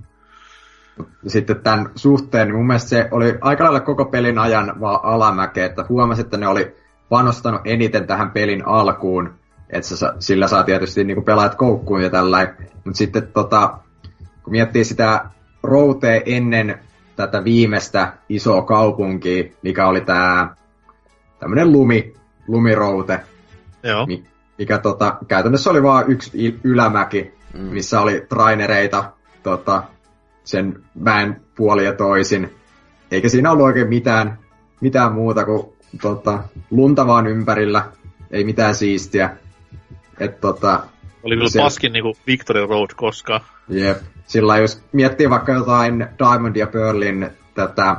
Sitten tämän suhteen, niin mun mielestä se oli aika lailla koko pelin ajan vaan alamäkeä, että huomasi, että ne oli panostanut eniten tähän pelin alkuun, että sillä saa tietysti niin kuin pelaajat koukkuun ja tällainen, mutta sitten tota, kun miettii sitä Routea ennen tätä viimeistä isoa kaupunkia, mikä oli tää tämmönen lumi, lumiroute, Joo. mikä tota, käytännössä oli vaan yksi ylämäki, mm. missä oli trainereita tota, sen mäen puoli ja toisin. Eikä siinä ollut oikein mitään, mitään muuta kuin tota, lunta vaan ympärillä, ei mitään siistiä. Et, tota, oli kyllä se... paskin niinku Victory Road koskaan. Jep. Sillä jos miettii vaikka jotain Diamond ja Pearlin tätä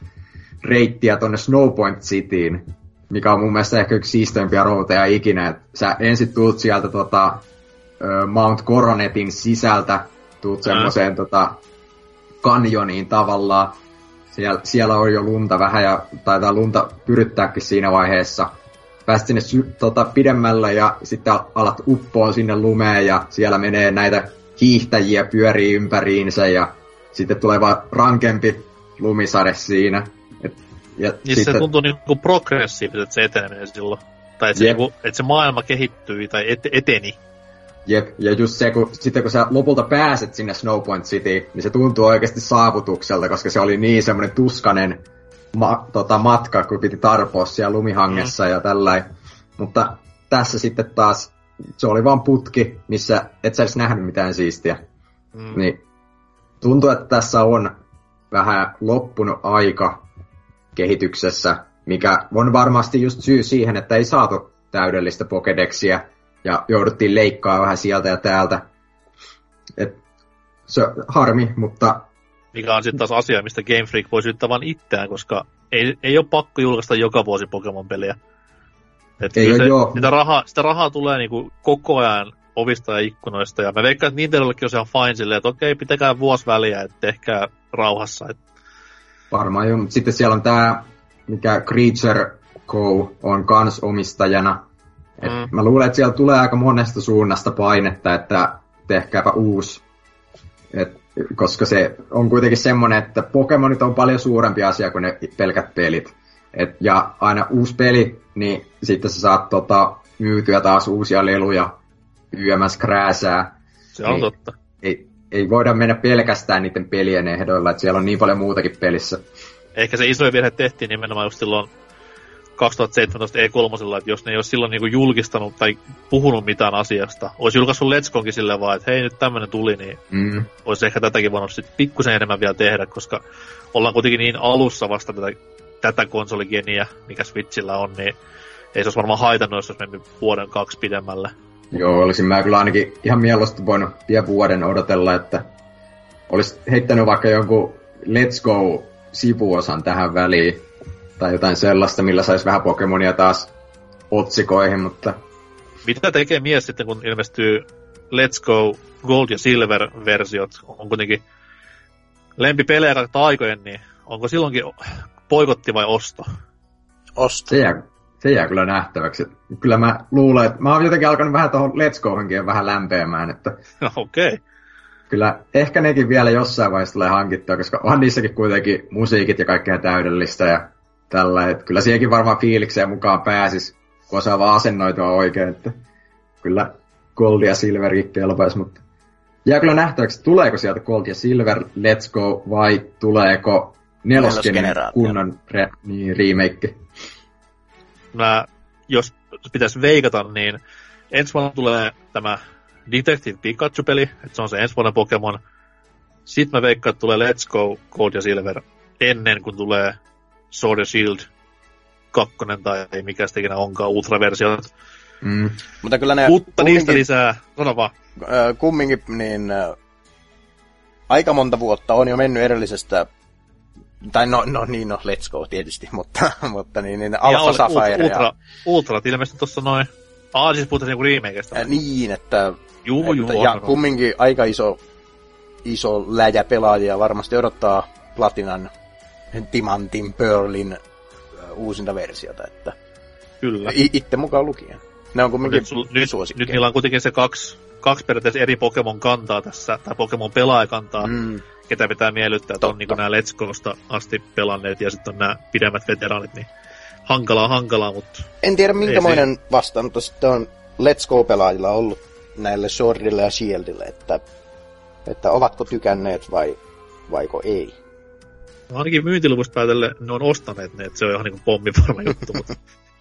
reittiä tonne Snowpoint Cityin, mikä on mun mielestä ehkä yksi siisteimpiä routeja ikinä. Et sä ensin tuut sieltä tota, Mount Coronetin sisältä, tuut semmoseen tota, kanjoniin tavallaan. Siellä, siellä on jo lunta vähän ja taitaa lunta pyryttääkin siinä vaiheessa. Pääst sinne sy- tota, pidemmällä ja sitten alat uppoon sinne lumeen ja siellä menee näitä hiihtäjiä pyörii ympäriinsä ja sitten tulee vaan rankempi lumisade siinä. Et, ja niin sitten... se tuntuu niinku progressiiviselta se eteneminen silloin. Tai että se, niinku, et se maailma kehittyi tai et, eteni. Jep, ja just se, kun, sitten kun sä lopulta pääset sinne Snowpoint Cityin, niin se tuntuu oikeasti saavutukselta, koska se oli niin semmoinen tuskanen ma- tota, matka, kun piti tarpoa siellä lumihangessa mm. ja tällainen. Mutta tässä sitten taas se oli vaan putki, missä et sä edes nähnyt mitään siistiä. Mm. Niin tuntuu, että tässä on vähän loppunut aika kehityksessä, mikä on varmasti just syy siihen, että ei saatu täydellistä Pokédexia ja jouduttiin leikkaa vähän sieltä ja täältä. Et se harmi, mutta... Mikä on sitten taas asia, mistä Game Freak voi syyttää vaan itseään, koska ei, ei ole pakko julkaista joka vuosi Pokemon-peliä. Et ei se, sitä, rahaa, sitä rahaa tulee niinku koko ajan ovista ja ikkunoista, ja mä veikkaan, että Nintendollekin on ihan fine silleen, että okei, pitäkää vuosi väliä, että tehkää rauhassa. Et... Varmaan joo, mutta sitten siellä on tää, mikä Creature Co. on kans omistajana. Et mm. Mä luulen, että siellä tulee aika monesta suunnasta painetta, että tehkääpä uusi. Et, koska se on kuitenkin semmonen, että Pokemonit on paljon suurempi asia kuin ne pelkät pelit. Et, ja aina uusi peli, niin sitten sä saat tota, myytyä taas uusia leluja Y M S krääsää. Se on niin, totta. Ei, ei voida mennä pelkästään niiden pelien ehdoilla, että siellä on niin paljon muutakin pelissä. Ehkä se isoin virhe tehtiin nimenomaan just silloin kaksituhattaseitsemäntoista E kolme, että jos ne ei olisi silloin niinku julkistanut tai puhunut mitään asiasta, olisi julkaissut Let's Gonkin silleen vaan, että hei nyt tämmönen tuli, niin mm. olisi ehkä tätäkin voinut sitten pikkusen enemmän vielä tehdä, koska ollaan kuitenkin niin alussa vasta tätä, tätä konsoligeniä, mikä Switchillä on, niin ei se olisi varmaan haitannut, jos olisi mennyt vuoden kaksi pidemmälle. Joo, olisin mä kyllä ainakin ihan mieluusti voinut vielä vuoden odotella, että olisi heittänyt vaikka jonkun Let's Go-sivuosan tähän väliin, tai jotain sellaista, millä saisi vähän Pokemonia taas otsikoihin, mutta... Mitä tekee mies sitten, kun ilmestyy Let's Go Gold ja Silver-versiot? On kuitenkin lempipelejä kautta aikojen, niin onko silloinkin poikotti vai osto? Osto. Se jää, se jää kyllä nähtäväksi. Kyllä mä luulen, että mä oon jotenkin alkanut vähän tuohon Let's Gohenkin vähän lämpeämään, että... Okei. Okay. Kyllä ehkä nekin vielä jossain vaiheessa tulee hankittua, koska on niissäkin kuitenkin musiikit ja kaikkea täydellistä ja tällä, että kyllä siihenkin varmaan fiilikseen mukaan pääsis, kun osaa vaan asennoitua oikein, että kyllä Gold ja Silverkin kelpaisi, mutta jää kyllä nähtäväksi, tuleeko sieltä Gold ja Silver Let's Go vai tuleeko neloskenin kunnon re, niin, remake? Mä, jos pitäisi veikata, niin ensi vuonna tulee tämä Detective Pikachu-peli, että se on se ensi vuoden Pokemon. Sitten mä veikkaan, että tulee Let's Go Gold ja Silver ennen kuin tulee Sword and Shield kakkonen tai ei mikä sitä ikinä onkaan, ultraversiot. Mm. Mutta kyllä ne... Mutta niistä lisää, sano vaan. Äh, kumminkin, niin äh, aika monta vuotta on jo mennyt edellisestä, tai no, no niin, no Let's Go tietysti, mutta, mutta niin, niin Alpha Sapphire ultra, ja... Ultrat ilmeisesti tossa noin... Ah, siis puhutaan niinku remakeista. Äh, niin, että... Juu, juu, että, ja on, kumminkin on. Aika iso, iso läjä pelaajia varmasti odottaa Platinan, Timantin, Pearlin uusinta versiota, että... Kyllä. I- itse mukaan lukien. Ne on kumminkin nyt, suosikkeja. Nyt niillä on kuitenkin se kaksi, kaksi periaatteessa eri Pokemon-kantaa tässä, tai Pokemon-pelaajakantaa, mm. ketä pitää miellyttää, että on niin nämä Let's Gosta asti pelanneet, ja sitten on nämä pidemmät veteraanit, niin hankalaa, hankalaa, mutta... En tiedä minkämoinen se... vastaanotto sitten on Let's Go-pelaajilla ollut näille Swordille ja Shieldille, että, että ovatko tykänneet vai vaiko ei. No ainakin myyntiluvusta päätelle ne on ostaneet ne, että se on ihan niin kuin pommivarma juttu, mutta...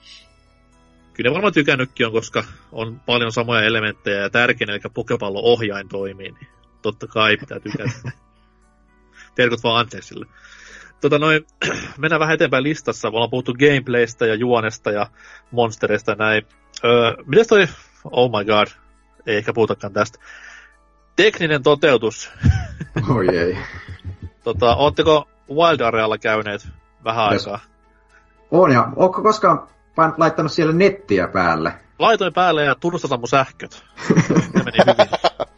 Kyllä varmaan tykännytkin on, koska on paljon samoja elementtejä ja tärkein, eli Pokepallo-ohjain toimii, niin totta kai pitää tykätä. Terkut vaan Antsexille. Tota noin, mennään vähän eteenpäin listassa. Me ollaan puhuttu gameplaystä ja juonesta ja monstereista ja näin. Öö, mitäs toi, oh my god, ei ehkä puhutakaan tästä. Tekninen toteutus. Oi ei. Tota, ootteko Wild Arealla käyneet vähän yes. aikaa? On, ja ootko koskaan laittanut siellä nettiä päälle? Laitoin päälle ja tunnustata mun sähköt. Se meni hyvin.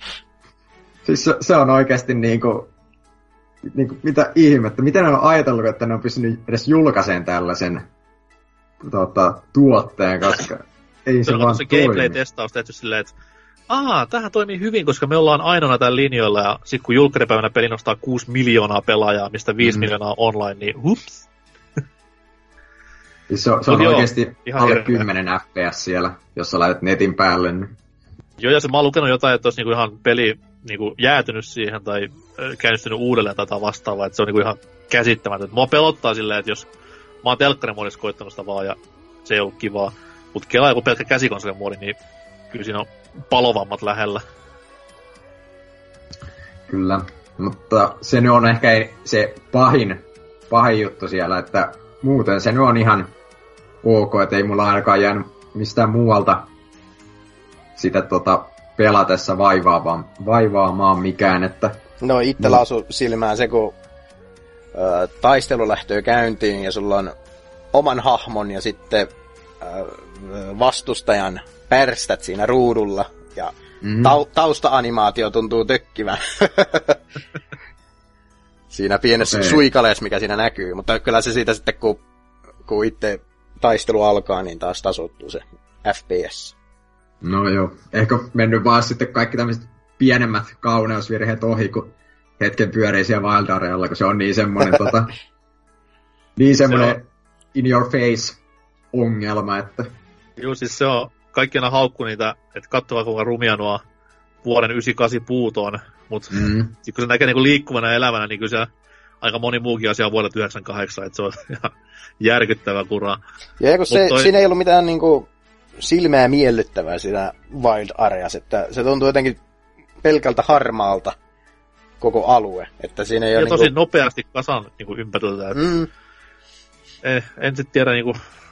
Siis se, se on oikeasti niinku, niinku, mitä ihmettä. Miten ne on ajatellut, että ne on pystynyt edes julkaiseen tällaisen tota, tuotteen, koska ei se, se vaan se gameplay-testaus tehty silleen, että aah, tämähän toimii hyvin, koska me ollaan ainoana tällä linjoilla, ja sit kun julkkaripäivänä peli nostaa kuusi miljoonaa pelaajaa, mistä viisi mm. miljoonaa online, niin hups. Se on, se on oikeesti alle kymmenen F P S siellä, jos sä laitat netin päälle. Niin. Joo, ja se, mä oon lukenut jotain, että olisi niinku ihan peli niinku jäätynyt siihen tai käynnistynyt uudelleen tätä vastaavaa, että se on niinku ihan käsittämätöntä. Mua pelottaa silleen, että jos mä oon telkkarimodissa koittanut sitä vaan ja se ei ollut kivaa, mut kelaa joku pelkkä käsikonsolimoodi, niin kyllä siinä on palovammat lähellä. Kyllä, mutta se nyt on ehkä se pahin, pahin juttu siellä, että muuten se nyt on ihan ok, että ei mulla ainakaan jäänyt mistään muualta sitä tota pelatessa vaivaamaan, vaivaamaan mikään, että... No itsellä no. asui silmään se, kun ö, taistelu lähtöö käyntiin ja sulla on oman hahmon ja sitten ö, vastustajan pärstät siinä ruudulla ja mm. tau- tausta-animaatio tuntuu tökkivän. Siinä pienessä okay. suikaleessa, mikä siinä näkyy, mutta kyllä se siitä sitten, kun, kun itse taistelu alkaa, niin taas tasoittuu se F P S. No joo, ehkä mennyt vaan sitten kaikki tämmöiset pienemmät kauneusvirheet ohi, kun hetken pyörii siellä Wild Arealla, kun se on niin semmoinen tota, niin semmoinen se in your face ongelma, että... Joo, siis se on, kaikki aina haukku niitä, että katsovaa kuinka rumia nuo vuoden yhdeksänkymmentäkahdeksan puut on, mutta mm. sitten kun se näkee niinku liikkuvana elävänä, niin kyllä se aika moni muukin asia on vuodelta yhdeksänkymmentäkahdeksan, että se on ihan järkyttävä kuraa. Ja kun se, toi... siinä ei ollut mitään niinku silmää miellyttävää siinä Wild Areas, että se tuntuu jotenkin pelkältä harmaalta koko alue, että siinä ei ja ole tosi niinku... nopeasti kasan niinku ympäriltä, että... Mm. Eh, en sitten tiedä, niinku,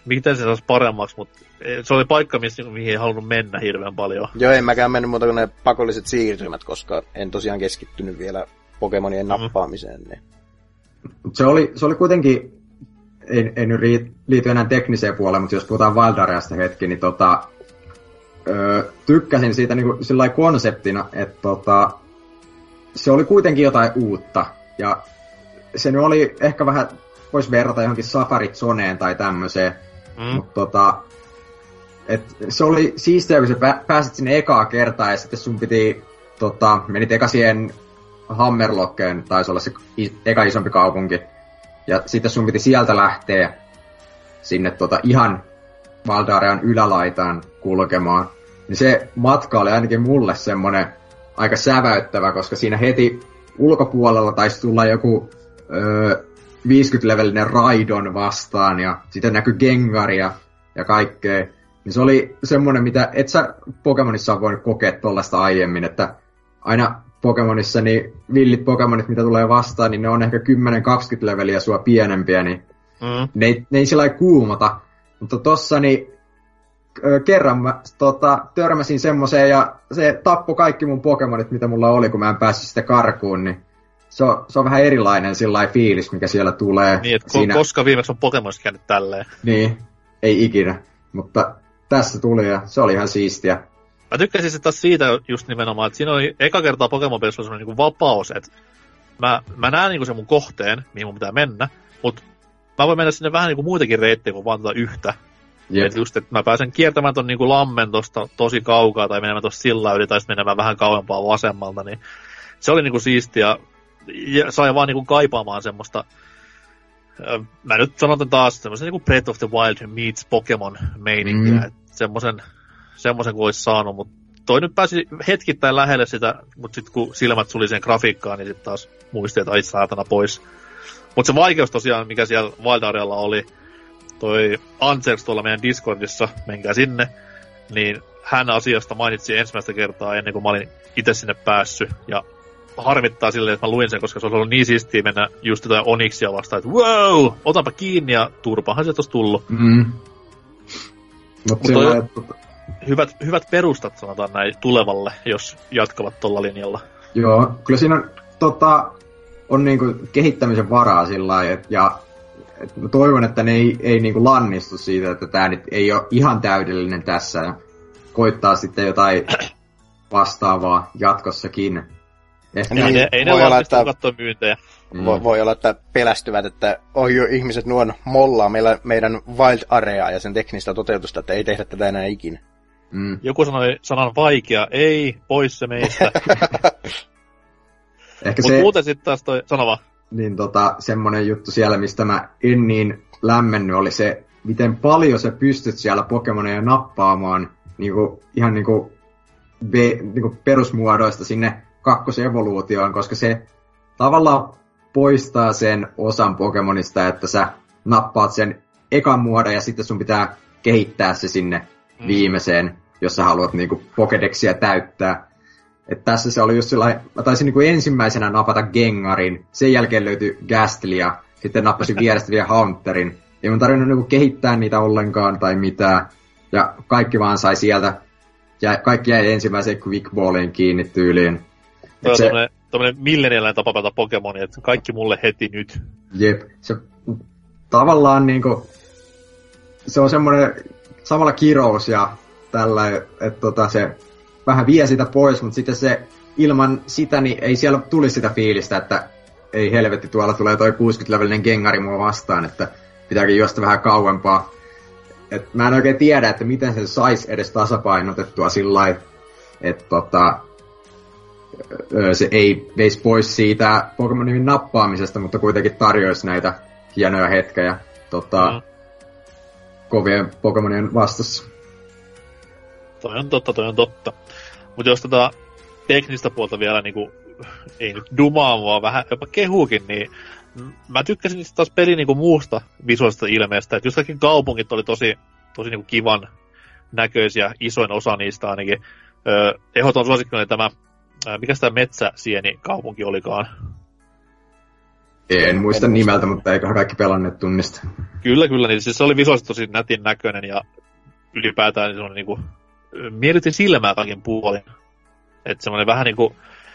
miten se saisi paremmaksi, mutta se oli paikka, mihin ei halunnut mennä hirveän paljon. Joo, en mäkään mennyt muuta kuin ne pakolliset siirtymät, koska en tosiaan keskittynyt vielä Pokemonien mm. nappaamiseen. Niin. Se oli, se oli kuitenkin, ei, ei nyt liity enää tekniseen puoleen, mutta jos puhutaan Wild Areasta hetki, niin tota, öö, tykkäsin siitä niin sillä konseptina, että tota, se oli kuitenkin jotain uutta. Ja se nyt oli ehkä vähän, voisi verrata johonkin Safari Zoneen tai tämmöiseen. Mm. Mutta tota, et se oli siistiä, kun sä pääsit sinne ekaa kertaa ja sitten sun piti, tota, menit eka siihen Hammerlockeen, taisi olla se eka isompi kaupunki. Ja sitten sun piti sieltä lähteä sinne tota, ihan Valdarean ylälaitaan kulkemaan. Niin se matka oli ainakin mulle semmonen aika säväyttävä, koska siinä heti ulkopuolella taisi tulla joku öö, viisikymmentä-levelinen Raidon vastaan ja sitten näkyi Gengaria ja kaikkea. Niin se oli semmonen, mitä et sä Pokemonissa on voinut kokea tollaista aiemmin, että aina Pokemonissa niin villit Pokemonit, mitä tulee vastaan, niin ne on ehkä kymmenen kaksikymmentä leveliä sua pienempiä, niin mm. ne, ei, ne ei sillä lailla kuumota. Mutta tossa niin kerran mä tota, törmäsin semmoseen ja se tappoi kaikki mun Pokemonit, mitä mulla oli, kun mä en päässyt sitä karkuun, niin se on, se on vähän erilainen sillai fiilis, mikä siellä tulee. Niin, että siinä... koska viimeksi on Pokemonista käynyt tälleen. Niin, ei ikinä, mutta tässä tuli ja se oli ihan siistiä. Mä tykkäsin sitten taas siitä just nimenomaan, että siinä oli eka kertaa Pokemon-pelissä semmoinen niinku vapaus, että mä, mä näen niinku sen mun kohteen, mihin mun pitää mennä, mutta mä voin mennä sinne vähän niinku muitakin reittejä kuin vaan tota yhtä. Yep. Että just, että mä pääsen kiertämään ton niinku lammen tosta tosi kaukaa tai menemään tosta sillä yli tai sitten menemään vähän kauempaa vasemmalta, niin se oli niinku siistiä ja sai vaan niinku kaipaamaan semmoista, mä nyt sanon taas, semmoisen niinku Breath of the Wild meets Pokemon meininkiä, mm. että semmoisen semmoisen kuin olisi saanut, mutta toi nyt pääsi hetkittäin lähelle sitä, mutta sitten kun silmät suli sen grafiikkaan, niin sitten taas muisti, että ai saatana pois. Mutta se vaikeus tosiaan, mikä siellä Wild Arealla oli, toi Anserks tuolla meidän Discordissa, menkää sinne, niin hän asiasta mainitsi ensimmäistä kertaa ennen kuin mä olin itse sinne päässyt, ja harmittaa silleen, että mä luin sen, koska se olisi ollut niin siistiä mennä just jotain Onyxia vastaan, että wow, otanpa kiinni, ja turpahan se olisi tullut. Mm. Mut Mut toi, että... hyvät, hyvät perustat, sanotaan näin, tulevalle, jos jatkavat tuolla linjalla. Joo, kyllä siinä on, tota, on niinku kehittämisen varaa sillä lailla, et, ja et mä toivon, että ne ei, ei niinku lannistu siitä, että tää nyt ei ole ihan täydellinen tässä, ja koittaa sitten jotain vastaavaa jatkossakin. Ehkä niin, ne, ei ne lannistu katsoa myyntejä. Mm. Voi, voi olla, että pelästyvät, että oi jo ihmiset nuon mollaa meillä, meidän Wild Area ja sen teknistä toteutusta, että ei tehdä tätä enää ikinä. Mm. Joku sanoi sanan vaikea, ei, pois se meistä. Ehkä Mut se, muuten sitten taas toi, sano vaan. Niin tota, semmonen juttu siellä, mistä mä en niin lämmennyt, oli se, miten paljon sä pystyt siellä Pokemoneja nappaamaan niinku, ihan niinku, be, niinku perusmuodoista sinne kakkosevoluutioon, koska se tavallaan poistaa sen osan Pokemonista, että sä nappaat sen ekan muodon ja sitten sun pitää kehittää se sinne mm. viimeiseen, jos sä haluat niinku Pokedexia täyttää. Et tässä se oli just sellainen, mä taisin niinku ensimmäisenä napata Gengarin, sen jälkeen löytyi Gastly ja sitten nappasin vierestä vielä Haunterin. Ei mun tarvinnut niinku kehittää niitä ollenkaan tai mitään. Ja kaikki vaan sai sieltä, ja kaikki jäi ensimmäiseen Quick Balliin kiinni tyyliin. Toi on se... tommonen, tommonen millenialainen tapa pelata Pokemonia, että kaikki mulle heti nyt. Jep, se tavallaan niinku, se on semmoinen samalla kirous ja tällä, että tota se vähän vie sitä pois, mutta sitten se ilman sitä, niin ei siellä tulisi sitä fiilistä, että ei helvetti, tuolla tulee toi kuusikymmentä-levelinen Gengari mua vastaan, että pitääkin juosta vähän kauempaa. Et mä en oikein tiedä, että miten se saisi edes tasapainotettua sillä lailla, että tota, se ei veisi pois siitä Pokemonin nappaamisesta, mutta kuitenkin tarjoisi näitä hienoja hetkejä tota, mm. kovien Pokemonien vastassa. Toi on totta, toi on totta. Mutta jos tätä teknistä puolta vielä niinku, ei nyt dumaa, vaan vähän jopa kehuukin, niin mä tykkäsin taas pelin niinku muusta visuaalista ilmeestä, että just kaikki kaupungit oli tosi, tosi niinku kivan näköisiä, isoin osa niistä ainakin. Öö, ehdoton suosikki oli tämä, öö, mikä tämä Metsäsieni kaupunki olikaan? En muista en nimeltä, muista. Mutta eiköhän kaikki pelanneet tunnista. Kyllä, kyllä. Niin siis se oli visuaalisesti tosi nätin näköinen ja ylipäätään semmoinen niinku miellytti silmää kaikin puolin. Että semmoinen vähän niinku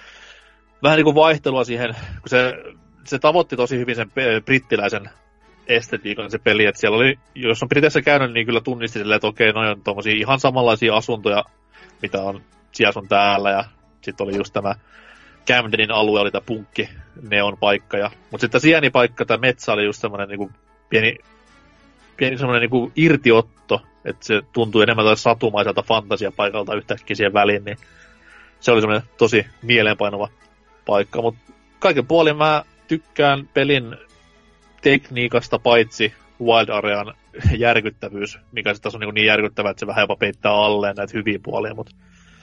vähän niinku vaihtelua siihen, kun se, se tavoitti tosi hyvin sen brittiläisen estetiikan se peli, että siellä oli, jos on Briteissä käynyt, niin kyllä tunnisti silleen, että okei, noi on tommosia ihan samanlaisia asuntoja, mitä on siellä sun täällä, ja sitten oli just tämä Camdenin alue, oli tämä punkki, neon paikka, ja, mutta sitten sienipaikka, tämä metsä oli just semmoinen niinku pieni, pieni semmoinen niinku irtiotto, että se tuntui enemmän tai satumaiselta fantasiapaikalta yhtäkkiä siihen väliin, niin se oli semmoinen tosi mieleenpainuva paikka, mutta kaiken puolin mä tykkään pelin tekniikasta paitsi Wild Arean järkyttävyys, mikä sitten on niin, niin järkyttävä, että se vähän jopa peittää alleen näitä hyviä puolia, mutta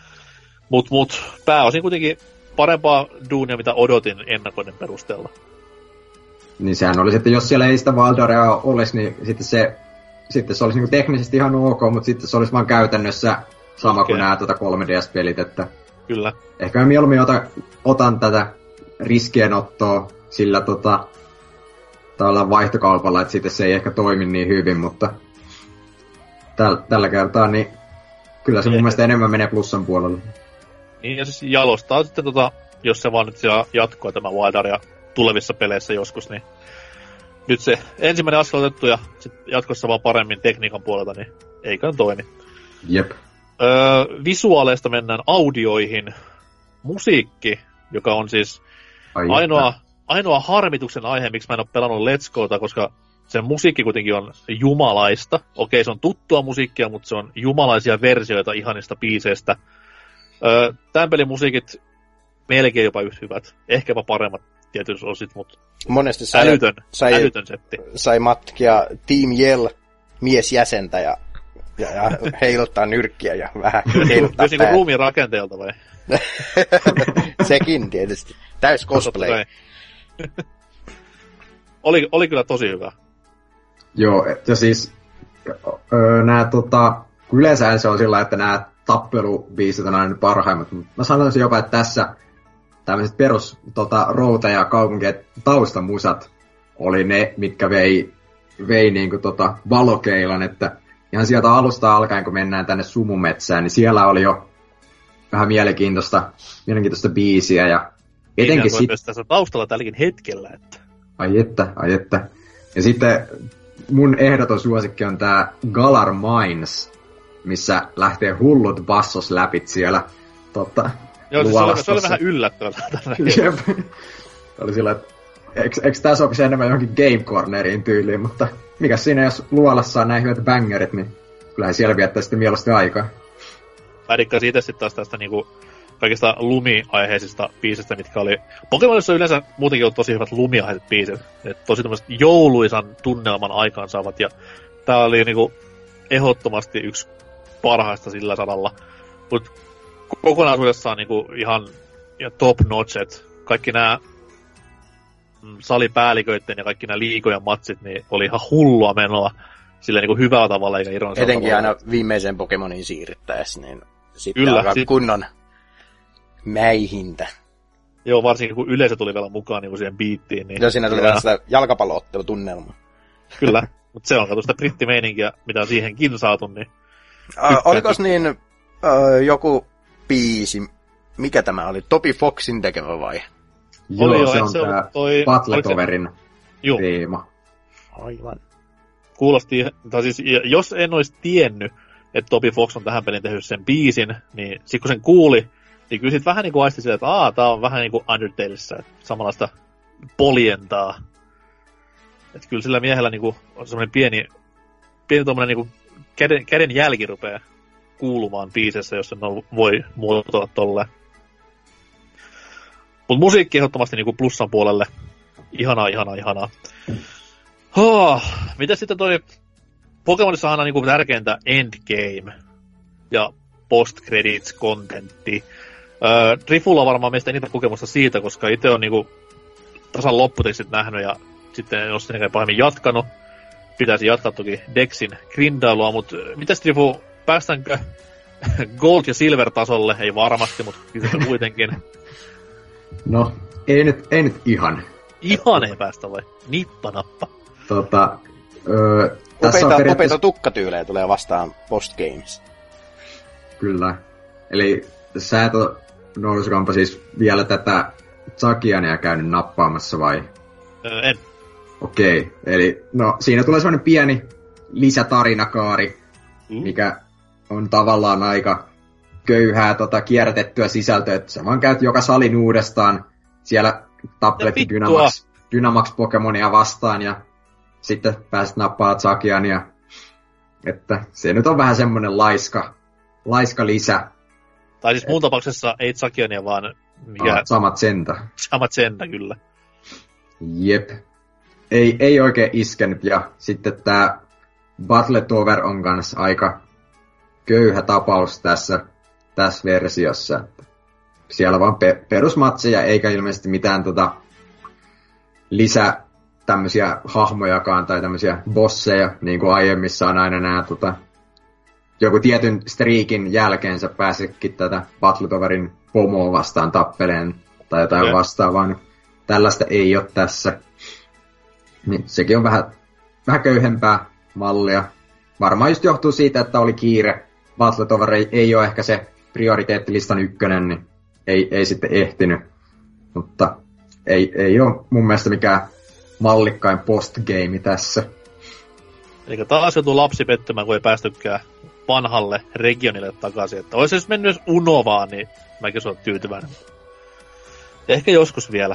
mut, mut, pääosin kuitenkin parempaa duunia, mitä odotin ennakoiden perusteella. Niin sehän oli sitten, jos siellä ei sitä Wild Area olisi, niin sitten se, sitten se olisi niin teknisesti ihan ok, mutta sitten se olisi vaan käytännössä sama okay. kuin nämä tuota kolme D S-pelit, että kyllä. Ehkä mä mieluummin ota, otan tätä riskienottoa sillä tota tavallaan vaihtokaupalla, että sitten se ei ehkä toimi niin hyvin, mutta täl, tällä kertaa niin kyllä se mun mielestä enemmän menee plussan puolelle. Niin, ja siis jalostaa sitten tota, jos se vaan nyt siellä jatkuu tämä Wild Area tulevissa peleissä joskus, niin nyt se ensimmäinen askel otettu ja sitten jatkossa vaan paremmin tekniikan puolelta, niin eiköhän toimi. Jep. Öö, visuaaleista mennään audioihin. Musiikki, joka on siis Ai ainoa... Ainoa harmituksen aihe, miksi mä en ole pelannut Let's Gota, koska sen musiikki kuitenkin on jumalaista. Okei, se on tuttua musiikkia, mutta se on jumalaisia versioita ihanista biiseistä. Öö, tämän pelin musiikit melkein jopa yhtä hyvät. Ehkä jopa paremmat tietyissä osit, mutta monesti sai, älytön, sai, älytön setti. Sai matkia Team Yell miesjäsentä ja, ja, ja heiluttaa nyrkkiä ja vähän heiluttaa Myös niinku ruumiin rakenteelta vai? Sekin tietysti. Täys cosplay. oli, oli kyllä tosi hyvä. Joo, ja siis öö, nää tota, yleensä se on sillä, että nämä tappelubiisit on aina parhaimmat, mutta mä sanoisin jopa, että tässä tämmöiset perus tota, routa- ja kaupunkien taustamusat oli ne, mitkä vei, vei niinku tota valokeilan, että ihan sieltä alusta alkaen, kun mennään tänne Sumumetsään, niin siellä oli jo vähän mielenkiintoista, mielenkiintoista biisiä, ja etenkin sit... myös tässä taustalla tälläkin hetkellä, että... Ai että, ai että. Ja sitten mun ehdoton suosikki on tää Galar Mines, missä lähtee hullut bassos läpit siellä tota, joo, siis se, oli, se oli vähän yllättävää. Jep. Oli sillä, että eikö, eikö tää sopisi enemmän johonkin Game Corneriin tyyliin, mutta mikä siinä, jos luolassa on näin hyvät bangerit, niin kyllähän siellä viettää sitten mieluusti aikaa. Mä dikkasin itse sitten taas tästä niinku kaikista lumiaiheisista biisistä, mitkä oli... Pokemonissa yleensä muutenkin on tosi hyvät lumiaiheiset biisit. Et tosi tämmöiset jouluisan tunnelman aikaansaavat, ja tää oli niinku ehdottomasti yksi parhaista sillä sadalla. Mut kokonaisuudessaan niinku ihan ja top notch, et kaikki nää salipäälliköitten ja kaikki nää liigojen matsit, niin oli ihan hullua menoa silleen niinku hyvällä tavalla eikä ironisella etenkin tavalla. Aina viimeiseen Pokemonin siirryttäessä, niin sitten kyllä, alkaa sit... kunnon mäihintä. Joo, varsinkin kun yleisö tuli vielä mukaan niin siihen biittiin. Niin... Joo, siinä tuli vielä sitä jalkapallo-ottelutunnelmaa. Kyllä, mutta se on kato sitä brittimeininkiä, mitä on siihenkin saatu, niin... Uh, olikos niin uh, joku biisi, mikä tämä oli, Topi Foxin tekevä vai? Joo, oli se jo, on se tää toi... Battle-toverin se... teema. Aivan. Kuulosti, tai siis jos en olisi tiennyt, että Toby Fox on tähän pelin tehnyt sen biisin, niin sit kun sen kuuli, niin kyllä sit vähän niinku aisti sille, että aah, tää on vähän niinku Undertaleissa, että samanlaista poljentaa. Että kyllä sillä miehellä niinku on semmoinen pieni, pieni tommonen niinku käden, käden jälki rupeaa kuulumaan biisessä, jos sen voi muotoilla tolleen. Mut musiikki ehdottomasti niinku plussan puolelle. Ihanaa, ihanaa, ihanaa. Oh, mitä sitten toi... Pokemonissahan on niinku tärkeintä endgame ja post-credits-kontentti. Öö, Trifulla on varmaan meistä eniten kokemusta siitä, koska itse on niinku tasan lopputekstit nähnyt ja sitten en ole sen pahemmin jatkanut. Pitäisi jatkaa toki Dexin grindailua, mutta mitäs Trifu, päästäänkö Gold- ja Silver-tasolle? Ei varmasti, mutta kuitenkin. No, ei nyt, ei nyt ihan. Ihan ei päästä vai? Nippanappa. Tota, öö, tässä upeita, on periaatteessa... upeita tukkatyylejä tulee vastaan postgames. Kyllä. Eli sä et ole Nousukampa siis vielä tätä Zakiania käynyt nappaamassa vai? Öö, en. Okei, okay. Eli no siinä tulee sellainen pieni lisätarinakaari, mm. mikä on tavallaan aika köyhää tota, kierrätettyä sisältöä, että sä vaan käyt joka salin uudestaan, siellä tappelet Dynamax, Dynamax Pokemonia vastaan ja sitten pääset nappaa Zakiania. Että se nyt on vähän semmonen laiska, laiska lisä. Tai siis muun tapauksessa ei Zakiania, vaan mikä... Ah, samat sentä. Samat sentä, kyllä. Jep. Ei, ei oikein iskenyt, ja sitten tää Battletover on kans aika köyhä tapaus tässä, tässä versiossa. Siellä vaan pe- perusmatseja, eikä ilmeisesti mitään tota lisä tämmösiä hahmojakaan tai tämmösiä bosseja, niin kuin aiemmissa on aina nää tota, joku tietyn striikin jälkeen sä pääsetkin tätä Battletoverin pomoa vastaan tappeleen tai jotain yeah. vastaavaa, niin tällaista ei ole tässä. Niin sekin on vähän, vähän köyhempää mallia. Varmaan just johtuu siitä, että oli kiire. Battletover ei, ei ole ehkä se prioriteettilistan ykkönen, niin ei, ei sitten ehtinyt. Mutta ei, ei ole mun mielestä mikään mallikkain postgame tässä. Eli taas joutuu lapsi pettymään, kun ei päästykään vanhalle regionille takaisin. Että olisi jos mennyt Unovaan, niin mäkin olen tyytyväinen. Ehkä joskus vielä.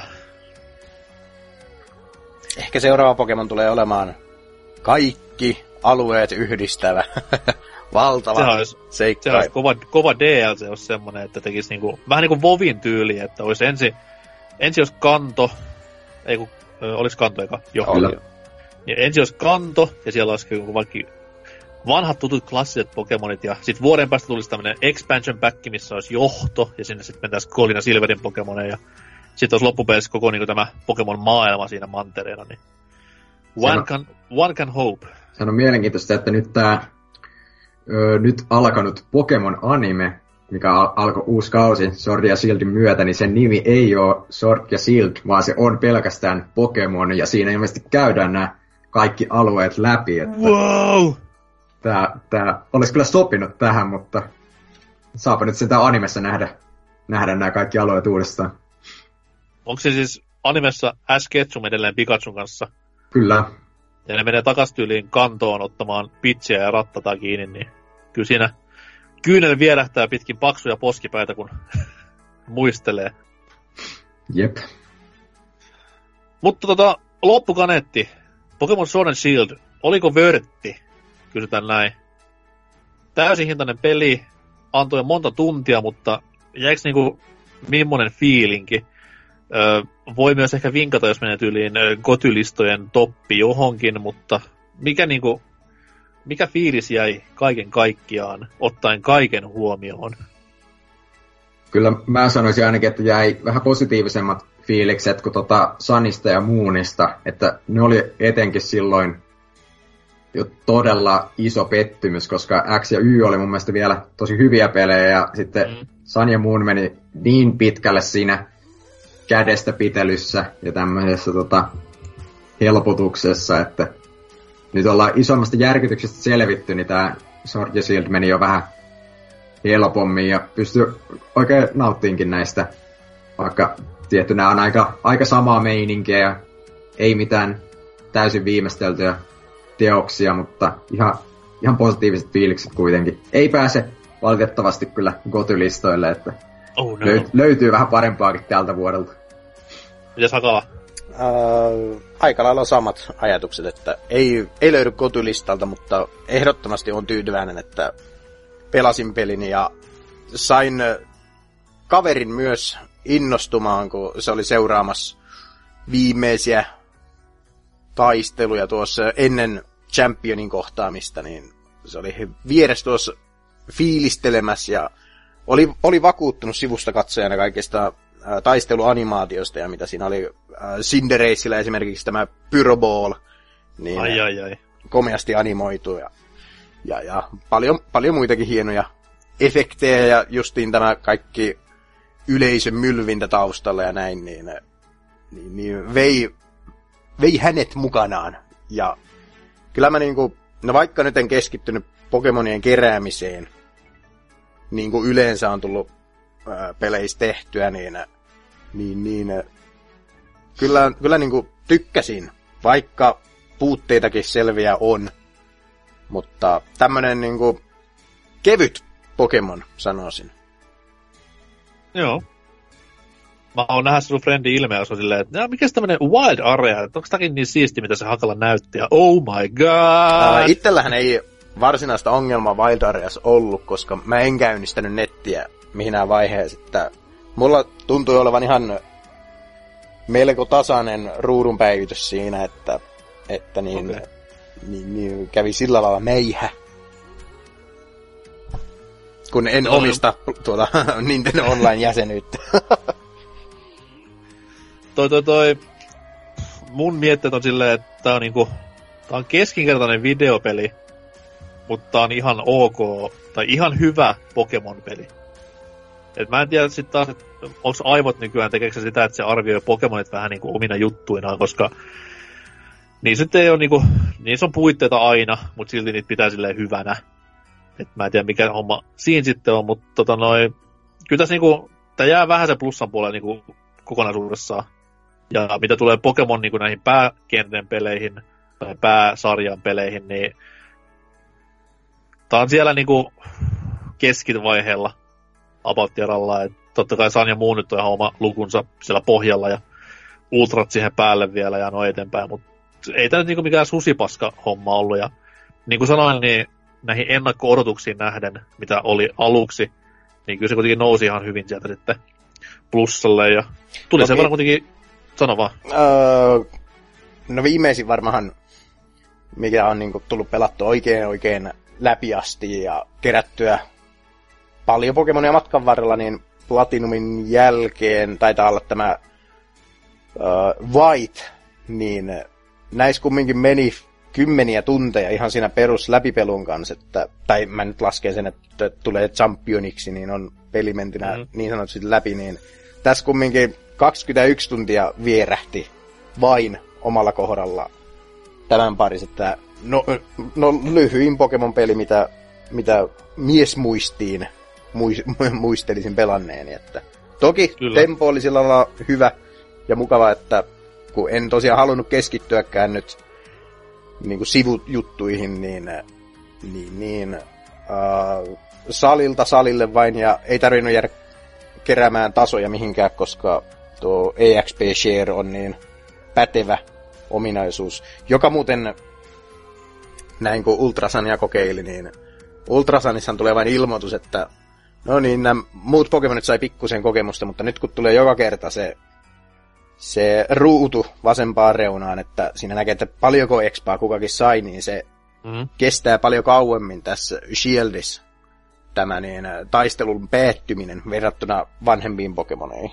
Ehkä seuraava Pokemon tulee olemaan kaikki alueet yhdistävä. Valtava seikkailu. Se olisi kova, kova D L C, olisi semmoinen, että tekisi niinku, vähän niin kuin Vovin tyyli, että olisi ensin, ensin jos kanto, ei kun, olisi kanto eka, joo. Niin ensin olisi kanto, ja siellä olisi vaikka vanhat tutut klassiset Pokemonit, ja sitten vuoden päästä tulisi tämmöinen expansion pack, missä olisi johto, ja sinne sitten mentäisiin Goldin ja Silverin Pokemoneja, ja sitten olisi loppupeleissä koko niin tämä Pokemon-maailma siinä mantereena, niin one, on, can, one can hope. Se on mielenkiintoista, että nyt tämä nyt alkanut Pokemon-anime, mikä al- alkoi uusi kausi Sword ja Shieldin myötä, niin sen nimi ei ole Sword ja Shield, vaan se on pelkästään Pokemon, ja siinä ilmeisesti käydään nämä kaikki alueet läpi. Että wow! Tää, tää olisi kyllä sopinut tähän, mutta saapa nyt sitä animessa nähdä, nähdä nämä kaikki alueet uudestaan. Onko se siis animessa Ash Ketchum edelleen Pikachun kanssa? Kyllä. Ja ne menee takastyyliin kantoon ottamaan pitchiä ja rattataa kiinni, niin kyllä siinä kyynel vierähtää pitkin paksuja poskipäitä, kun muistelee. Jep. Mutta tota, loppukaneetti. Pokemon Sword and Shield, oliko vörtti? Kysytään näin. Täysin hintainen peli, antoi monta tuntia, mutta jäikö niinku millainen fiilinki? Öö, voi myös ehkä vinkata, jos menee tyyliin Goty-listojen toppi johonkin, mutta mikä, niinku, mikä fiilis jäi kaiken kaikkiaan, ottaen kaiken huomioon? Kyllä mä sanoisin ainakin, että jäi vähän positiivisemmat fiilikset kuin tota Sunista ja Moonista, että ne oli etenkin silloin jo todella iso pettymys, koska X ja Y oli mun mielestä vielä tosi hyviä pelejä, ja sitten mm. Sun ja Moon meni niin pitkälle siinä kädestä pitelyssä ja tämmöisessä tota, helpotuksessa, että nyt ollaan isommasta järkytyksestä selvitty, niin tää Sword ja Shield meni jo vähän helpommin ja pystyy oikein nauttiinkin näistä, vaikka tietty nämä on aika, aika samaa meininkiä ja ei mitään täysin viimeisteltyjä teoksia, mutta ihan, ihan positiiviset fiilikset kuitenkin. Ei pääse valitettavasti kyllä Goty-listoille, että oh no. löyt, löytyy vähän parempaakin tältä vuodelta. Mitäs Hakala? Äh, aika lailla samat ajatukset, että ei, ei löydy Goty-listalta, mutta ehdottomasti on tyytyväinen, että pelasin pelin ja sain kaverin myös innostumaan, kun se oli seuraamassa viimeisiä taisteluja tuossa ennen Championin kohtaamista, niin se oli vieressä tuossa fiilistelemässä ja oli, oli vakuuttunut sivusta katsojana kaikista ää, taisteluanimaatioista ja mitä siinä oli ää, Cinderaceillä esimerkiksi tämä Pyroball, niin ai, ai, ai. komeasti animoitu ja, ja, ja paljon, paljon muitakin hienoja efektejä ja justiin tämä kaikki yleisön mylvintä taustalla ja näin, niin niin, niin vei, vei hänet mukanaan. Ja kyllä mä niinku, no vaikka nyt en keskittynyt Pokemonien keräämiseen, niin kuin yleensä on tullut ää, peleissä tehtyä, niin, niin, niin kyllä, kyllä niinku tykkäsin, vaikka puutteitakin selviä on. Mutta tämmönen niinku kevyt Pokemon, sanoisin. Joo. Mä oon nähdä sun friendin ilmeä, jos on silleen, että mikäs tämmönen Wild Area, että onko tämäkin niin siisti, mitä se Hakala näytti, ja oh my god! Ää, itsellähän ei varsinaista ongelmaa Wild Areas ollut, koska mä en käynnistänyt nettiä mihinään vaiheessa, että mulla tuntui olevan ihan melko tasainen ruudunpäivitys siinä, että, että niin, okay. niin, niin kävi sillä lailla meihä. Kun en no, omista tuota Nintendo Online-jäsenyyttä. toi, toi, toi. Mun mietteet on silleen, että tää on niinku, tää on keskinkertainen videopeli, mutta tää on ihan ok, tai ihan hyvä Pokemon-peli. Et mä en tiedä sit taas, että onks aivot nykyään tekeekö sitä, että se arvioi Pokemonit vähän niinku omina juttuinaan, koska niin sitten ei oo niinku, niissä on puitteita aina, mut silti niitä pitää silleen hyvänä. Et mä en tiedä mikä homma siinä sitten on, mutta tota noi, kyllä tässä niinku, tää jää vähän se plussan puolelle niinku kokonaisuudessaan. Ja mitä tulee Pokemon niinku näihin pääkentän peleihin, tai pääsarjan peleihin, niin tää on siellä niinku keskivaiheella about-jaralla, että totta kai San ja Moon nyt on ihan oma lukunsa siellä pohjalla ja ultrat siihen päälle vielä ja noin eteenpäin, mutta ei tää nyt niinku mikään susipaska homma ollut ja niin kuin sanoin, niin näihin ennakko-odotuksiin nähden, mitä oli aluksi, niin kyllä se kuitenkin nousi ihan hyvin sieltä sitten plussalle ja tuli no, sen verran kuitenkin, sano vaan. Öö, no viimeisin varmahan, mikä on niinku tullut pelattua oikein oikein läpi asti ja kerättyä paljon Pokemonia matkan varrella, niin Platinumin jälkeen taitaa olla tämä uh, White, niin näissä kumminkin meni kymmeniä tunteja ihan siinä perus läpipelun kanssa, että, tai mä nyt lasken sen, että tulee championiksi, niin on pelimentinä mm-hmm. niin sanotusti läpi, niin tässä kumminkin kaksikymmentäyksi tuntia vierähti vain omalla kohdalla tämän paris, että no, no lyhyin Pokemon-peli, mitä, mitä mies muistiin muistelisin pelanneeni, että toki Kyllä. tempo oli sillä lailla hyvä ja mukava, että kun en tosiaan halunnut keskittyäkään nyt niin kuin sivujuttuihin, niin, niin, niin äh, salilta salille vain, ja ei tarvinnut jäädä keräämään tasoja mihinkään, koska tuo E X P-share on niin pätevä ominaisuus, joka muuten näin kun Ultrasania kokeili, niin Ultrasanissahan tulee vain ilmoitus, että no niin, nämä muut Pokemonit sai pikkusen kokemusta, mutta nyt kun tulee joka kerta se, se ruutu vasempaan reunaan, että siinä näkee, että paljonko expaa kukakin sai, niin se mm. kestää paljon kauemmin tässä Shieldissä tämä niin, taistelun päättyminen verrattuna vanhempiin Pokemoneihin.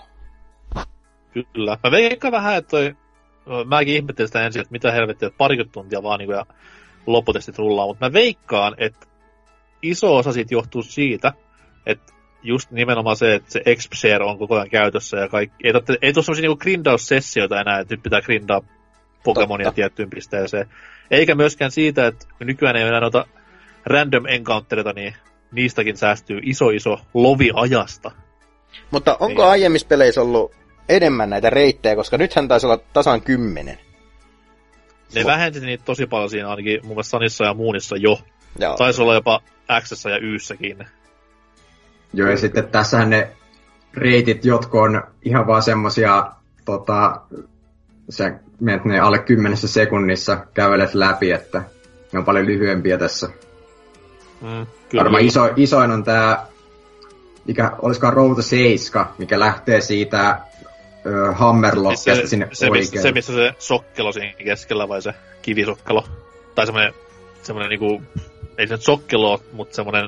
Kyllä. Mä veikkaan vähän, että toi, mäkin ihmettelin sitä ensin, että mitä helvettiä, että parikymmentä tuntia vaan niin kuin, ja lopputestit rullaa, mutta mä veikkaan, että iso osa siitä johtuu siitä, että just nimenomaan se, että se X P-share on koko ajan käytössä ja kaikki. Ei, totta, ei tule semmosia niinku grindaus-sessioita enää, että nyt pitää grindaa Pokemonia Totta. tiettyyn pisteeseen. Eikä myöskään siitä, että nykyään ei enää noita random encounterita, niin niistäkin säästyy iso iso lovi ajasta. Mutta onko niin. aiemmissa peleissä ollut enemmän näitä reittejä, koska nythän taisi olla tasan kymmenen? Ne vähensi niitä tosi paljon siinä ainakin mun mielestä Sunissa ja Moonissa jo. Joo. Taisi olla jopa X:ssä ja Y:ssäkin. Joo, ja sitten tässähän ne reitit, jotka on ihan vaan semmosia, tota, sä menet ne alle kymmenessä sekunnissa, kävelet läpi, että ne on paljon lyhyempiä tässä. Mm, Varmaan iso, isoin on tää, mikä olisikohan Route seitsemän, mikä lähtee siitä ö, Hammerlockesta sinne se, oikein. Se, missä se sokkelo siinä keskellä, vai se kivisokkelo? Tai semmonen, semmonen niinku, ei se nyt sokkelo, mutta semmonen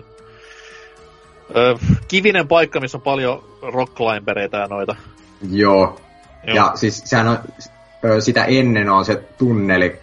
Öö, kivinen paikka, missä on paljon rockclimbereita ja noita. Joo. Joo. Ja siis sehän on, ö, sitä ennen on se tunneli.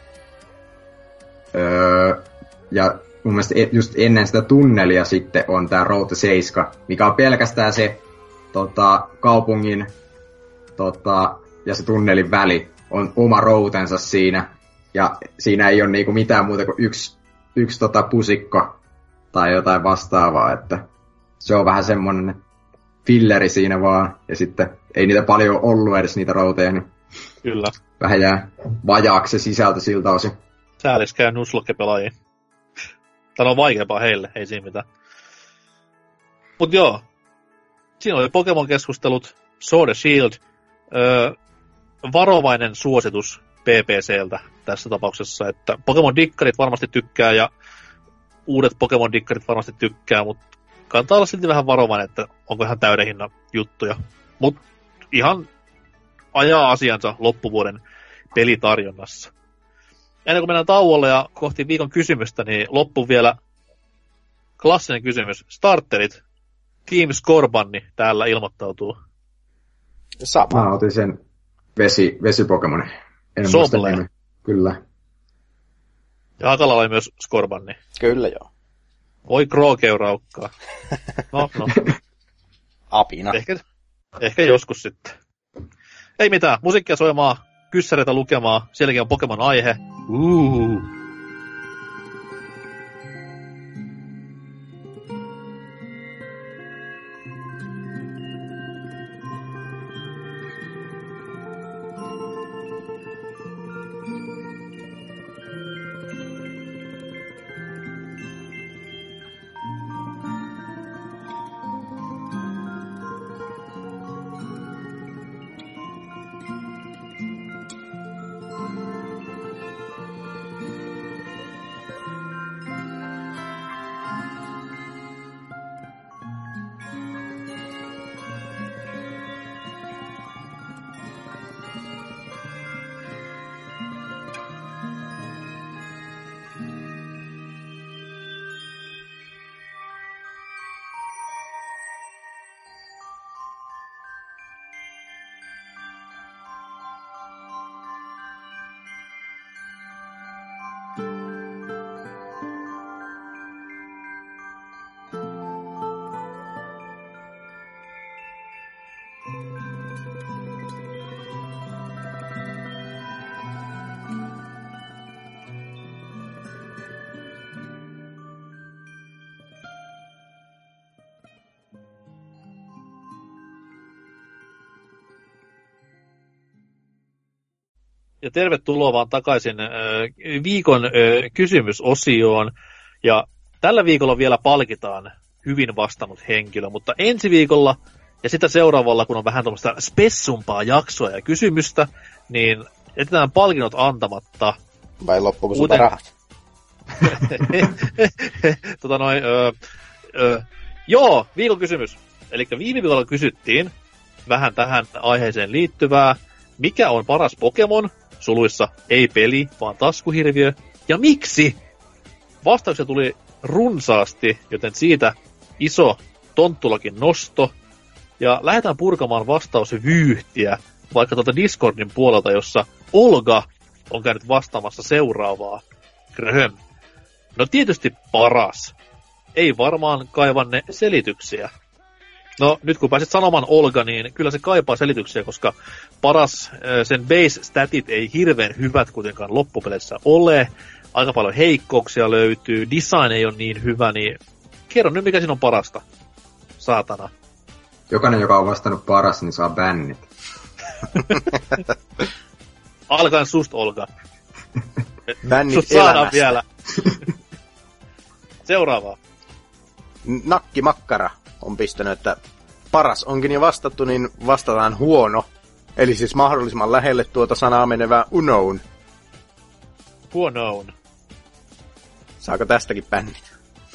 Öö, ja mun mielestä just ennen sitä tunnelia sitten on tää Route seitsemän, mikä on pelkästään se tota, kaupungin tota, ja se tunnelin väli on oma routensa siinä. Ja siinä ei ole niinku mitään muuta kuin yksi, yksi tota pusikko tai jotain vastaavaa, että se on vähän semmonen filleri siinä vaan. Ja sitten ei niitä paljon ollut edes niitä routeja, niin kyllä. Vähän jää vajaaksi se sisältö siltä osin. Sääliskää Nuzlocke-pelaajia. Tämä on vaikeampaa heille, ei siinä mitään. Mut joo, siinä oli Pokemon-keskustelut, Sword and Shield, öö, varovainen suositus P P C:ltä tässä tapauksessa, että Pokemon-dikkarit varmasti tykkää ja uudet Pokemon-dikkarit varmasti tykkää, mutta kannattaa olla silti vähän varovainen, että onko ihan täyden hinnan juttuja. Mut ihan ajaa asiansa loppuvuoden pelitarjonnassa. Ennen kuin mennään tauolle ja kohti viikon kysymystä, niin loppu vielä klassinen kysymys. Starterit. Team Scorbanni täällä ilmoittautuu. Sama. Mä otin sen vesi, vesipokemonin. En muista nimi. Kyllä. Ja Hakala oli myös Scorbanni. Kyllä joo. Voi Krookeuraukkaa. No, no. Apina. Ehkä, ehkä joskus sitten. Ei mitään. Musiikkia soimaan, kyssäreitä lukemaan. Sielläkin on Pokemon-aihe. Uhu. Ja tervetuloa vaan takaisin äh, viikon äh, kysymysosioon. Ja tällä viikolla vielä palkitaan hyvin vastannut henkilö, mutta ensi viikolla ja sitä seuraavalla, kun on vähän tuommoista spessumpaa jaksoa ja kysymystä, niin jätetään palkinnot antamatta. Vai loppuuko sulta rahat? tota noin, öö, öö, joo, viikon kysymys. Eli viime viikolla kysyttiin vähän tähän aiheeseen liittyvää, mikä on paras Pokemon, suluissa ei peli, vaan taskuhirviö, ja miksi? Vastauksia tuli runsaasti, joten siitä iso tonttulakin nosto, ja lähdetään purkamaan vastausvyyhtiä, vaikka tuolta Discordin puolelta, jossa Olga on käynyt vastaamassa seuraavaa. Gröhöm. No tietysti paras. Ei varmaan kaivanne selityksiä. No nyt kun pääsit sanomaan Olga, niin kyllä se kaipaa selityksiä, koska paras, sen base-statit ei hirveän hyvät kuitenkaan loppupeleissä ole. Aika paljon heikkouksia löytyy, design ei ole niin hyvä, niin kerro nyt mikä siinä on parasta. Saatana. Jokainen, joka on vastannut paras, niin saa bännit. Alkaen sust, Olga. Bännit sust saadaan elämästä. vielä. Seuraavaa. Nakki Makkara on pistänyt, että paras onkin jo vastattu, niin vastataan huono. Eli siis mahdollisimman lähelle tuota sanaa menevää unknown. Huonoon. Saako tästäkin bännit?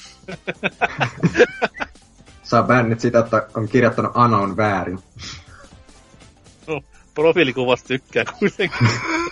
Saa bännit sitä, että on kirjoittanut Anon väärin. No, profiilikuvasta tykkää kuitenkin.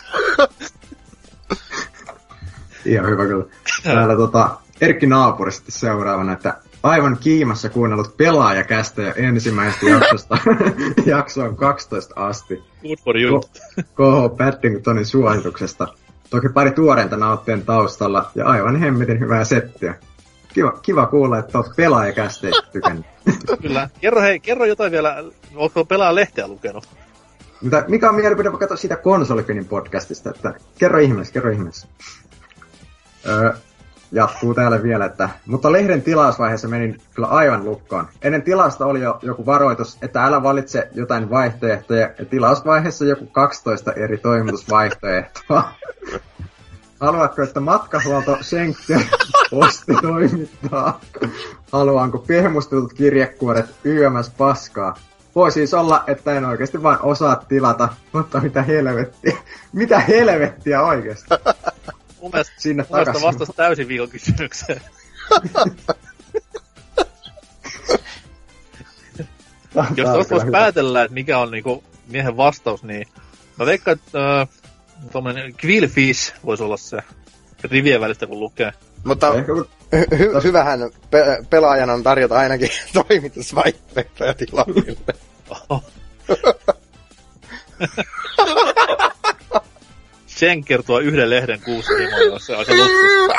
Ihan hyvä kyllä. Täällä tota, Erkki Naapuri sitten seuraavana, että aivan kiimassa kuunnellut pelaajakästä ja ensimmäisestä jaksosta jaksoon kaksitoista asti. Good for you. K H Paddingtonin suosituksesta. Toki pari tuoreinta nauttien taustalla ja aivan hemmetin hyvää settiä. Kiva, kiva kuulla, että oot pelaajakästeistä tykännyt. Kyllä. Kerro hei, kerro jotain vielä. Ootko pelaa lehteä lukenut? Mitä, mikä on mielipide vaikka siitä konsolifinin podcastista, että kerro ihmeessä, kerro ihmeessä. Öö, jatkuu täällä vielä, että mutta lehden tilausvaiheessa menin kyllä aivan lukkoon. Ennen tilausta oli jo joku varoitus, että älä valitse jotain vaihtoehtoja, ja tilausvaiheessa joku kaksitoista eri toimitusvaihtoehtoa. Haluatko, että matkahuolto Schenker posti toimittaa? Haluanko pehmustetut kirjekuoret Y M S paskaa? Voi siis olla, että en oikeasti vain osaa tilata, mutta mitä helvettiä. Mitä helvettiä oikeasti? Mun mielestä, Sinne mun mielestä takaisin. vastasi täysin viikon kysymykseen. Jos tuosta voisi päätellä, että mikä on niinku miehen vastaus, niin mä veikkaan, että äh, tommonen Quillfish voisi olla se rivien välistä, kun lukee. Mutta Ehkä kun- hy- hy- hyvähän pe- pelaajan on tarjota ainakin toimitusvaihtoehtoja tilaajille. Oho. Schenker tuo yhden lehden kuusi himoilla, se on se luksus.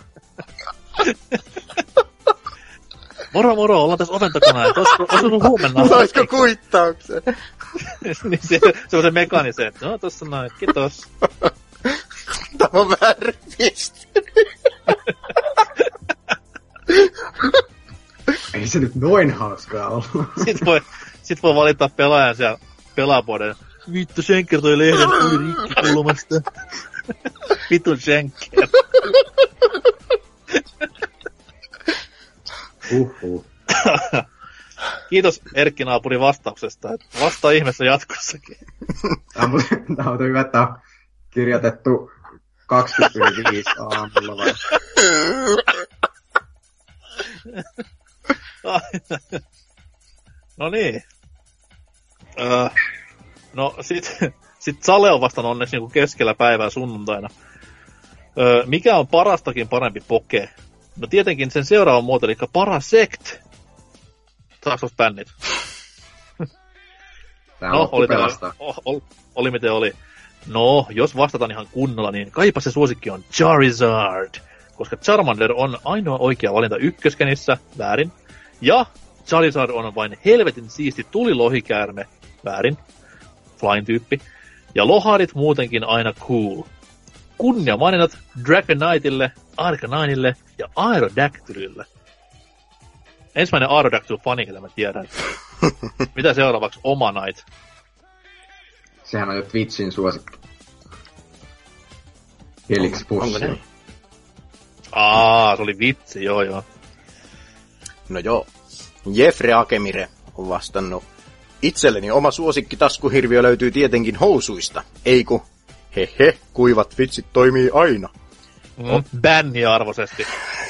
Moro moro, ollaan tässä oven takana, että olisiko, olisiko huomenna? Saisiko kuittauksen? Niin se, se on se mekaniseen, että no tossa noin, kiitos. Tämä on väärin pistynyt. Ei se nyt noin hauskaa ollut. Sit voi, sit voi valita pelaajan siellä pelaapuoden. Vittu, Schenker toi lehden tuli rikkikulmasta. Vittu Schenker. Uhuh. Kiitos Erkki naapuri vastauksesta. Et vastaa ihmeessä jatkossakin. Tämä on, tämä on hyvä, että on kirjoitettu kaksikymmentäviisi aamulla vai? No niin. Öö, no sit, sit Sale on vastannut onneksi niinku keskellä päivää sunnuntaina. Öö, mikä on parastakin parempi poke? No tietenkin sen seuraavan muoto, eli Parasect. Saaks tuossa bännit? Tämä No, on oli, pelastaa. oli, oli, oli miten oli. No, jos vastataan ihan kunnolla, niin kaipa se suosikki on Charizard. Koska Charmander on ainoa oikea valinta ykköskenissä, väärin. Ja Charizard on vain helvetin siisti tulilohikäärme, väärin. Flying-tyyppi. Ja lohadit muutenkin aina cool. Kunniamaininnat Dragoniteille, Arcanineille ja Aerodactylille. Ensimmäinen Aerodactyl-fani, ketä mä tiedän. Mitä seuraavaksi? Omanite. Sehän on jo Twitchin suosikki. Helix Onko Pussi. niin? Aa, se oli vitsi, joo joo. No joo. Jeffrey Akemire on vastannut. Itselleni oma suosikki taskuhirviö löytyy tietenkin housuista. Eiku. Hehe, kuivat vitsit toimii aina. Mm, bänniarvoisesti.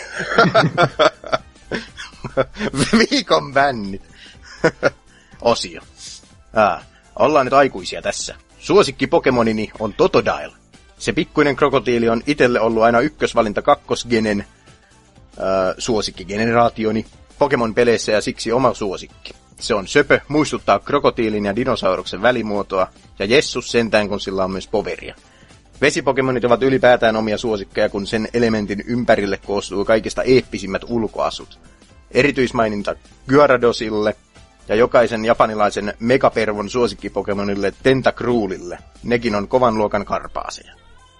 Viikon bännit. Osio. Ää, ollaan nyt aikuisia tässä. Suosikki Pokemonini on Totodile. Se pikkuinen krokotiili on itelle ollut aina ykkösvalinta kakkosgenen ää, suosikkigeneraationi Pokemon-peleissä ja siksi oma suosikki. Se on söpö, muistuttaa krokotiilin ja dinosauruksen välimuotoa, ja jessus sentään, kun sillä on myös poveria. Vesipokemonit ovat ylipäätään omia suosikkeja, kun sen elementin ympärille koostuu kaikista eeppisimmät ulkoasut. Erityismaininta Gyaradossille ja jokaisen japanilaisen megapervon suosikkipokemonille Tentacruelille. Nekin on kovan luokan karpaaseja.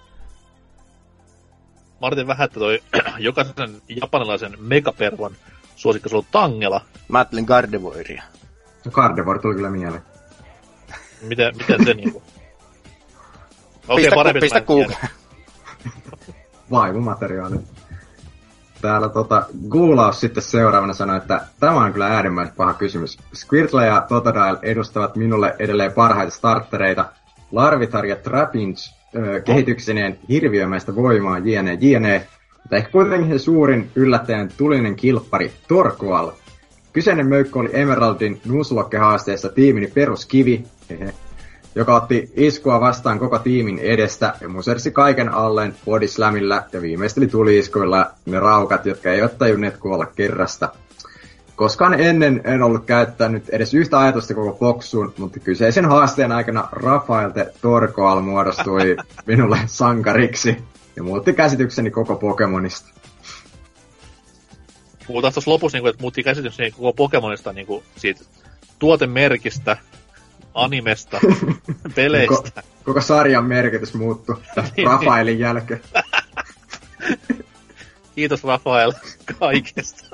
Martin vähän, että toi jokaisen japanilaisen megapervon suosikki on ollut Tangela. Mä ajattelin Gardevoiria. No Gardevoir tuli kyllä mieleen. Miten, miten se niinku? Okei, Pistä, parempi, ku, pistä että mä en Google. Vaivumateriaali. Täällä tota, Goulaus sitten seuraavana sanoi, että tämä on kyllä äärimmäisen paha kysymys. Squirtle ja Totodile edustavat minulle edelleen parhaita starttereita. Larvitar ja Trapinch öö, kehityksineen hirviömäistä voimaa jne jne. Mutta ehkä kuitenkin se suurin yllättäjän tulinen kilppari Torkoal. Kyseinen möykkö oli Emeraldin Nuzlocke-haasteessa tiimini peruskivi, hehe, joka otti iskua vastaan koko tiimin edestä ja musersi kaiken alleen bodyslamilla ja viimeisteli tuli-iskuilla ne raukat, jotka eivät tajunneet kuolla kerrasta. Koskaan ennen en ollut käyttänyt edes yhtä ajatusta koko boksuun, mutta kyseisen haasteen aikana Rafael de Torkoal muodostui minulle sankariksi ja muutti käsitykseni koko Pokemonista. Puhutaan tuossa lopussa, niin kuin, että muutti käsitys niin koko Pokemonista niin kuin siitä tuotemerkistä animesta, peleistä. Koko, koko sarjan merkitys muuttui Rafaelin jälkeen. Kiitos Rafael kaikesta.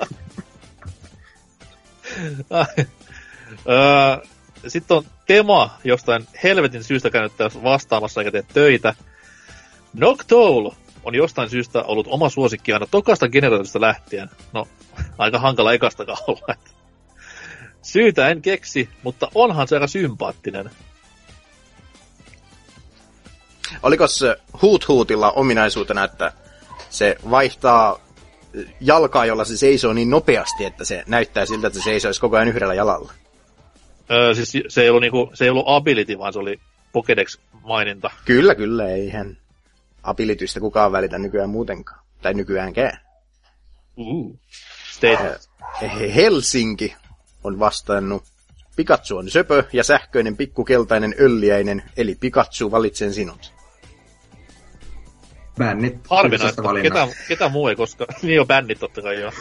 Sitten on Tema, jostain helvetin syystä käynyt tässä vastaamassa eikä tee töitä. Noctowl on jostain syystä ollut oma suosikki aina tokasta generaatiosta lähtien. No, aika hankala ekastakaan olla. Syytä en keksi, mutta onhan se aika sympaattinen. Oliko se Hoot Hootilla ominaisuutena, että se vaihtaa jalkaa, jolla se seisoo niin nopeasti, että se näyttää siltä, että se seisoisi koko ajan yhdellä jalalla? Öö, siis se ei ollut, niinku, se ei ollut ability, vaan se oli Pokédex-maininta. Kyllä, kyllä, eihän abilitystä kukaan välitä nykyään muutenkaan. Tai nykyäänkään. Uh, State. Helsinki on vastannut. Pikachu on söpö ja sähköinen pikkukeltainen ölliäinen, eli Pikachu, valitsen sinut. Bännit. Harvinaista. Ketä, ketä muu ei koskaan. Niin on bännit totta kai joo.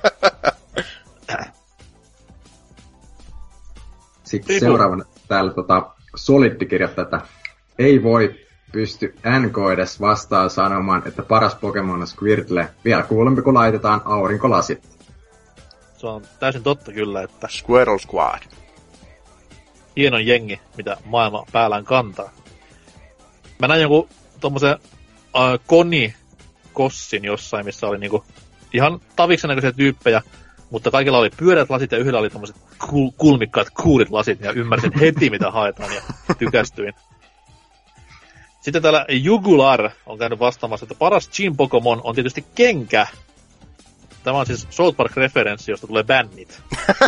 Sitten Ripu. Seuraavana täällä tota, Soliddi kirjoittaa, että ei voi pysty N K edes vastaan sanomaan, että paras Pokemon on Squirtle. Vielä kuulempi, kun laitetaan aurinkolasit. Se on täysin totta kyllä, että Squirrel Squad. Hieno jengi, mitä maailma päällään kantaa. Mä näin jonkun tommosen äh, Koni-kossin jossain, missä oli niinku ihan taviksen näköisiä tyyppejä, mutta kaikilla oli pyöreät lasit ja yhdellä oli tommoset kul- kulmikkaat kuurit lasit, ja ymmärsin heti mitä haetaan ja tykästyin. Sitten täällä Jugular on käynyt vastaamassa, että paras Gym-Pokemon on tietysti kenkä. Tämä on siis South Park-referenssi, josta tulee bännit.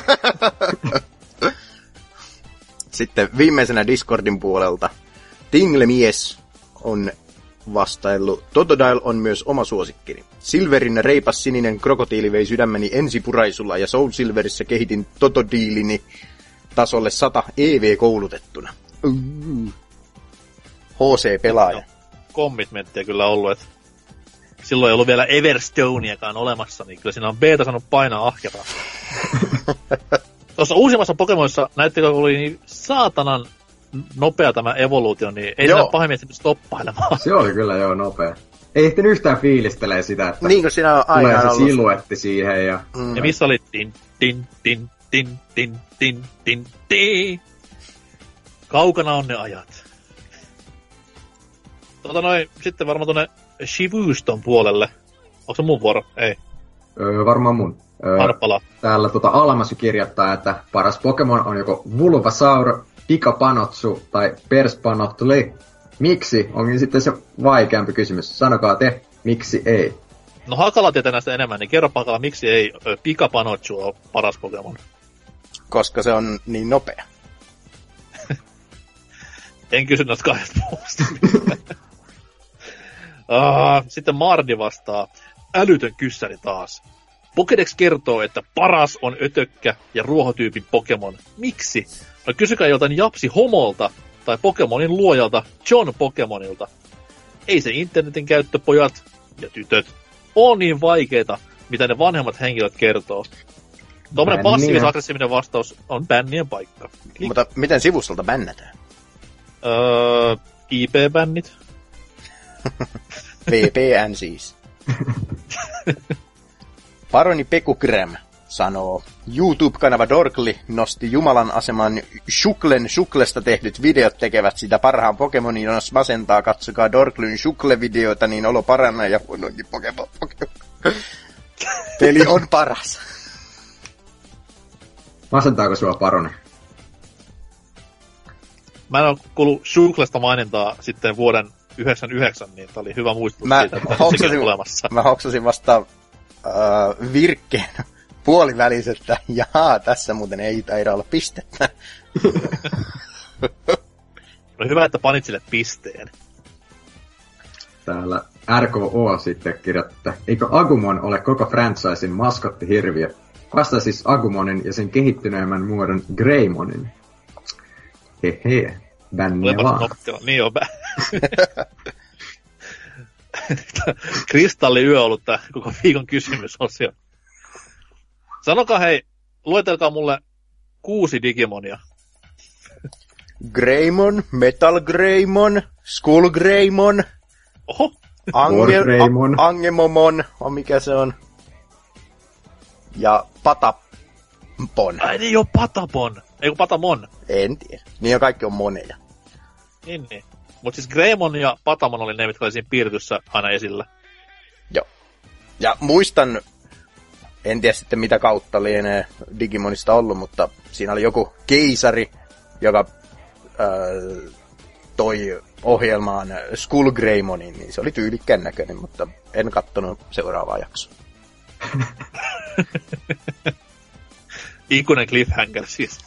Sitten viimeisenä Discordin puolelta Tinglemies on vastaillut. Totodile on myös oma suosikkini. Silverin reipas sininen krokotiili vei sydämeni ensipuraisulla ja Soul Silverissä kehitin Totodilini tasolle sata E V-koulutettuna. Uh. H C-pelaaja. No, kommitmenttiä kyllä ollut, että silloin ei ollut vielä Everstoneakaan olemassa, niin kyllä siinä on B:tä saanut painaa ahkeraa. Tuossa uusimmassa Pokemonissa näyttikö, kun oli niin saatanan nopea tämä evoluutio, niin ei siinä pahemmin ehtinyt stoppailemaan. Se oli kyllä joo nopea. Ei ehtinyt yhtään fiilistelee sitä, että niin, kun siinä on aina tulee se ollut siluetti siihen. Ja, mm. ja missä oli tin, tin, tin, tin, tin, tin, tin, tin. Kaukana on ne ajat. Tota noin, sitten varmaan tonne Shivuston puolelle. Onko se mun vuoro? Ei. Öö, varmaan mun. Öö, Harppala. Täällä tota Almasy kirjoittaa, että paras Pokemon on joko Bulbasaur, Pikapanotsu tai Perspanotli. Miksi? Onkin sitten se vaikeampi kysymys. Sanokaa te, miksi ei? No Hakala tietää näistä enemmän, niin kerro Hakala, miksi ei Pikapanotsu ole paras Pokemon? Koska se on niin nopea. En kysy noista kahdesta puolesta. uh, sitten Mardi vastaa. Älytön kyssäri taas. Pokédex kertoo, että paras on ötökkä ja ruohotyypin Pokemon. Miksi? No kysykää joltain Japsi Homolta tai Pokemonin luojalta John Pokemonilta. Ei se internetin käyttö, pojat ja tytöt, on niin vaikeeta, mitä ne vanhemmat henkilöt kertoo. Tuommoinen passiivis-aggressiivinen vastaus on bännien paikka. Klik. Mutta miten sivustolta bännätään? Öö, I P-bännit. V P N siis. Paroni Pekukrem sanoo, YouTube-kanava Dorkly nosti Jumalan aseman Shuklen Shuklesta tehdyt videot tekevät sitä parhaan Pokemonin, jos masentaa, katsokaa Dorklyn Shukle-videoita, niin olo paranee ja huonoinkin Pokemon. Peli on paras. Masentaako sua Paroni? Mä en ole kuullut Shuklesta mainintaa sitten vuoden yhdeksänkymmentäyhdeksän, niin tää oli hyvä muistutus mä siitä, että sekin on olemassa. Mä hoksasin vasta Uh, virkkeen puoliväliseltä. Jaha, tässä muuten ei taida olla pistettä. No hyvä, että panit sille pisteen. Täällä R K O sitten kirjoittaa, eikö Agumon ole koko franchisin maskottihirviö? Vasta siis Agumonin ja sen kehittyneemmän muodon Greymonin. Hehe, bänniä vaan. Nokkela. Niin on bä... Kristalliyö on ollut tää koko viikon kysymysosio. Sanokaa hei, luetelkaa mulle kuusi Digimonia. Greymon, Metal Greymon, Skull Greymon, Oho, Ange- Greymon. A- Angemomon, on mikä se on, ja Patapon. ai niin, on Patapon. Ei kun Patamon. En tiedä. Niin ja kaikki on moneja. Niin, niin. Mut siis Greymon ja Patamon oli ne, mitkä oli siinä piirrytyssä aina esillä. Joo. Ja muistan, en tiedä sitten mitä kautta lienee Digimonista ollut, mutta siinä oli joku keisari, joka äh, toi ohjelmaan Skull Greymonin, niin se oli tyylikkään näköinen, mutta en kattonut seuraavaa jaksoa. Ikuinen cliffhanger siis.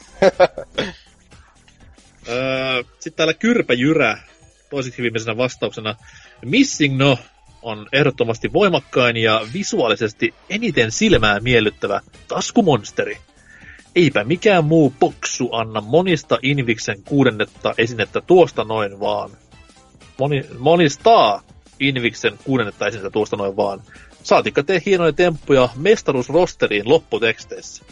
öö, Sitten täällä Kyrpä Jyrä toiseksi viimeisenä vastauksena. Missing No on ehdottomasti voimakkain ja visuaalisesti eniten silmää miellyttävä taskumonsteri. Eipä mikään muu boksu anna monista Inviksen kuudennetta esinettä tuosta noin vaan. Moni, monistaa Inviksen kuudennetta esinettä tuosta noin vaan. Saatikka tee hienoja temppuja mestaruusrosteriin lopputeksteissä.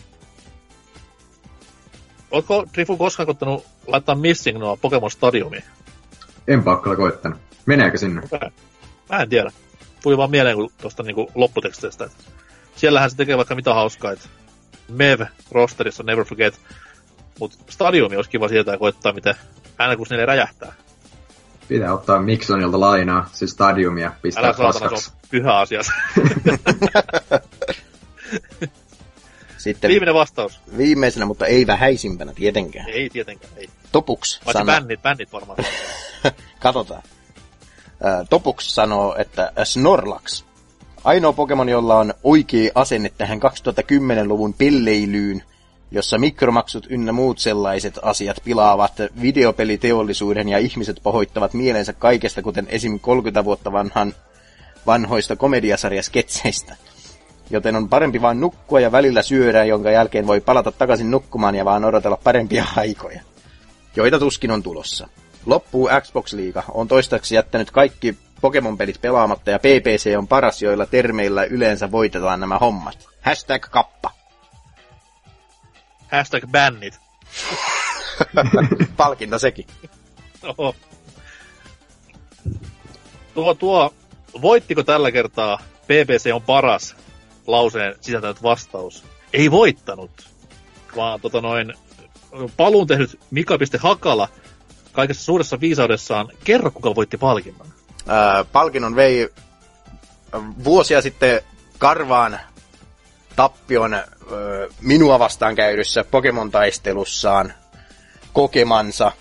Ootko, Trifu, koskaan koittanut laittaa Missing Noa Pokemon Stadiumiin? En pakkalla koittanut. Meneekö sinne? Mä, mä en tiedä. Tuli vaan mieleen tuosta niinku lopputeksteistä. Et siellähän se tekee vaikka mitä hauskaa, että Mev-rosterissa Never Forget, mut Stadiumi olisi kiva sieltä koittaa, miten N kuusikymmentäneljä räjähtää. Pitää ottaa Miksonilta lainaa, se Stadiumia, pistää Älä saatana, paskaksi. se on pyhä asia. Sitten Viimeinen vastaus. viimeisenä, mutta ei vähäisimpänä tietenkään. Ei tietenkään, ei. Topuks Paitsi sanoo... bännit, bännit varmaan. Katsotaan. Ää, Topuks sanoo, että Snorlax. Ainoa Pokemon, jolla on oikea asenne tähän kaksituhattakymmenluvun pelleilyyn, jossa mikromaksut ynnä muut sellaiset asiat pilaavat videopeliteollisuuden ja ihmiset pahoittavat mielensä kaikesta, kuten esim. kolmekymmentä vuotta vanhan vanhoista komediasarjasketseistä. Joten on parempi vaan nukkua ja välillä syödä, jonka jälkeen voi palata takaisin nukkumaan ja vaan odotella parempia aikoja, joita tuskin on tulossa. Loppuu Xbox-liiga, on toistaiseksi jättänyt kaikki Pokemon-pelit pelaamatta ja P P C on paras, joilla termeillä yleensä voitetaan nämä hommat. Hashtag kappa. Hashtag bännit. Palkinto sekin. Oho. Tuo, tuo, voittiko tällä kertaa P P C on paras lauseen sisältänyt vastaus? Ei voittanut, vaan tota noin, paluun tehnyt Mika.Hakala kaikessa suuressa viisaudessaan. Kerro, kuka voitti palkinnon. Ää, palkinnon vei vuosia sitten karvaan tappion ää, minua vastaan käydyssä Pokemon-taistelussaan kokemansa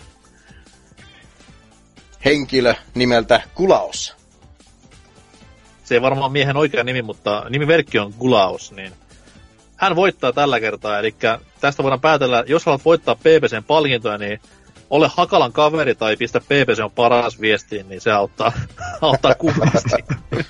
henkilö nimeltä Kulaos. Se ei varmaan miehen oikea nimi, mutta nimimerkki on Gulaos, niin hän voittaa tällä kertaa. Eli tästä voidaan päätellä, jos haluat voittaa P P C:n palkintoja, niin ole Hakalan kaveri tai pistä P P C on paras viestiin, niin se auttaa, auttaa kummasti.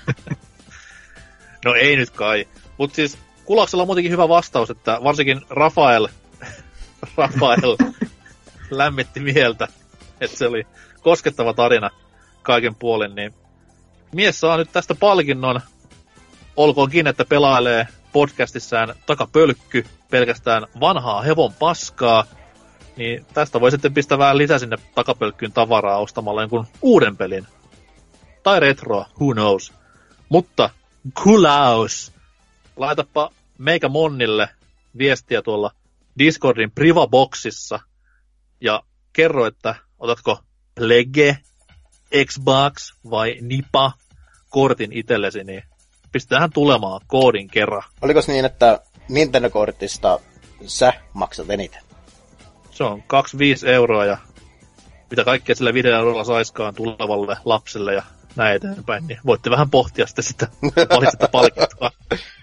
No ei nyt kai. Mutta siis Kulauksella on muutenkin hyvä vastaus, että varsinkin Rafael, Rafael lämmitti mieltä, että se oli koskettava tarina kaiken puolin, niin mies saa nyt tästä palkinnon, olkoonkin, että pelailee podcastissään takapölkky pelkästään vanhaa hevon paskaa, niin tästä voi sitten pistää vähän lisää sinne takapölkkyyn tavaraa ostamalla jonkun uuden pelin. Tai retroa, who knows. Mutta, Kulaus, laitapa meikä Monnille viestiä tuolla Discordin Privaboxissa ja kerro, että otatko Plege, Xbox vai Nipa kortin itsellesi, niin pistetään tulemaan koodin kerran. Olikos niin, että Nintendo-kortista sä maksat eniten? Se on kaksikymmentäviisi euroa ja mitä kaikkea sillä viidellä eurolla saiskaan tulevalle lapselle ja näin eteenpäin, niin voitte vähän pohtia sitten sitä valitsetta palkintoa.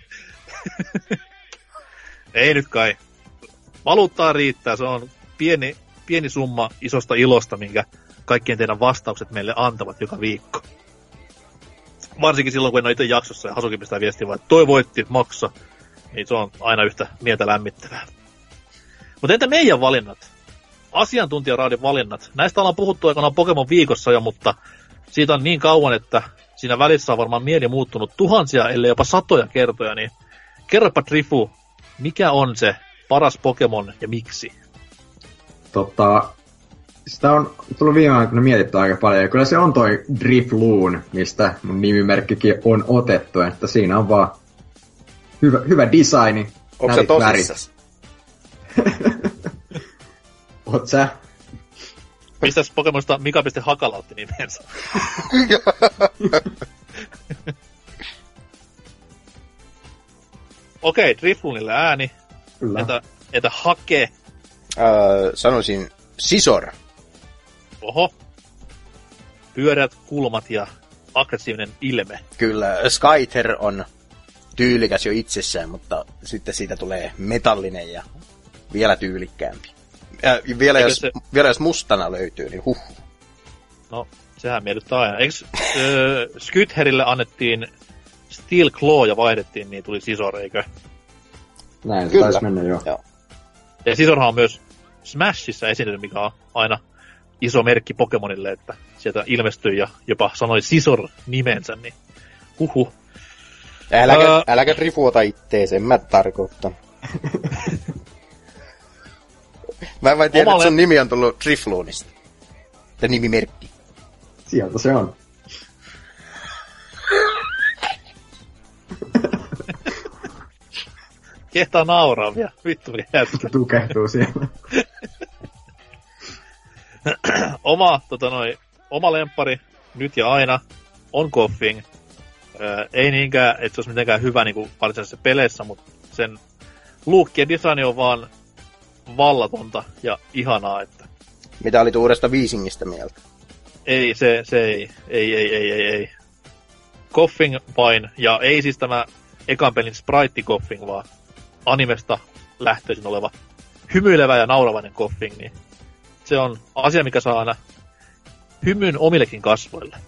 Ei nyt kai. Valuuttaa riittää, se on pieni, pieni summa isosta ilosta, minkä kaikkien teidän vastaukset meille antavat joka viikko. Varsinkin silloin, kun en ole itse jaksossa ja Hasuki pistää viestiä, että toi voitti, maksa. Niin se on aina yhtä mieltä lämmittävää. Mutta entä meidän valinnat? Asiantuntijaraadin valinnat. Näistä ollaan puhuttu aikanaan Pokemon viikossa jo, mutta siitä on niin kauan, että siinä välissä on varmaan mieli muuttunut tuhansia, ellei jopa satoja kertoja. Niin kerropa Trifu, mikä on se paras Pokemon ja miksi? Tota, Sitä on tullut viime aikoina mietitty aika paljon, ja kyllä se on toi Drifloon, mistä mun nimimerkkikin on otettu, että siinä on vaan hyvä, hyvä designi. Onko sä tosissas? Oot sä? Mistäs Pokemonista Mika.Hakala otti nimensä? Okei, okay, Drifloonille ääni. Kyllä. Entä, entä Hake? Öö, sanoisin Scizor. Oho. Pyöreät kulmat ja aggressiivinen ilme. Kyllä, Skyther on tyylikäs jo itsessään, mutta sitten siitä tulee metallinen ja vielä tyylikkäämpi. Ja vielä, jos, se... vielä jos mustana löytyy, niin huh. No, sehän miellyttää aina. Eikö äh, Skytherille annettiin Steel Claw ja vaihdettiin, niin tuli Scizor, eikö? Näin, se taisi mennä jo. Joo. Ja Scizorhan on myös Smashissa esiintynyt, mikä on aina iso merkki Pokemonille, että sieltä ilmestyi ja jopa sanoi Scizor nimensä, niin huhu. Äläkä, uh, äläkä trifuota ittees, en mä tarkoittaa. Mä vain tiedän, Omalle... että sun nimi on tullut Drifloonista. Tämä nimimerkki. Sieltä se on. Kehtaa nauraa vielä. Vittu mikä jätkä. Tukehtuu siellä. oma, tota noi, oma lemppari, nyt ja aina, on Koffing. Öö, ei niinkään, että se olisi mitenkään hyvä niinku varsinaisessa peleissä, mutta sen look ja design on vaan vallatonta ja ihanaa, että... Mitä olit uudesta Viisingistä mieltä? Ei, se, se ei, ei, ei, ei, ei, ei. Koffing vain, ja ei siis tämä ekan pelin sprite Koffing, vaan animesta lähtöisin oleva hymyilevä ja nauravainen Koffing, niin se on asia, mikä saa aina hymyn omillekin kasvoille.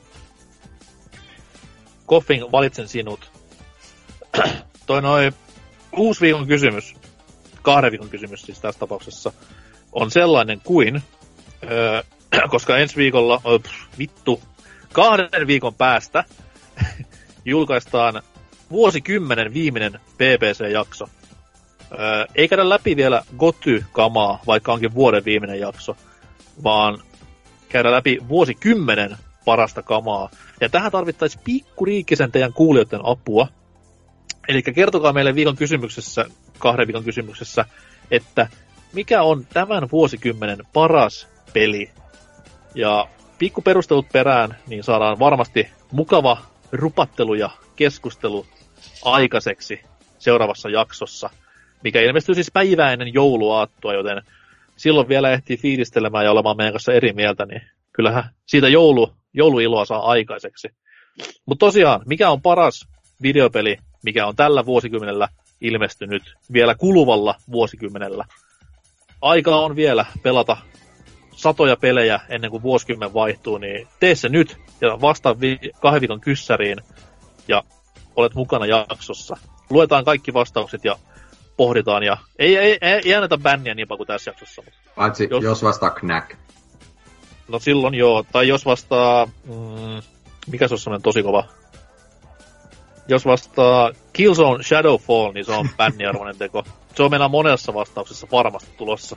Koffing, valitsen sinut. Toi noi uusi viikon kysymys, kahden viikon kysymys siis tässä tapauksessa, on sellainen kuin, öö, koska ensi viikolla, oh, pff, vittu, kahden viikon päästä julkaistaan vuosikymmenen viimeinen B B C-jakso. Öö, ei käydä läpi vielä Goty-kamaa, vaikka onkin vuoden viimeinen jakso, vaan käydä läpi vuosikymmenen parasta kamaa. Ja tähän tarvittaisiin pikkuriikkisen teidän kuulijoiden apua. Eli kertokaa meille viikon kysymyksessä, kahden viikon kysymyksessä, että mikä on tämän vuosikymmenen paras peli. Ja pikku perustelut perään, niin saadaan varmasti mukava rupattelu ja keskustelu aikaiseksi seuraavassa jaksossa, mikä ilmestyy siis päivää ennen jouluaattoa, joten silloin vielä ehtii fiilistelemään ja olemaan meidän kanssa eri mieltä, niin kyllähän siitä joulu, jouluiloa saa aikaiseksi. Mutta tosiaan, mikä on paras videopeli, mikä on tällä vuosikymmenellä ilmestynyt vielä kuluvalla vuosikymmenellä? Aika on vielä pelata satoja pelejä ennen kuin vuosikymmen vaihtuu, niin tee se nyt ja vastaa vi- kahden viikon kyssäriin ja olet mukana jaksossa. Luetaan kaikki vastaukset ja pohditaan ja ei, ei, ei, ei anneta bänniä niin paljon kuin tässä jaksossa. Paitsi jos, jos vastaa Knack. No silloin joo, tai jos vastaa, mm, mikä se on semmoinen tosi kova? Jos vastaa Killzone Shadowfall, niin se on bänniarvoinen teko. Se on meillä monessa vastauksessa varmasti tulossa.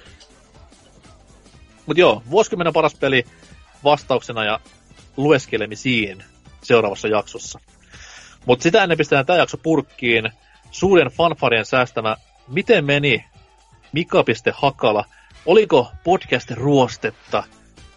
Mut joo, vuosikymmenen paras peli vastauksena ja lueskelemisiin seuraavassa jaksossa. Mut sitä ennen pistetään tää jakso purkkiin. Suuren fanfarien säästämä, miten meni Mika.Hakala? Oliko podcast ruostetta?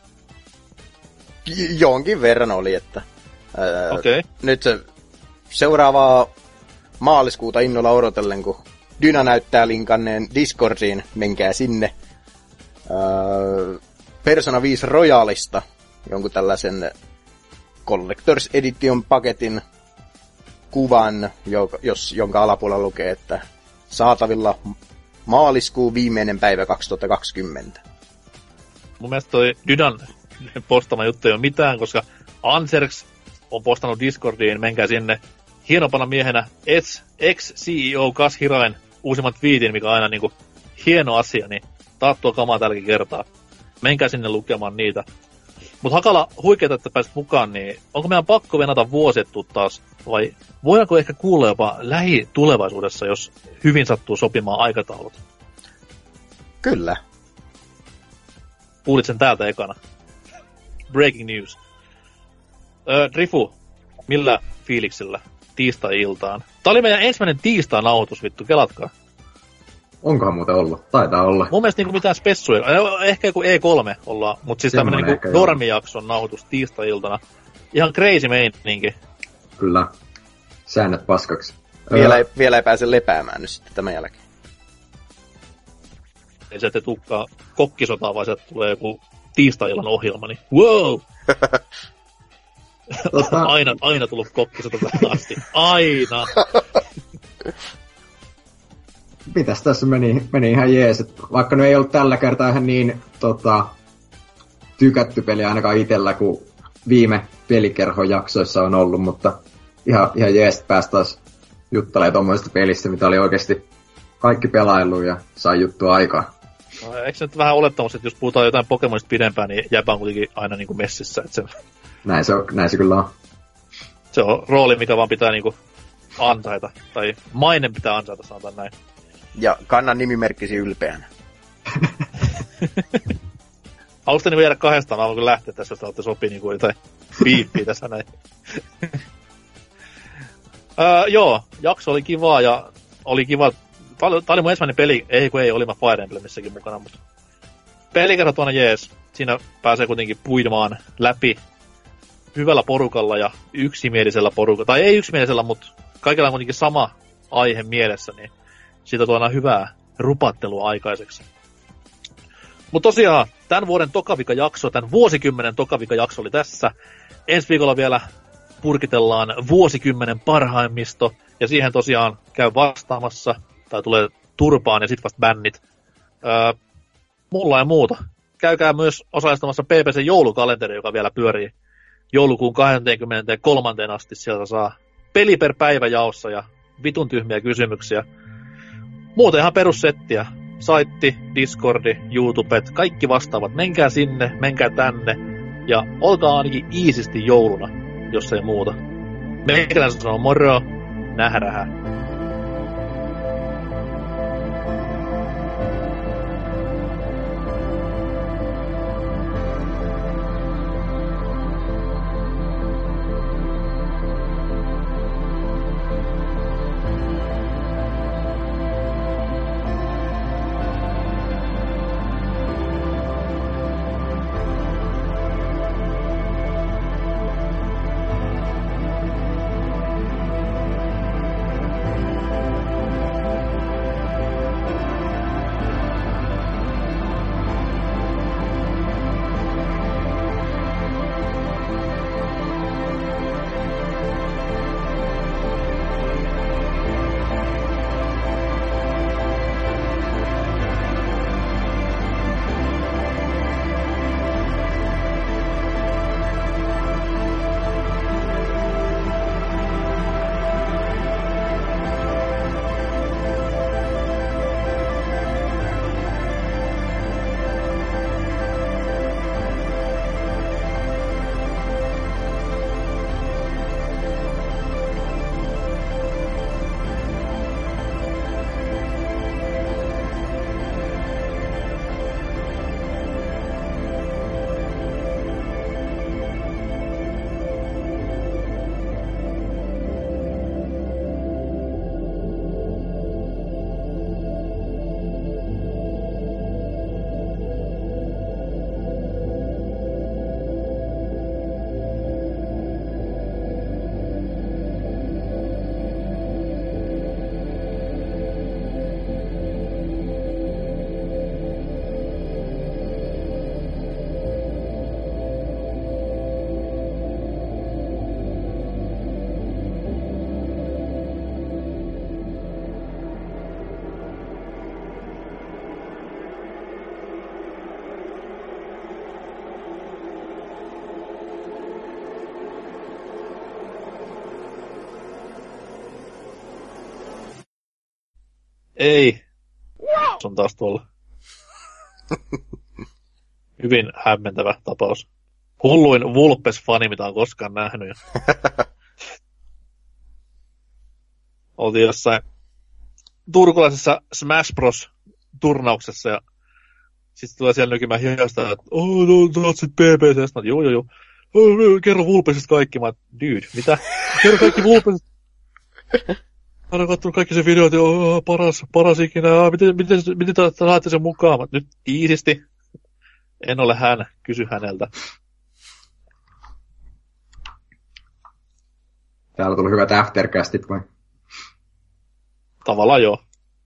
J- jonkin verran oli, että... Okei. Okay. Nyt se seuraavaa maaliskuuta innolla odotellen, kun Dyna näyttää linkanneen Discordiin, menkää sinne. Öö, Persona viisi Royalista, jonkun tällaisen Collector's Edition paketin kuvan, jos, jonka alapuolella lukee, että saatavilla maaliskuun viimeinen päivä kaksituhattakaksikymmentä. Mun mielestä toi Dynan postama juttu ei ole mitään, koska Anserx on postannut Discordiin, menkää sinne hienopana miehenä ex-C E O Kas Hirain uusimman tweetin, mikä on aina niinku hieno asia, niin taattua kamaa tälläkin kertaa. Menkää sinne lukemaan niitä. Mut Hakala, huikeeta, että pääsit mukaan, niin onko meidän pakko venata vuosettu taas, vai voidaanko ehkä kuulla jopa lähitulevaisuudessa, jos hyvin sattuu sopimaan aikataulut? Kyllä. kuulit sen täältä ekana. Breaking news. Öö, Drifu, millä fiiliksellä tiistai-iltaan? Tää oli meidän ensimmäinen tiistai-nauhoitus, vittu, kelatkaa. Onkohan muuten ollut? Taitaa olla. Mun mielestä niinku mitään spessuja, ehkä joku E kolme ollaan, mutta siis tämmönen niinku normijakson nauhoitus tiistai-iltana. Ihan crazy meininki. Kyllä. Säännöt paskaksi. Vielä, öö. ei, vielä ei pääse lepäämään nyt sitten tämän jälkeen. Ei se, että tukkaa kokkisotaa, vaan sieltä tulee joku tiistai-illan ohjelma, niin wow! Tota... aina, aina tullut kokkisota tähän asti. Aina! Mitäs tässä meni, meni ihan jees, että vaikka nyt ei ollut tällä kertaa ihan niin tota, tykätty peli ainakaan itsellä, kuin viime pelikerhon jaksoissa on ollut, mutta ihan, ihan jees, että pääsi taas juttelemaan tuommoisesta pelistä, mitä oli oikeasti kaikki pelailu ja sai juttua aikaa. No, eikö se nyt vähän olettamassa, että jos puhutaan jotain Pokemonista pidempään, niin jäpä on kuitenkin aina niin kuin messissä. Että se... Näin, se on, näin se kyllä on. Se on rooli, mikä vaan pitää niin kuin ansaita, tai mainen pitää ansaita, sanotaan näin. Ja kannan nimimerkkisi ylpeänä. Haluaisi te niin jäädä kahdestaan, mä voin kyllä lähteä tässä, jos te olette sopii niin kuin jotain piippiä tässä näin. öö, joo, jakso oli kivaa ja oli kiva. Tää oli mun ensimmäinen peli, ei kun ei, oli mä Fire Emblemissäkin mukana, mutta pelikerho tuonne jees. Siinä pääsee kuitenkin puimaan läpi hyvällä porukalla ja yksimielisellä porukalla. Tai ei yksimielisellä, mutta kaikilla on kuitenkin sama aihe mielessä, niin siitä tuodaan hyvää rupattelua aikaiseksi. Mutta tosiaan, tämän vuoden Tokavika-jakso, tämän vuosikymmenen Tokavika-jakso oli tässä. Ensi viikolla vielä purkitellaan vuosikymmenen parhaimmisto, ja siihen tosiaan käy vastaamassa, tai tulee turpaan ja sit vasta bännit. Öö, mulla ei muuta. Käykää myös osallistumassa P P C-joulukalenteri, joka vielä pyörii joulukuun kaksikymmentäkolme asti. Sieltä saa peli per päivä jaossa ja vitun tyhmiä kysymyksiä. Muuten ihan perussettiä. Saitti, Discordi, YouTubet, kaikki vastaavat. Menkää sinne, menkää tänne ja olkaa ainakin iisisti jouluna, jos ei muuta. Meikälänsä sanoo moro, nähdään. Ei. Se on taas tuolla. Hyvin hämmentävä tapaus. Hulluin Vulpes-fani, mitä on koskaan nähnyt. Oltiin jossain turkulaisessa Smash Bros. Turnauksessa ja Sitten tulee siellä nykimään hiasta, että oh, no, sä oot sit B B C. Sitten joo, joo, joo. Oh, kerro Vulpesista kaikki. Mä dude, mitä? Kerro kaikki Vulpesista. Hän on kattonut kaikki sen videot, ja oh, paras, paras ikinä. Ah, miten, miten, miten te saatte sen mukaan? Mä, nyt iisisti. En ole hän, kysy häneltä. Täällä on tullut hyvät aftercastit vai? Tavallaan joo.